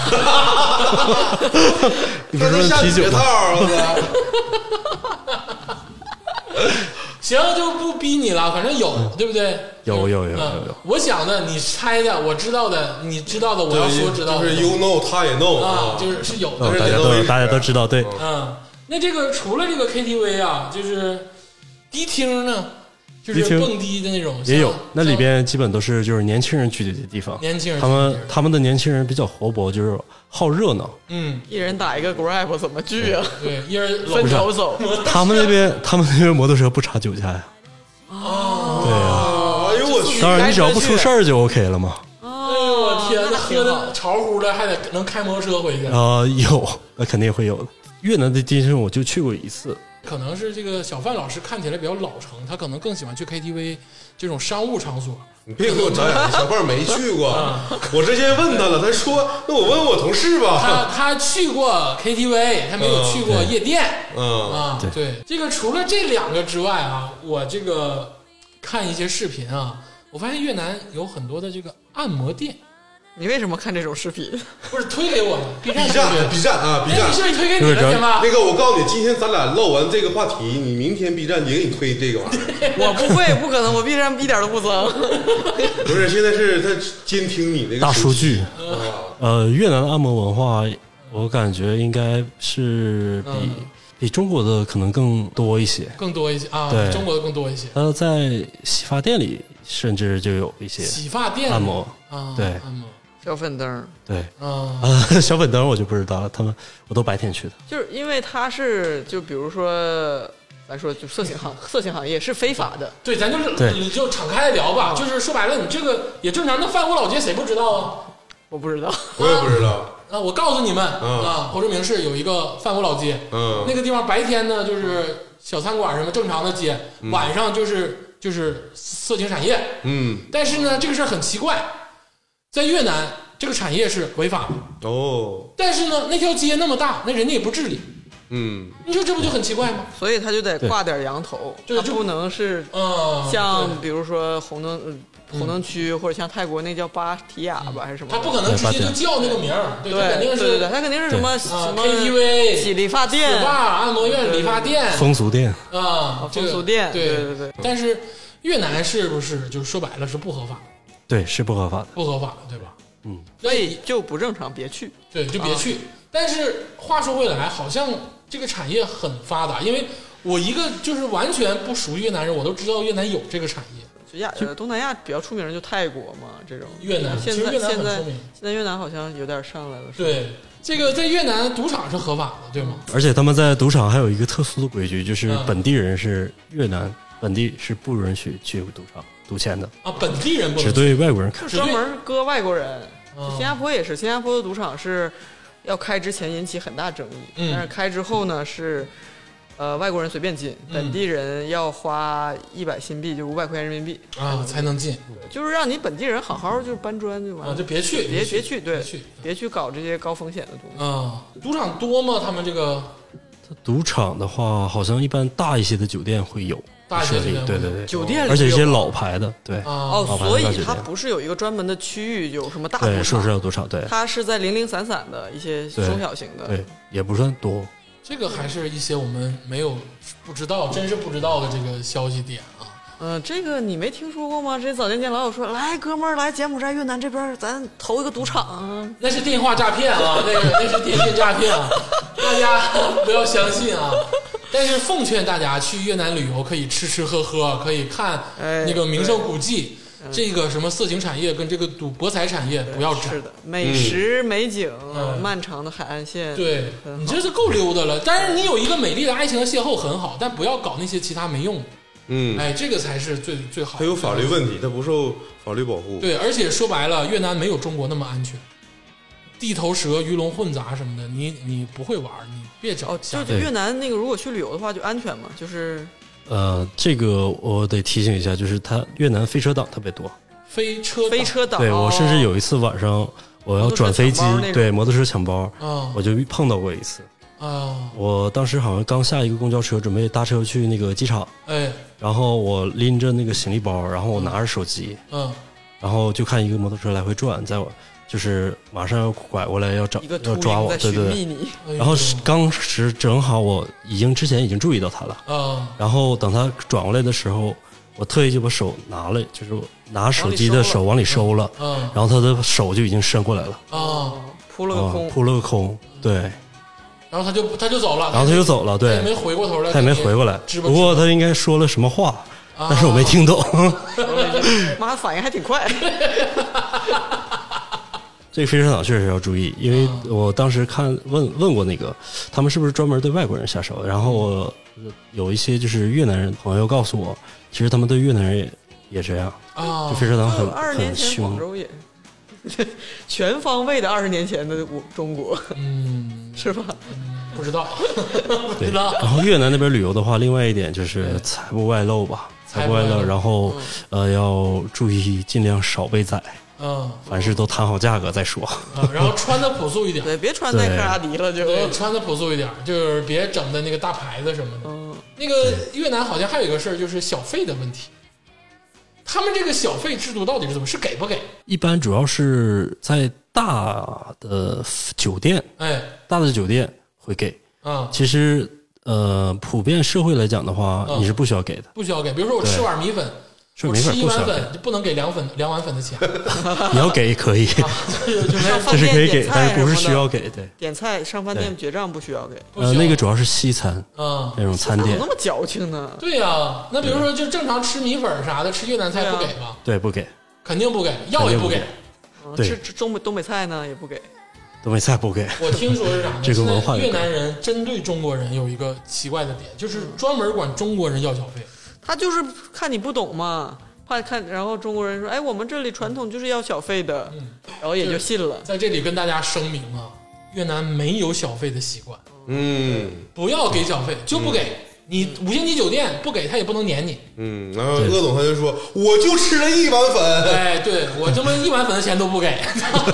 你不是问啤酒别套吗？ 儿， 行，就不逼你了，反正有，对不对？ 有有有有嗯有， 我想的，你猜的，我知道的，你知道的，我要说知道的就是 you know，他也 know 啊，就是是有哦， 的。 大家都大家都知道，对， 嗯，那这个除了这个 K T V 啊，就是迪厅呢，就是迪厅蹦迪的那种， 也有像， 那里边基本都是就是年轻人聚集的地方， 年轻人他们聚集的他们的年轻人比较活泼，就是好热闹。 嗯， 一人打一个 Grab 怎么聚啊？ 对，一人搂分头走， 他们那边他们那边摩托车不插酒驾呀？ 哦， 对呀， 哎呦我去， 当然你只要不出事儿就 OK 了嘛。 哎呦我天，那喝挺好的潮乎的，还得能开摩托车回去， 呃，有，那肯定会有的。越南的迪厅我就去过一次， 可能是这个小范老师看起来比较老成，他可能更喜欢去 K T V 这种商务场所。 你别给我长眼睛，小胖没去过。我之前问他了，他说：“那我问我同事吧。 他他去过 K T V，他没有去过夜店。” 嗯， 啊，对，这个除了这两个之外啊，我这个看一些视频啊，我发现越南有很多的这个按摩店， 你为什么看这种视频？ 不是推给我的 B 站 B 推给站 B 站啊 B 那站你是不是推给你了，天吧？ 那个我告诉你，今天咱俩唠完这个话题，你明天 B 站也给你推这个玩意儿。 我不会，不可能，我 B 站一点都不脏。 不是，现在是他监听你那个大数据。 啊， 呃，越南的按摩文化，我感觉应该是比、 嗯比中国的可能更多一些。 更多一些啊， 对比中国的更多一些。 它在洗发店里甚至就有一些洗发店按摩， 啊， 对按摩。 小粉灯， 对， 啊， 呃，小粉灯我就不知道了，他们我都白天去的。 就是因为它是就比如说咱说就色情行色情行业是非法的， 对，咱就是对你就敞开聊吧，就是说白了，你这个也正常。那范屋老街谁不知道啊？ 我不知道。 我也不知道。 啊，我告诉你们、 嗯、 啊，侯志明市有一个范屋老街， 嗯， 那个地方白天呢就是小餐馆什么正常的街， 嗯、 晚上就是就是色情产业， 嗯， 但是呢这个事儿很奇怪，在越南这个产业是违法的哦， 但是呢那条街那么大，那人家也不治理， 嗯， 你说这不就很奇怪吗？ 所以他就得挂点羊头，他不能是嗯， 像比如说红灯。红灯区或者像泰国那叫芭提雅吧、嗯、还是什么？ 他不可能直接就叫那个名儿， 对， 肯定是对对对，他肯定是什么什么 K T V、 洗理发店、 S P A、按摩院、理发店、 风俗店啊， 风俗店， 对对对对。 但是越南是不是就是说白了是不合法的？ 对，是不合法的， 不合法的，对吧？ 嗯， 所以就不正常，别去。 对，就别去。啊、但是话说回来，好像这个产业很发达，因为我一个就是完全不熟越南人，我都知道越南有这个产业。 就亚呃东南亚比较出名的就泰国嘛，这种越南现在越南现在现在越南好像有点上来了。 对，这个在越南赌场是合法的，对吗？ 而且他们在赌场还有一个特殊的规矩，就是本地人是越南本地是不允许去赌场赌钱的啊，本地人不只对外国人开， 就专门割外国人。新加坡也是，新加坡的赌场是要开之前引起很大争议， 嗯、 但是开之后呢是。呃，外国人随便进，本地人要花一百新币，就五百块钱人民币啊才能进， 就是让你本地人好好就是搬砖就完了， 啊，就别去， 别别去，对， 别去， 别去搞这些高风险的东西啊。赌场多吗？他们这个赌场的话，好像一般大一些的酒店会有， 大一些酒店对对对， 酒店里而且一些老牌的，对哦，所以它不是有一个专门的区域有什么大赌场， 对，说是有赌场，对， 它是在零零散散的一些中小型的， 对，也不算多。 这个还是一些我们没有不知道，真是不知道的这个消息点啊。 嗯、呃，这个你没听说过吗？这早年间老有说，来哥们儿，来柬埔寨、越南这边，咱投一个赌场啊。 那是电话诈骗啊，那个那是电信诈骗啊，大家不要相信啊。但是奉劝大家去越南旅游，可以吃吃喝喝，可以看那个名胜古迹。哎这个什么色情产业跟这个赌博彩产业不要沾， 是的，美食美景，嗯、漫长的海岸线， 对你这是够溜达了。但是你有一个美丽的爱情的邂逅很好，但不要搞那些其他没用的。嗯，哎，这个才是最最好的。 它有法律问题，它不受法律保护。 对，而且说白了，越南没有中国那么安全，地头蛇、鱼龙混杂什么的，你你不会玩，你别找。 哦，就越南那个，如果去旅游的话，就安全嘛，就是。 呃，这个我得提醒一下，就是它越南飞车党特别多， 飞车飞车党， 对我甚至有一次晚上我要转飞机，对摩托车抢包，哦、我就碰到过一次。 哦， 我当时好像刚下一个公交车，准备搭车去那个机场， 哎， 然后我拎着那个行李包，然后我拿着手机， 嗯， 然后就看一个摩托车来回转，在我。就是马上要拐过来要找要抓我，对对对。然后当时正好我已经之前已经注意到他了， 啊。 然后等他转过来的时候，我特意就把手拿了，就是拿手机的手往里收了， 嗯。 然后他的手就已经伸过来了， 啊， 扑了个空， 扑了个空，对。 然后他就他就走了， 然后他就走了，对， 他也没回过头来， 他也没回过来。不过他应该说了什么话，但是我没听懂。 妈，反应还挺快。 这个飞车党确实要注意，因为我当时看问问过那个他们是不是专门对外国人下手，然后我有一些就是越南人朋友告诉我，其实他们对越南人也也这样啊， 就飞车党很二十年前广州也全方位的二十年前的我中国， 嗯， 是吧？ 嗯、不知道，不知道。 然后越南那边旅游的话，另外一点就是财不外露吧，财不外露，然后、嗯、呃要注意尽量少被宰。 嗯， 凡事都谈好价格再说。 啊，然后穿的朴素一点， 对，别穿耐克阿迪了，就对，穿的朴素一点，就是别整的那个大牌子什么的。嗯，那个越南好像还有一个事儿，就是小费的问题。他们这个小费制度到底是怎么？是给不给？ 一般主要是在大的酒店， 哎， 大的酒店会给啊。 其实呃，普遍社会来讲的话， 嗯、 你是不需要给的， 不需要给。比如说我吃碗米粉。我吃一碗粉就不能给两粉两碗粉的钱， 你要给可以， 啊、 这是可以给，但是不是需要给。对， 点菜上饭店结账不需要给。 呃，那个主要是西餐啊， 那种餐点。 怎么那么矫情呢？ 对呀、啊，那比如说就正常吃米粉啥的，吃越南菜不给吧？ 对，不给， 肯定不给，要也不给。 对吃吃东北东北菜呢也不给。 东北菜不给。 我听说是啥呢？ 这个文化现在越南人针对中国人有一个奇怪的点，就是专门管中国人要小费。 他就是看你不懂嘛，怕看，然后中国人说，哎，我们这里传统就是要小费的， 嗯、 然后也就信了。 在这里跟大家声明啊，越南没有小费的习惯， 嗯， 不要给小费就不给。嗯你五星级酒店不给他也不能撵你， 嗯，然后鄂总他就说，我就吃了一碗粉， 哎，对我这么一碗粉的钱都不给，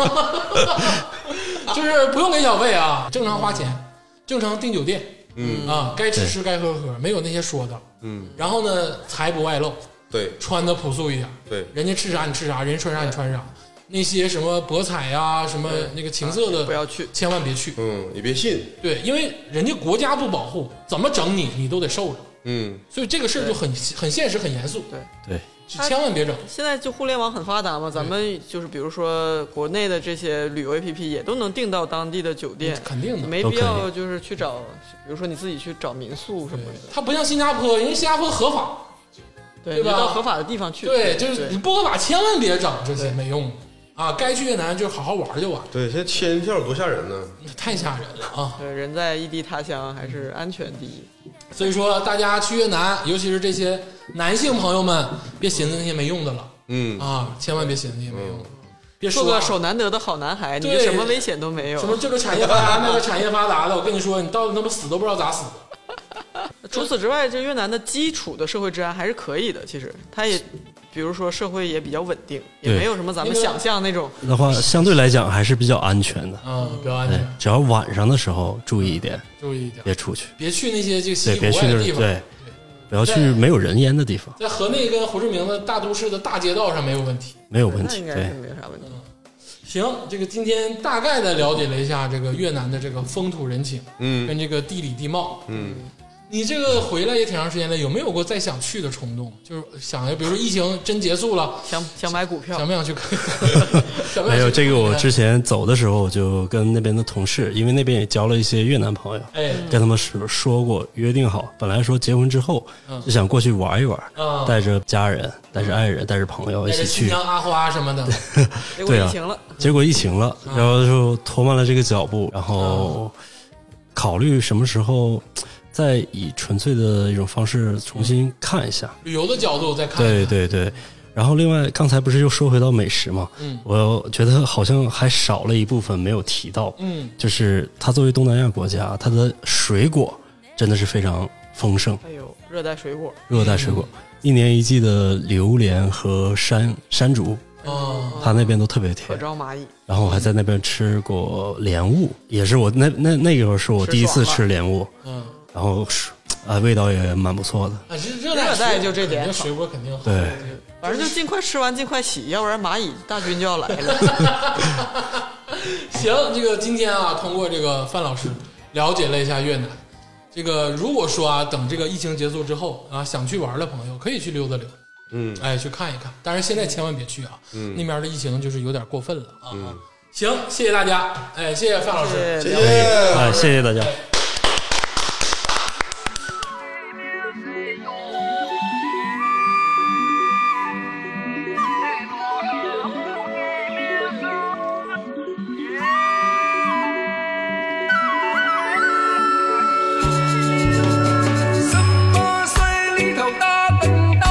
就是不用给小费啊，正常花钱，正常订酒店，嗯啊，该吃吃该喝喝，没有那些说的， 嗯， 然后呢，财不外露， 对， 穿的朴素一点， 对， 人家吃啥你吃啥，人家穿啥你穿啥，那些什么博彩呀、什么那个情色的， 不要去， 千万别去。 嗯，你别信。 对，因为人家国家不保护，怎么整你，你都得受着。 嗯， 所以这个事儿就很很现实，很严肃。 对对， 千万别整。 现在就互联网很发达嘛，咱们就是比如说国内的这些旅游 A P P 也都能订到当地的酒店， 肯定的， 没必要就是去找，比如说你自己去找民宿什么的。 它不像新加坡，因为新加坡合法， 对， 对吧？ 你到合法的地方去。 对，就是你不合法，千万别整这些没用的。啊，该去越南就好好玩就完了。 对，现在签票多吓人呢， 太吓人了啊！ 对，人在异地他乡还是安全第一。 所以说，大家去越南，尤其是这些男性朋友们，别寻思那些没用的了。 嗯啊，千万别寻思那些没用的。别做个手难得的好男孩，你什么危险都没有。 什么这个产业发达，那个产业发达的，我跟你说，你到那么死都不知道咋死的。 除此之外，这越南的基础的社会治安还是可以的。其实，它也，比如说社会也比较稳定，也没有什么咱们想象那种。 的话，相对来讲还是比较安全的。 嗯，比较安全。 只要晚上的时候注意一点， 注意一点， 别出去， 别去那些这个稀对， 奇别去那古怪的地方。 对，不要去没有人烟的地方。 在河内跟胡志明的大都市的大街道上没有问题， 没有问题， 应该是没有啥问题。 行，这个今天大概的了解了一下这个越南的这个风土人情， 嗯， 跟这个地理地貌， 嗯。 你这个回来也挺长时间了，有没有过再想去的冲动？就是想，比如说疫情真结束了， 想想买股票， 想不想去看？想不想去没有这个，我之前走的时候，我就跟那边的同事，因为那边也交了一些越南朋友， 哎， 跟他们说说过，约定好，本来说结婚之后就想过去玩一玩， 嗯、 带着家人、带着爱人、带着朋友一起去， 新疆阿花什么的。 结果疫情了， 结果疫情了， 嗯、 然后就拖慢了这个脚步，然后考虑什么时候。再以纯粹的一种方式重新看一下、 嗯、旅游的角度再看一下，对对对。然后另外刚才不是又说回到美食嘛， 嗯， 我觉得好像还少了一部分没有提到， 嗯， 就是它作为东南亚国家，它的水果真的是非常丰盛， 哎呦，热带水果， 热带水果，嗯、一年一季的榴莲和山山竹。 哦， 他那边都特别甜， 可招蚂蚁。 然后我还在那边吃过莲雾，也是我那那那个是我第一次吃莲雾， 嗯。 然后啊，味道也蛮不错的。 啊，热带热带就这点水果肯定好。 对， 反正就尽快吃完，尽快洗，要不然蚂蚁大军就要来了。 行，这个今天啊，通过这个范老师了解了一下越南。这个如果说啊，等这个疫情结束之后啊，想去玩的朋友可以去溜达溜达， 嗯， 哎，去看一看。当然现在千万别去啊， 嗯， 那边的疫情就是有点过分了啊。 嗯， 行，谢谢大家，哎，谢谢范老师， 谢谢， 哎，谢谢大家。 十八岁呢頭打笨